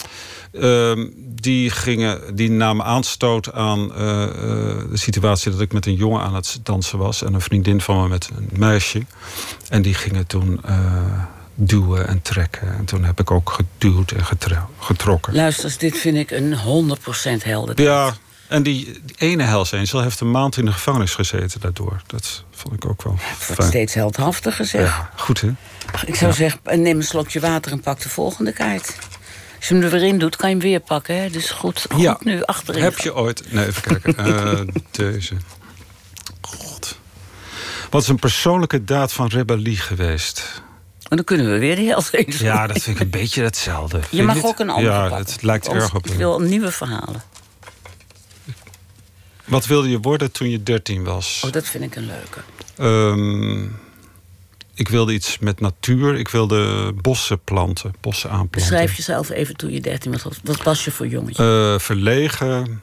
Die namen aanstoot aan de situatie dat ik met een jongen aan het dansen was. En een vriendin van me met een meisje. En die gingen toen duwen en trekken. En toen heb ik ook geduwd en getrokken. Luister, dit vind ik een 100% helder. Ja. En die ene Hells Angel heeft een maand in de gevangenis gezeten daardoor. Dat vond ik ook wel fijn. Wordt steeds heldhaftiger, zeg. Ja, goed, hè? Ik zou zeggen, neem een slokje water en pak de volgende kaart. Als je hem er weer in doet, kan je hem weer pakken, hè? Dus goed nu achterin. Heb je ooit... Nee, even kijken. Deze. God. Wat is een persoonlijke daad van rebellie geweest? En dan kunnen we weer die Hells Angel. Ja, dat vind ik een beetje hetzelfde. Je mag ook een andere pakken. Ja, het lijkt erg op. Ik wil nieuwe verhalen. Wat wilde je worden toen je 13 was? Oh, dat vind ik een leuke. Ik wilde iets met natuur. Ik wilde bossen aanplanten. Beschrijf jezelf even toen je 13 was. Wat was je voor jongetje? Verlegen.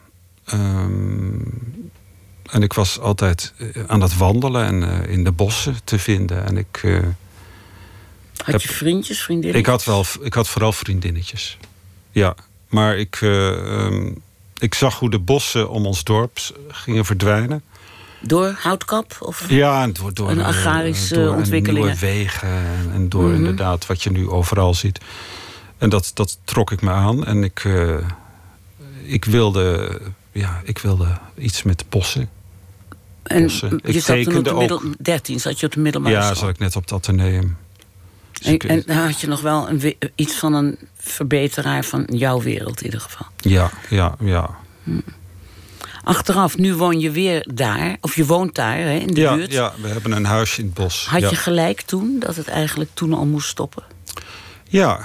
En ik was altijd aan het wandelen en in de bossen te vinden. En ik... Had je vriendjes, vriendinnetjes? Ik had vooral vriendinnetjes. Ja, maar ik zag hoe de bossen om ons dorp gingen verdwijnen. Door houtkap? Of ja, door een agrarische ontwikkelingen. Nieuwe wegen en door inderdaad wat je nu overal ziet. En dat trok ik me aan. En ik wilde iets met bossen. En je zat toen op de 13, zat je op de middelbare school? Ja, zat ik net op het ateneum. Dus en had je nog wel iets van een verbeteraar van jouw wereld in ieder geval? Ja. Achteraf, nu woon je weer daar, of je woont daar, hè, in de buurt. Ja, we hebben een huisje in het bos. Had je gelijk toen, dat het eigenlijk toen al moest stoppen? Ja.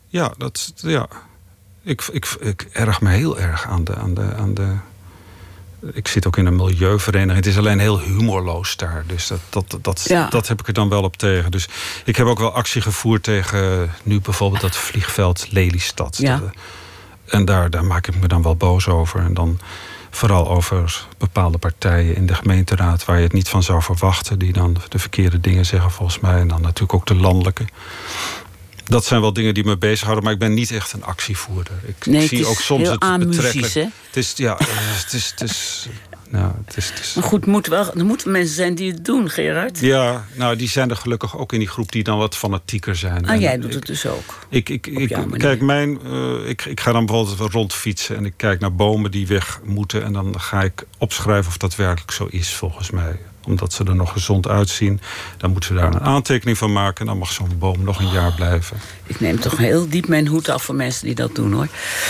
Ik erg me heel erg aan de ik zit ook in een milieuvereniging. Het is alleen heel humorloos daar. Dus dat heb ik er dan wel op tegen. Dus ik heb ook wel actie gevoerd tegen nu bijvoorbeeld dat vliegveld Lelystad. Ja. En daar maak ik me dan wel boos over. En dan Vooral over bepaalde partijen in de gemeenteraad waar je het niet van zou verwachten, die dan de verkeerde dingen zeggen volgens mij. En dan natuurlijk ook de landelijke. Dat zijn wel dingen die me bezighouden, maar ik ben niet echt een actievoerder. Ik zie ook soms het betrekkelijk. Het is, ja, het is. Nou, het is... Maar goed, er moeten mensen zijn die het doen, Gerard. Ja, nou, die zijn er gelukkig ook in die groep die dan wat fanatieker zijn. Ah, jij doet het dus ook. Kijk, ik ga dan bijvoorbeeld rondfietsen en ik kijk naar bomen die weg moeten. En dan ga ik opschrijven of dat werkelijk zo is, volgens mij. Omdat ze er nog gezond uitzien. Dan moeten we daar een aantekening van maken. En dan mag zo'n boom nog een jaar blijven. Ik neem toch heel diep mijn hoed af voor mensen die dat doen, hoor.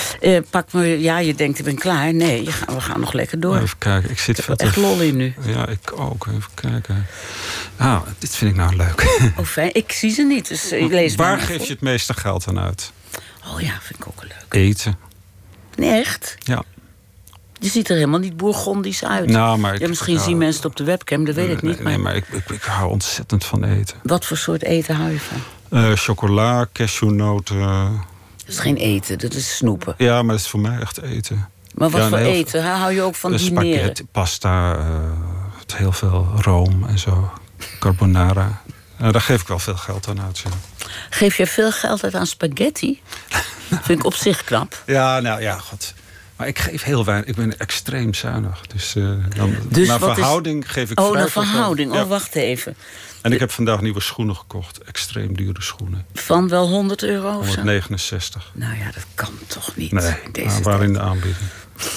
Je denkt, ik ben klaar. Nee, we gaan nog lekker door. Even kijken, ik zit heb echt lol in nu. Ja, ik ook. Even kijken. Dit vind ik nou leuk. Oh, fijn. Ik zie ze niet, dus ik lees Waar geef je het meeste geld aan uit? Oh ja, vind ik ook leuk. Eten. Nee, echt? Ja. Je ziet er helemaal niet bourgondisch uit. Nou, maar misschien zien mensen het op de webcam, dat weet ik niet. Nee, maar ik hou ontzettend van eten. Wat voor soort eten hou je van? Chocola, cashewnoten. Dat is geen eten, dat is snoepen. Ja, maar dat is voor mij echt eten. Maar wat voor eten? Hou je ook van dineren? Spaghetti, pasta, heel veel room en zo. Carbonara. Daar geef ik wel veel geld aan uit. Ja. Geef je veel geld uit aan spaghetti? Vind ik op zich knap. Ja, nou ja, god. Maar ik geef heel weinig. Ik ben extreem zuinig. Dus naar verhouding geef ik vrij veel naar verhouding. geld. Oh, wacht even. En ik heb vandaag nieuwe schoenen gekocht. Extreem dure schoenen. Van wel €100 of zo? 169. Nou ja, dat kan toch niet? Nee, maar waar in de aanbieding?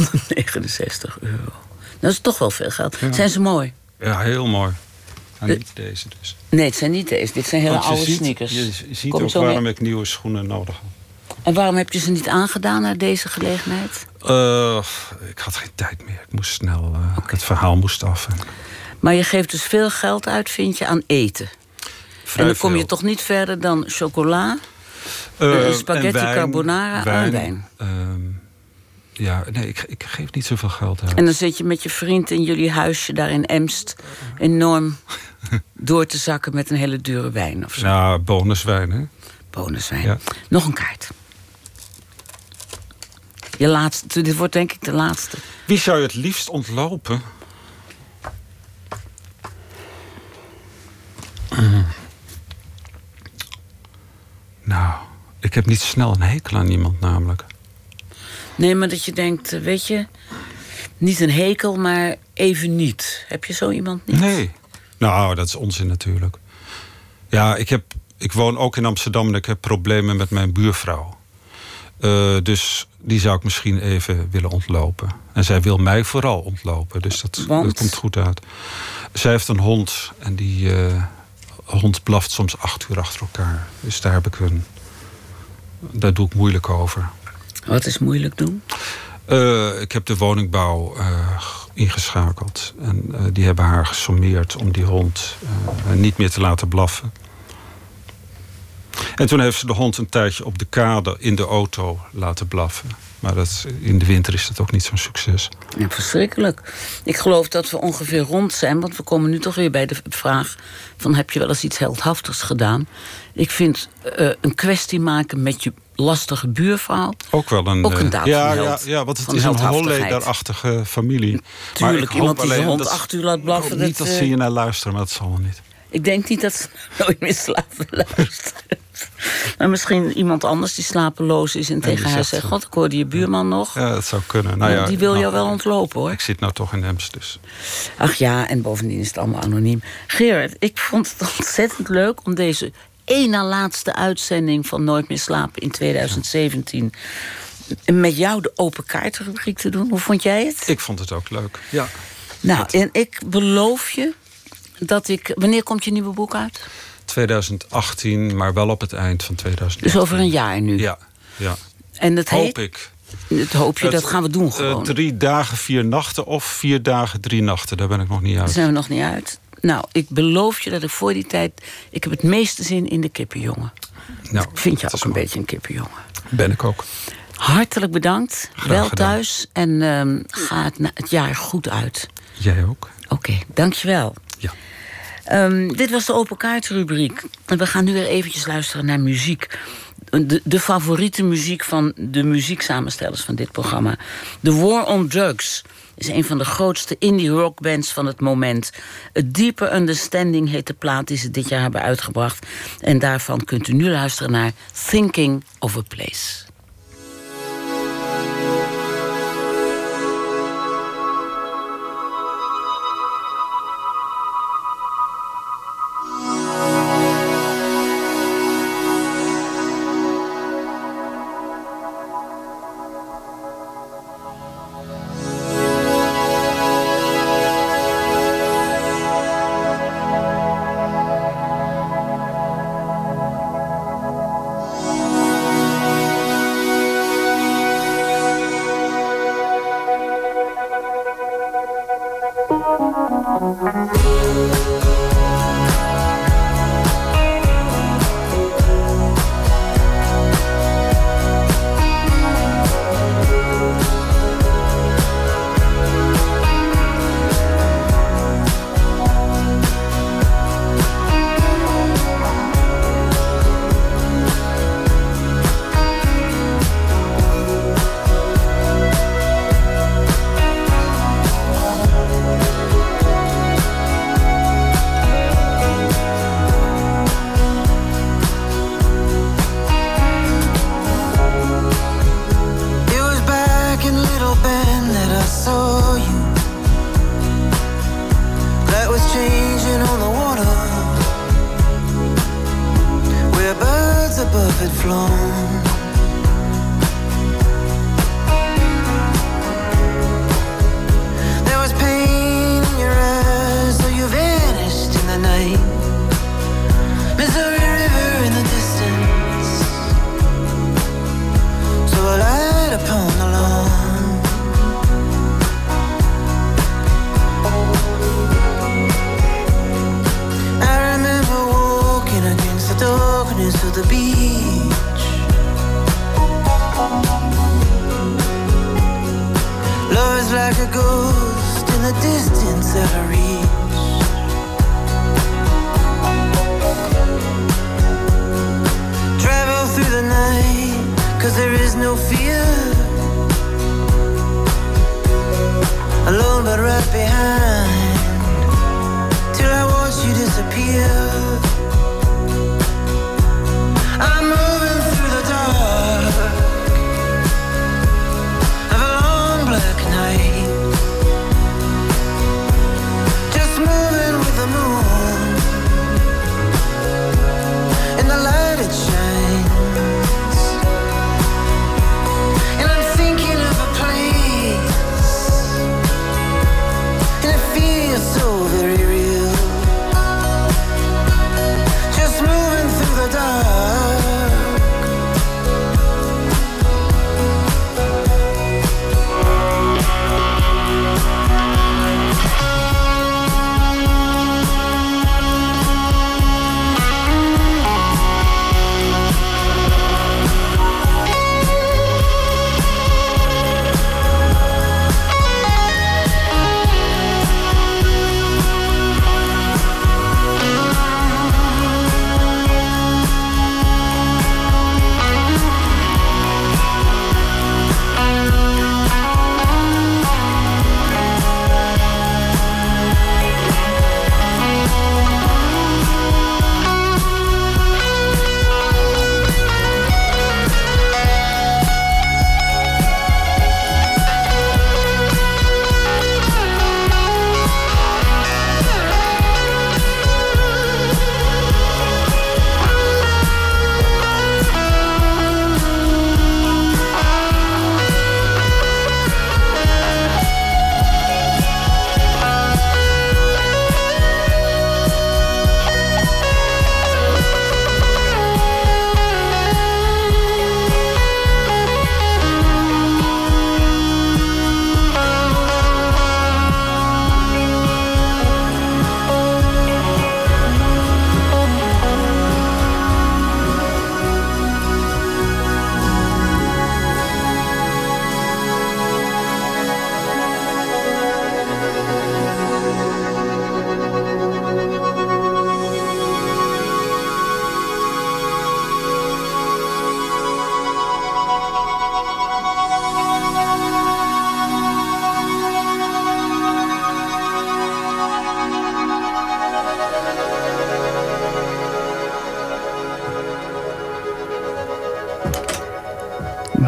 €69. Dat is toch wel veel geld. Ja. Zijn ze mooi? Ja, heel mooi. Nou, niet deze dus. Nee, het zijn niet deze. Dit zijn hele oude sneakers. Je ziet ook waarom ik nieuwe schoenen nodig heb. En waarom heb je ze niet aangedaan naar deze gelegenheid? Ik had geen tijd meer. Ik moest snel... Het verhaal moest af. Maar je geeft dus veel geld uit, vind je, aan eten. En dan kom je toch niet verder dan chocola, spaghetti wijn, carbonara en wijn. Ik geef niet zoveel geld uit. En dan zit je met je vriend in jullie huisje daar in Emst enorm door te zakken met een hele dure wijn of zo. Ja, bonuswijn, hè? Bonuswijn. Ja. Nog een kaart. Je laatste, dit wordt denk ik de laatste. Wie zou je het liefst ontlopen? Nou, ik heb niet snel een hekel aan iemand namelijk. Nee, maar dat je denkt, weet je, niet een hekel, maar even niet. Heb je zo iemand niet? Nee. Nou, dat is onzin natuurlijk. Ja, ik woon ook in Amsterdam en ik heb problemen met mijn buurvrouw. Dus die zou ik misschien even willen ontlopen. En zij wil mij vooral ontlopen, dus dat komt goed uit. Zij heeft een hond en die hond blaft soms 8 uur achter elkaar. Dus daar doe ik moeilijk over. Wat is moeilijk doen? Ik heb de woningbouw ingeschakeld. En die hebben haar gesommeerd om die hond niet meer te laten blaffen. En toen heeft ze de hond een tijdje op de kade in de auto laten blaffen. Maar in de winter is dat ook niet zo'n succes. Ja, verschrikkelijk. Ik geloof dat we ongeveer rond zijn. Want we komen nu toch weer bij de vraag van, heb je wel eens iets heldhaftigs gedaan? Ik vind een kwestie maken met je lastige buurvrouw ook wel een daad ja, want het is een Holleder-achtige familie. Tuurlijk, iemand die zijn hond 8 uur laat blaffen. Niet dat ze je naar luisteren, maar dat zal wel niet. Ik denk niet dat ze nooit meer slapen luisteren. Maar misschien iemand anders die slapeloos is en tegen haar zegt, god, ik hoorde je buurman nog. Ja, dat zou kunnen. Nou ja, die wil jou wel ontlopen, hoor. Ik zit nou toch in Emst, dus. Ach ja, en bovendien is het allemaal anoniem. Gerard, ik vond het ontzettend leuk om deze één na laatste uitzending van Nooit meer slapen in 2017... met jou de open kaartenrubriek te doen. Hoe vond jij het? Ik vond het ook leuk, ja. Nou, en ik beloof je dat ik... Wanneer komt je nieuwe boek uit? 2018, maar wel op het eind van 2018. Dus over een jaar nu? Ja. En dat hoop ik. Dat hoop je, dat gaan we doen gewoon. 3 dagen, 4 nachten of 4 dagen, 3 nachten. Daar ben ik nog niet uit. Daar zijn we nog niet uit. Nou, ik beloof je dat ik voor die tijd... Ik heb het meeste zin in de kippenjongen. Nou, vind je ook een beetje een kippenjongen? Ben ik ook. Hartelijk bedankt. Graag wel gedaan. Thuis. En ga het jaar goed uit. Jij ook. Oké, dankjewel. Ja. Dit was de open kaartrubriek. En we gaan nu weer eventjes luisteren naar muziek. De favoriete muziek van de muzieksamenstellers van dit programma. The War on Drugs is een van de grootste indie rockbands van het moment. A Deeper Understanding heet de plaat die ze dit jaar hebben uitgebracht. En daarvan kunt u nu luisteren naar Thinking of a Place.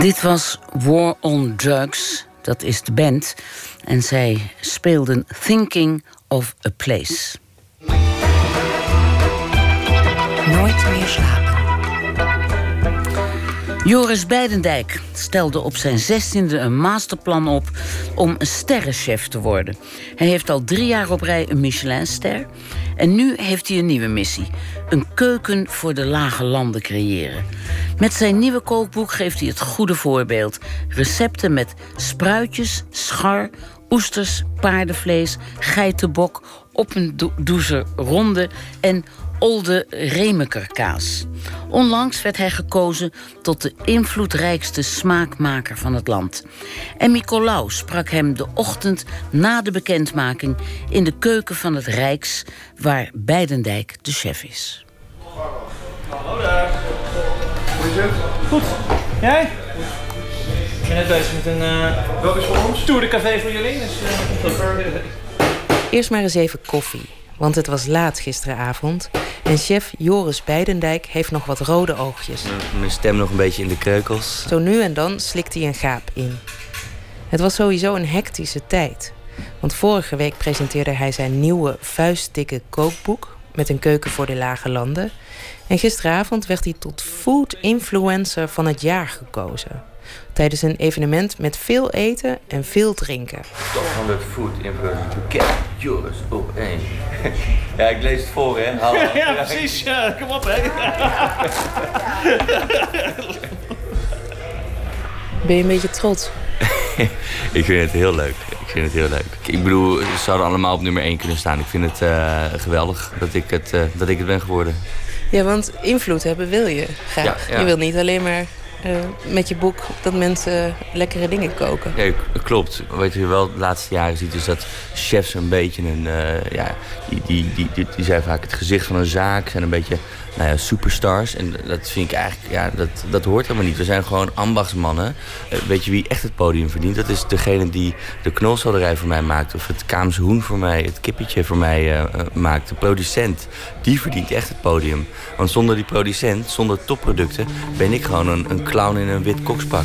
Dit was War on Drugs, dat is de band. En zij speelden Thinking of a Place. Nooit meer slapen. Joris Beidendijk stelde op zijn 16e een masterplan op om een sterrenchef te worden. Hij heeft al 3 jaar op rij een Michelinster. En nu heeft hij een nieuwe missie. Een keuken voor de lage landen creëren. Met zijn nieuwe kookboek geeft hij het goede voorbeeld. Recepten met spruitjes, schar, oesters, paardenvlees, geitenbok, op een doezer ronde en Olde Remekerkaas. Onlangs werd hij gekozen tot de invloedrijkste smaakmaker van het land. En Nicolaou sprak hem de ochtend na de bekendmaking in de keuken van het Rijks, waar Beidendijk de chef is. Hallo daar. Hoe is het? Goed. Jij? Ik ben net bezig met een wat is voor ons? Tour de café voor jullie. Dus, Eerst maar eens even koffie. Want het was laat gisteravond. En chef Joris Beidendijk heeft nog wat rode oogjes. Mijn stem nog een beetje in de kreukels. Zo nu en dan slikt hij een gaap in. Het was sowieso een hectische tijd. Want vorige week presenteerde hij zijn nieuwe vuistdikke kookboek met een keuken voor de lage landen. En gisteravond werd hij tot food influencer van het jaar gekozen. Tijdens een evenement met veel eten en veel drinken. Top 100 food influencer bekend. Joris op 1. Ja, ik lees het voor, hè? Hallo. Ja, precies. Kom op, hè. Ben je een beetje trots? Ik vind het heel leuk. Ik bedoel, ze zouden allemaal op nummer 1 kunnen staan. Ik vind het geweldig dat ik het ben geworden. Ja, want invloed hebben wil je graag. Ja. Je wilt niet alleen maar met je boek dat mensen lekkere dingen koken. Ja, klopt. Wat je wel de laatste jaren ziet is dat chefs een beetje die zijn vaak het gezicht van een zaak, zijn een beetje superstars. En dat vind ik eigenlijk, dat hoort helemaal niet. We zijn gewoon ambachtsmannen. Weet je wie echt het podium verdient? Dat is degene die de knolselderij voor mij maakt, of het Kaamse hoen voor mij, het kippetje voor mij maakt. De producent, die verdient echt het podium. Want zonder die producent, zonder topproducten, ben ik gewoon een clown in een wit kokspak.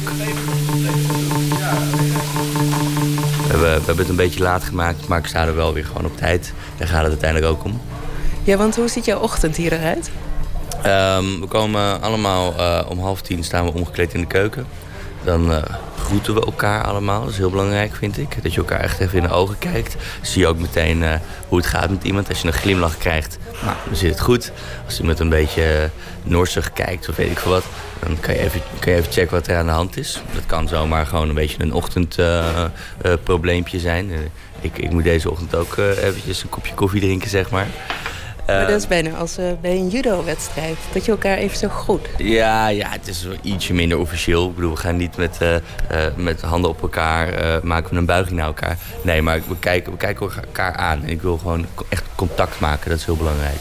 We hebben het een beetje laat gemaakt, maar ik sta er wel weer gewoon op tijd. Daar gaat het uiteindelijk ook om. Ja, want hoe ziet jouw ochtend hier eruit? We komen allemaal om 9:30 staan we omgekleed in de keuken. Dan groeten we elkaar allemaal. Dat is heel belangrijk, vind ik. Dat je elkaar echt even in de ogen kijkt. Zie je ook meteen hoe het gaat met iemand. Als je een glimlach krijgt, nou, dan zit het goed. Als iemand een beetje norsig kijkt of weet ik veel wat, dan kan je even checken wat er aan de hand is. Dat kan zomaar gewoon een beetje een ochtendprobleempje zijn. Ik moet deze ochtend ook eventjes een kopje koffie drinken, zeg maar. Maar dat is bijna als bij een judo-wedstrijd. Dat je elkaar even zo groet. Ja, het is wel ietsje minder officieel. Ik bedoel, we gaan niet met handen op elkaar, maken we een buiging naar elkaar. Nee, maar we kijken elkaar aan. En ik wil gewoon echt contact maken. Dat is heel belangrijk.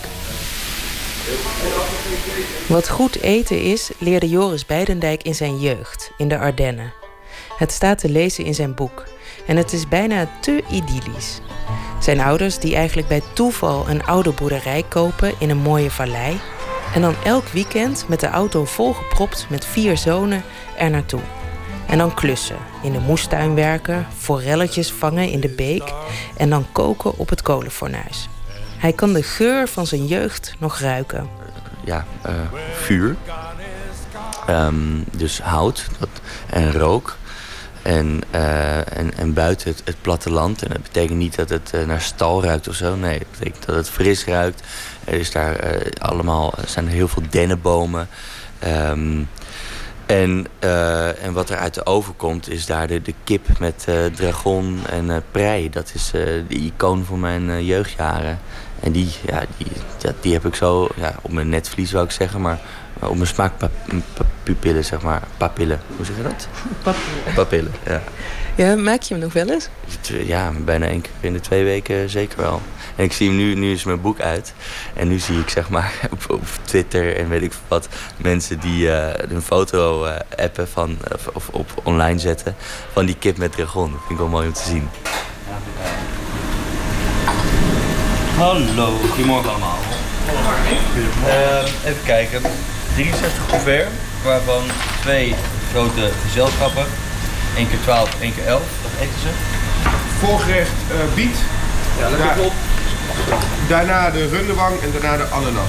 Wat goed eten is, leerde Joris Beidendijk in zijn jeugd, in de Ardennen. Het staat te lezen in zijn boek. En het is bijna te idyllisch. Zijn ouders die eigenlijk bij toeval een oude boerderij kopen in een mooie vallei. En dan elk weekend met de auto volgepropt met 4 zonen er naartoe. En dan klussen, in de moestuin werken, forelletjes vangen in de beek en dan koken op het kolenfornuis. Hij kan de geur van zijn jeugd nog ruiken. Vuur. Dus hout en rook. En buiten het platteland. En dat betekent niet dat het naar stal ruikt of zo. Nee, dat betekent dat het fris ruikt. Er is daar zijn er heel veel dennenbomen. En wat er uit de oven komt is daar de kip met dragon en prei. Dat is de icoon voor mijn jeugdjaren. En die heb ik zo op mijn netvlies, wou ik zeggen, maar op mijn smaakpapillen, zeg maar. Papillen, hoe zeg je dat? Papillen, ja. Ja, maak je hem nog wel eens? Ja, bijna 1 keer in de 2 weken zeker wel. En ik zie hem nu is mijn boek uit. En nu zie ik zeg maar op Twitter en weet ik wat mensen die een foto appen van, of op online zetten van die kip met dragon. Dat vind ik wel mooi om te zien. Hallo, goedemorgen allemaal. Even kijken. 63 couvert, waarvan 2 grote gezelschappen. 1 keer 12, 1 keer 11. Wat eten ze? Voorgerecht biet. Ja, lekker op. Daarna de rundewang en daarna de ananas.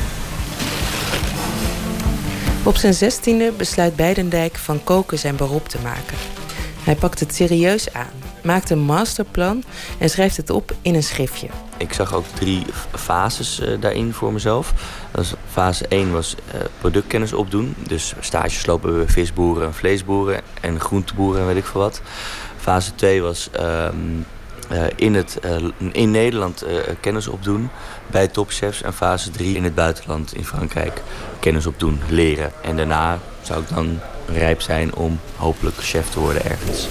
Op zijn 16e besluit Beijdendyk van koken zijn beroep te maken. Hij pakt het serieus aan, maakt een masterplan en schrijft het op in een schriftje. Ik zag ook 3 fases daarin voor mezelf. Fase 1 was productkennis opdoen. Dus stages lopen bij visboeren, vleesboeren en groenteboeren en weet ik veel wat. Fase 2 was in Nederland kennis opdoen bij topchefs. En fase 3 in het buitenland, in Frankrijk, kennis opdoen, leren. En daarna zou ik dan rijp zijn om hopelijk chef te worden ergens.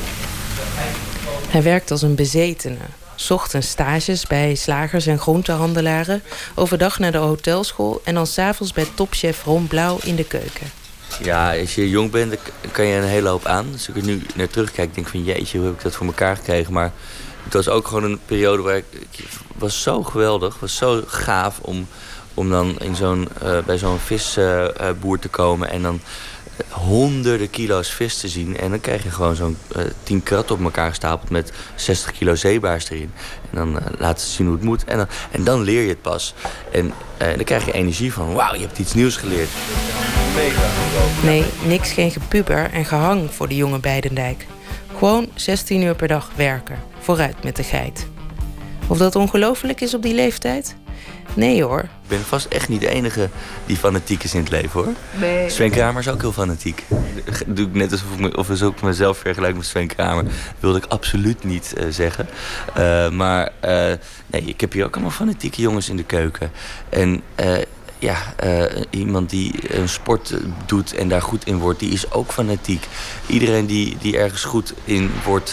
Hij werkt als een bezetene. 's Ochtends stages bij slagers en groentehandelaren. Overdag naar de hotelschool en dan 's avonds bij topchef Ron Blauw in de keuken. Ja, als je jong bent, dan kan je een hele hoop aan. Dus als ik er nu naar terugkijk, denk ik van jeetje, hoe heb ik dat voor elkaar gekregen. Maar het was ook gewoon een periode waar ik was zo geweldig, was zo gaaf om dan bij zo'n visboer te komen en dan honderden kilo's vis te zien. En dan krijg je gewoon zo'n 10 kratten op elkaar gestapeld met 60 kilo zeebaars erin. En dan laten ze zien hoe het moet. En dan leer je het pas. En dan krijg je energie van, wauw, je hebt iets nieuws geleerd. Nee, niks geen gepuber en gehang voor de jonge Beijdendyk. Gewoon 16 uur per dag werken. Vooruit met de geit. Of dat ongelooflijk is op die leeftijd? Nee hoor. Ik ben vast echt niet de enige die fanatiek is in het leven, hoor. Nee. Sven Kramer is ook heel fanatiek. Doe ik net alsof ik mezelf vergelijk met Sven Kramer. Dat wilde ik absoluut niet zeggen. Maar nee, ik heb hier ook allemaal fanatieke jongens in de keuken. En iemand die een sport doet en daar goed in wordt, die is ook fanatiek. Iedereen die ergens goed in wordt,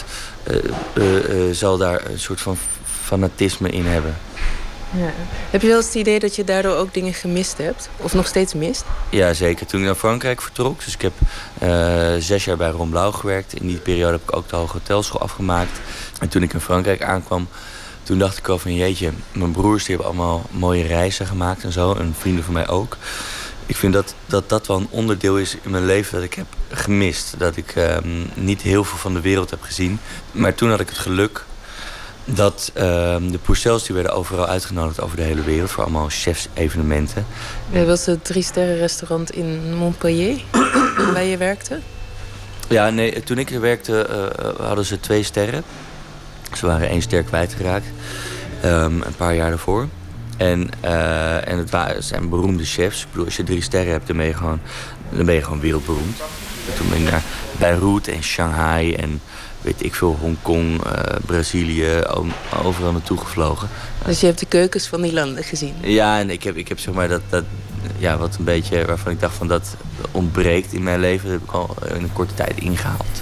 zal daar een soort van fanatisme in hebben. Ja. Heb je wel eens het idee dat je daardoor ook dingen gemist hebt? Of nog steeds mist? Ja, zeker. Toen ik naar Frankrijk vertrok, dus ik heb 6 jaar bij Ron Blauw gewerkt. In die periode heb ik ook de Hoge Hotelschool afgemaakt. En toen ik in Frankrijk aankwam, toen dacht ik wel van jeetje, mijn broers die hebben allemaal mooie reizen gemaakt en zo. En vrienden van mij ook. Ik vind dat wel een onderdeel is in mijn leven dat ik heb gemist. Dat ik niet heel veel van de wereld heb gezien. Maar toen had ik het geluk dat de Pourcels die werden overal uitgenodigd over de hele wereld voor allemaal chefs-evenementen. Dat was het 3-sterren-restaurant in Montpellier, waar je werkte? Ja, nee, toen ik er werkte hadden ze 2 sterren. Ze waren 1 ster kwijtgeraakt, een paar jaar daarvoor. En het zijn beroemde chefs. Ik bedoel, als je 3 sterren hebt, dan ben je gewoon wereldberoemd. Toen ben ik naar Beirut en Shanghai en weet ik veel, Hongkong, Brazilië, overal naartoe gevlogen. Dus je hebt de keukens van die landen gezien? Ja, en ik heb zeg maar dat wat een beetje waarvan ik dacht van dat ontbreekt in mijn leven, dat heb ik al in een korte tijd ingehaald.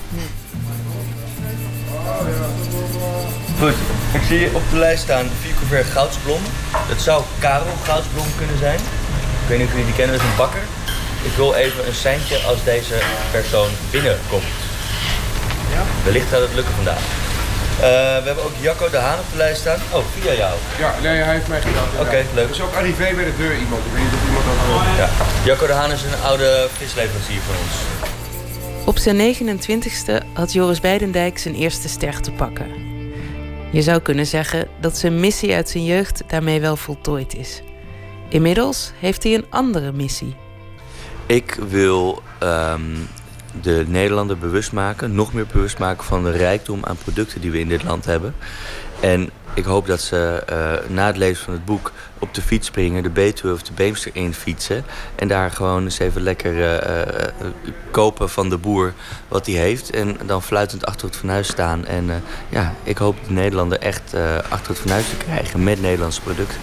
Goed, ik zie hier op de lijst staan 4 couvert Goudsblom. Dat zou Karel Goudsblom kunnen zijn. Ik weet niet of jullie die kennen, dat is een bakker. Ik wil even een seintje als deze persoon binnenkomt. Ja? Wellicht gaat het lukken vandaag. We hebben ook Jacco de Haan op de lijst staan. Oh, via jou? Ja, nee, hij heeft mij gedaan. Oké, leuk. Er is ook arrivé bij de deur iemand. Ik weet niet of iemand dat wil. Ja. Jacco de Haan is een oude visleverancier van ons. Op zijn 29e had Joris Beijdendyk zijn eerste ster te pakken. Je zou kunnen zeggen dat zijn missie uit zijn jeugd daarmee wel voltooid is. Inmiddels heeft hij een andere missie. Ik wil de Nederlander nog meer bewust maken van de rijkdom aan producten die we in dit land hebben. En ik hoop dat ze na het lezen van het boek op de fiets springen, de Betuwe of de Beemster in fietsen. En daar gewoon eens even lekker kopen van de boer wat hij heeft. En dan fluitend achter het fornuis staan. En ik hoop de Nederlander echt achter het fornuis te krijgen met Nederlandse producten.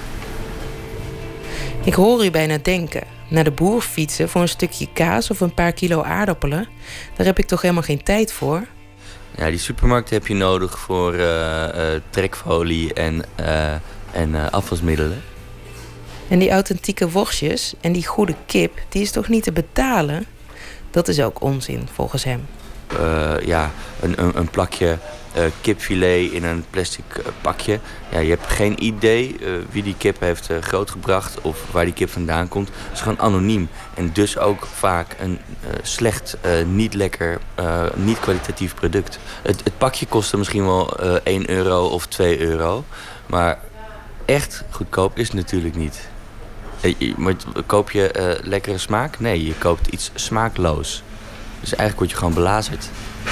Ik hoor u bijna denken. Naar de boer fietsen voor een stukje kaas of een paar kilo aardappelen. Daar heb ik toch helemaal geen tijd voor? Ja, die supermarkten heb je nodig voor trekfolie en afwasmiddelen. En die authentieke worstjes en die goede kip, die is toch niet te betalen? Dat is ook onzin, volgens hem. Een plakje kipfilet in een plastic pakje. Ja, je hebt geen idee wie die kip heeft grootgebracht of waar die kip vandaan komt. Het is gewoon anoniem. En dus ook vaak een slecht, niet lekker, niet kwalitatief product. Het pakje kostte misschien wel €1 of €2. Maar echt goedkoop is het natuurlijk niet. Maar koop je lekkere smaak? Nee, je koopt iets smaakloos. Dus eigenlijk word je gewoon belazerd.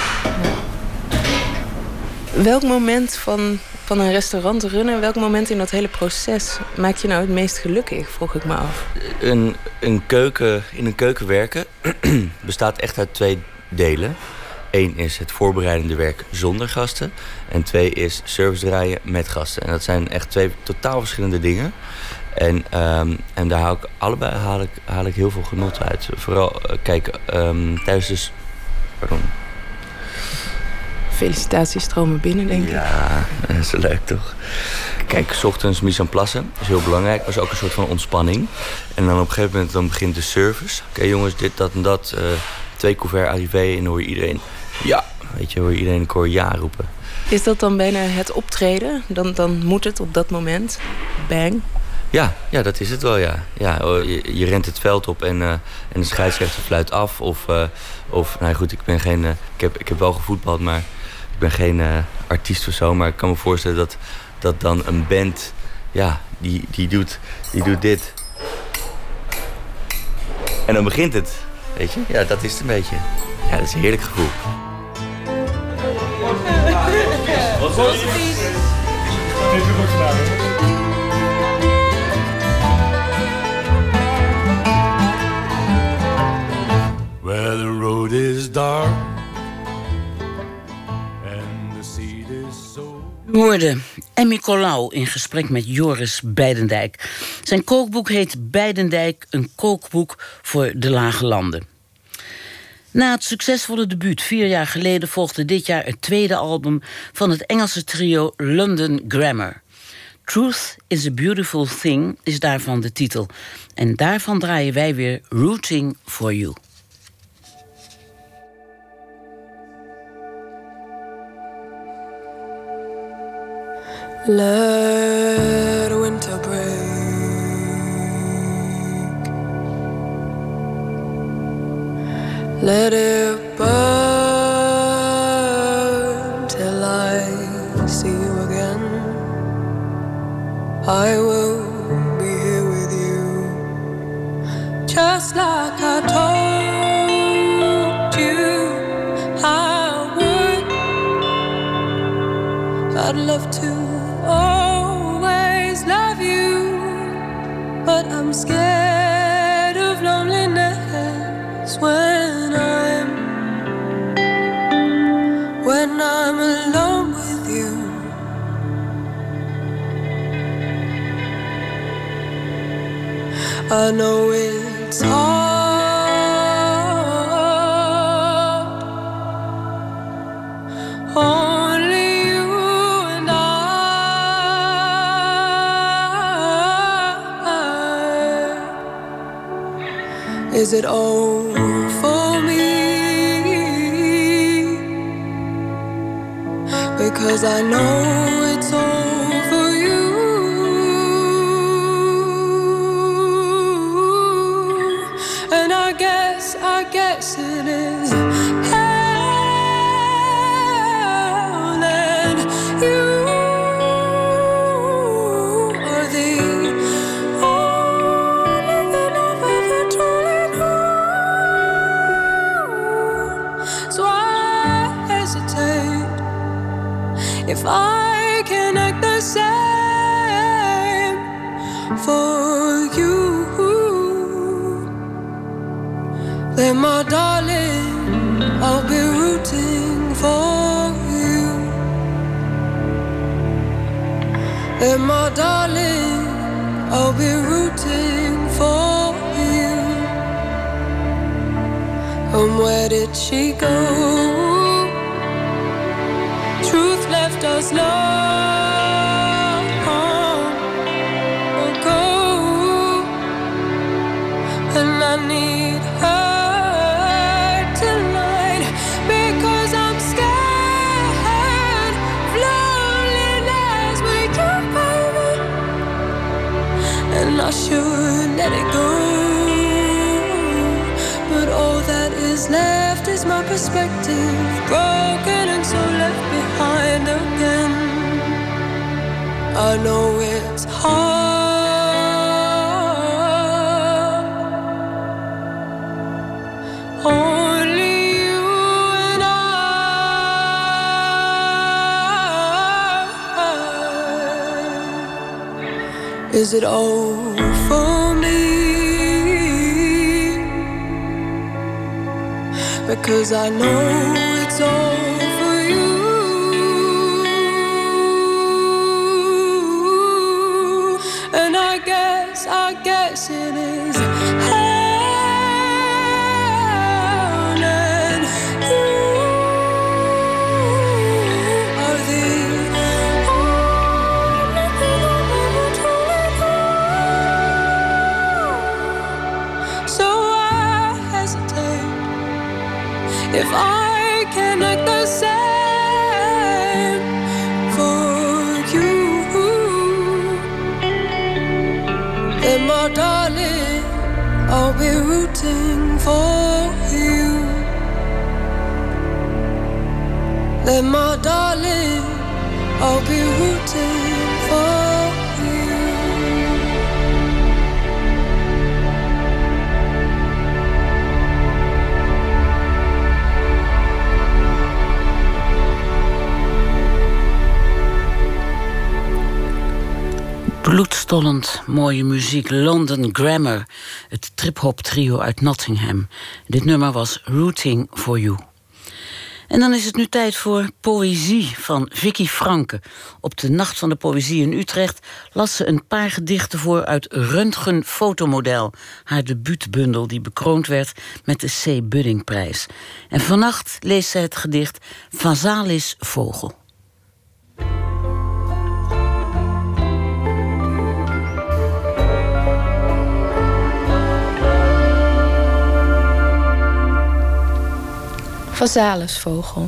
Welk moment van een restaurant runnen, welk moment in dat hele proces maakt je nou het meest gelukkig, vroeg ik me af. In een keuken werken bestaat echt uit 2 delen. 1 is het voorbereidende werk zonder gasten. En 2 is service draaien met gasten. En dat zijn echt 2 totaal verschillende dingen. En daar haal ik heel veel genot uit. Vooral, tijdens dus... Pardon. Felicitaties stromen binnen, denk ik. Ja, dat is leuk toch? Kijk, 's ochtends mise en place is heel belangrijk. Dat is ook een soort van ontspanning. En dan op een gegeven moment begint de service. Oké, jongens, dit, dat en dat. 2 couverts arrivé en dan hoor je iedereen... Ja, weet je, hoor je iedereen een koor ja roepen. Is dat dan bijna het optreden? Dan moet het op dat moment. Bang. Ja, dat is het wel, ja. Je rent het veld op en de scheidsrechter fluit af. Of nou goed, ik heb wel gevoetbald, maar ik ben geen artiest of zo. Maar ik kan me voorstellen dat dan een band, ja, die doet dit. En dan begint het, weet je. Ja, dat is het een beetje. Ja, dat is een heerlijk gevoel. Wat is het? Dit heb ik goed gedaan, hoor. Where the road is dark and the seed is so... We hoorden Emmy Colau in gesprek met Joris Beidendijk. Zijn kookboek heet Beidendijk, een kookboek voor de lage landen. Na het succesvolle debuut 4 jaar geleden volgde dit jaar het 2e album van het Engelse trio London Grammar. Truth is a Beautiful Thing is daarvan de titel. En daarvan draaien wij weer Rooting for You. Let winter break. Let it burn till I see you again. I will be here with you, just like I told you I would. I'd love to always love you, but I'm scared of loneliness when I'm alone with you. I know it's hard, only you and I. Is it all for me? Because I know it's all for you. And I guess it is hell. And you are the only thing I've ever truly known. So I hesitate if I can act the same for you. Then my darling, I'll be rooting for you. Then my darling, I'll be rooting for you. And where did she go? Truth left us long ago, and I need her tonight because I'm scared and I should let it go. But all that is left is my perspective, broken and so left behind again. I know it's hard. Only you and I. Is it all for me? Because I know it's all for you. And I guess it is hell. And you are the only thing I'm ever truly know. So I hesitate if I can act the same for you. Then my darling, I'll be rooting for you. Then my darling, I'll be rooting for you. Bloedstollend mooie muziek, London Grammar, het trip-hop trio uit Nottingham. Dit nummer was Rooting for You. En dan is het nu tijd voor poëzie van Vicky Franke. Op de Nacht van de Poëzie in Utrecht las ze een paar gedichten voor uit Röntgen Fotomodel, haar debuutbundel die bekroond werd met de C. Buddingprijs. En vannacht leest ze het gedicht Vazalis Vogel. Vazalisvogel.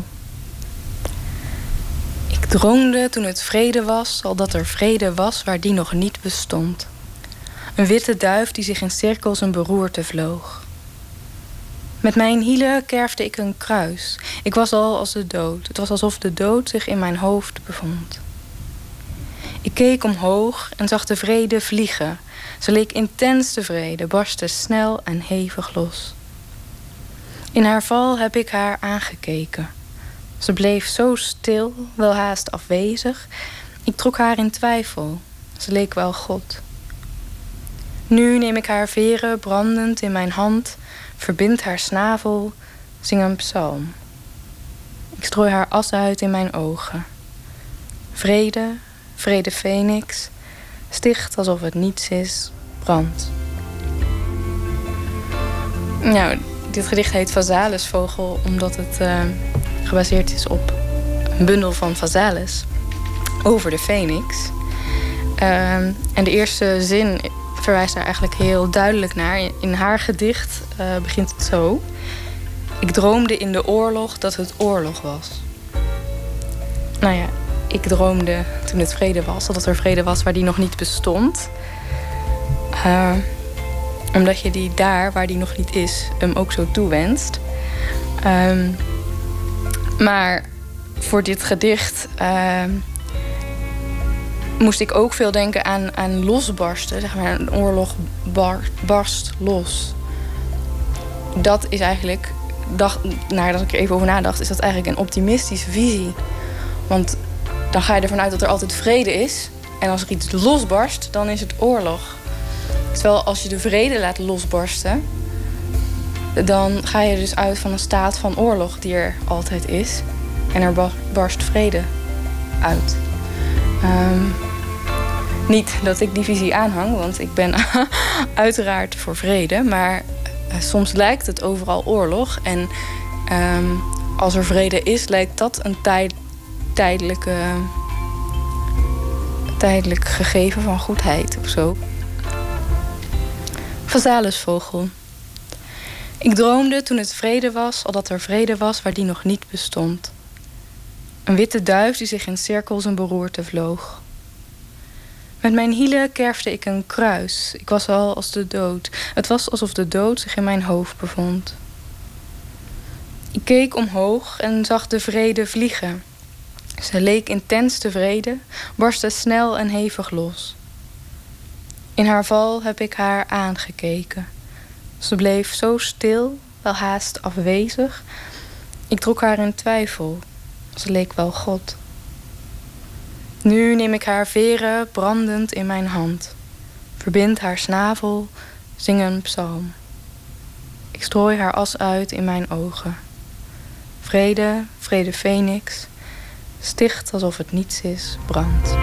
Ik droomde toen het vrede was, al dat er vrede was waar die nog niet bestond. Een witte duif die zich in cirkels een beroerte vloog. Met mijn hielen kerfde ik een kruis. Ik was al als de dood. Het was alsof de dood zich in mijn hoofd bevond. Ik keek omhoog en zag de vrede vliegen. Ze leek intens tevreden, barstte snel en hevig los. In haar val heb ik haar aangekeken. Ze bleef zo stil, welhaast afwezig. Ik trok haar in twijfel. Ze leek wel God. Nu neem ik haar veren brandend in mijn hand, verbind haar snavel, zing een psalm. Ik strooi haar as uit in mijn ogen. Vrede, vrede Phoenix, sticht alsof het niets is, brandt. Nou, dit gedicht heet Vazalisvogel omdat het gebaseerd is op een bundel van Vazalis over de Phoenix. En de eerste zin verwijst daar eigenlijk heel duidelijk naar. In haar gedicht begint het zo. Ik droomde in de oorlog dat het oorlog was. Nou ja, ik droomde toen het vrede was, dat er vrede was waar die nog niet bestond. Omdat je die daar, waar die nog niet is, hem ook zo toewenst. Maar voor dit gedicht moest ik ook veel denken aan losbarsten. Zeg maar, een oorlog barst los. Dat is eigenlijk, nadat ik er even over nadacht, is dat eigenlijk een optimistische visie. Want dan ga je ervan uit dat er altijd vrede is. En als er iets losbarst, dan is het oorlog. Terwijl als je de vrede laat losbarsten, dan ga je dus uit van een staat van oorlog die er altijd is. En er barst vrede uit. Niet dat ik die visie aanhang, want ik ben uiteraard voor vrede. Maar soms lijkt het overal oorlog. En als er vrede is, lijkt dat een tijdelijk gegeven van goedheid of zo. Vazalisvogel. Ik droomde toen het vrede was, al dat er vrede was waar die nog niet bestond. Een witte duif die zich in cirkels een beroerte vloog. Met mijn hielen kerfde ik een kruis. Ik was al als de dood. Het was alsof de dood zich in mijn hoofd bevond. Ik keek omhoog en zag de vrede vliegen. Ze leek intens tevreden, barstte snel en hevig los. In haar val heb ik haar aangekeken. Ze bleef zo stil, wel haast afwezig. Ik trok haar in twijfel. Ze leek wel God. Nu neem ik haar veren brandend in mijn hand. Verbind haar snavel, zing een psalm. Ik strooi haar as uit in mijn ogen. Vrede, vrede Phoenix, sticht alsof het niets is, brand.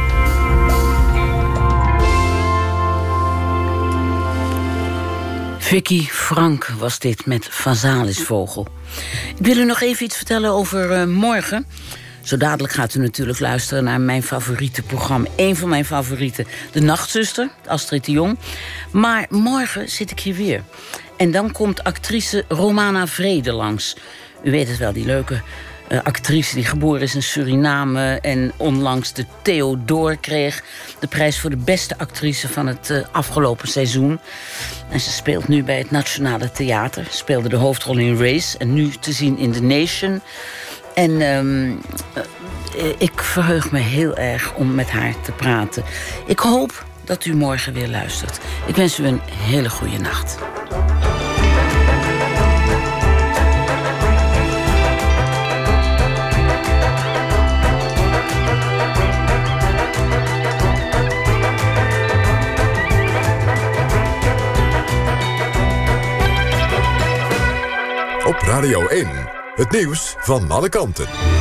Vicky Frank was dit met Vasalisvogel. Ik wil u nog even iets vertellen over morgen. Zo dadelijk gaat u natuurlijk luisteren naar mijn favoriete programma. Eén van mijn favorieten, De Nachtzuster, Astrid de Jong. Maar morgen zit ik hier weer. En dan komt actrice Romana Vrede langs. U weet het wel, die leuke actrice die geboren is in Suriname en onlangs de Theodor kreeg. De prijs voor de beste actrice van het afgelopen seizoen. En ze speelt nu bij het Nationale Theater. Speelde de hoofdrol in Race en nu te zien in The Nation. En ik verheug me heel erg om met haar te praten. Ik hoop dat u morgen weer luistert. Ik wens u een hele goede nacht. Op Radio 1, het nieuws van alle kanten.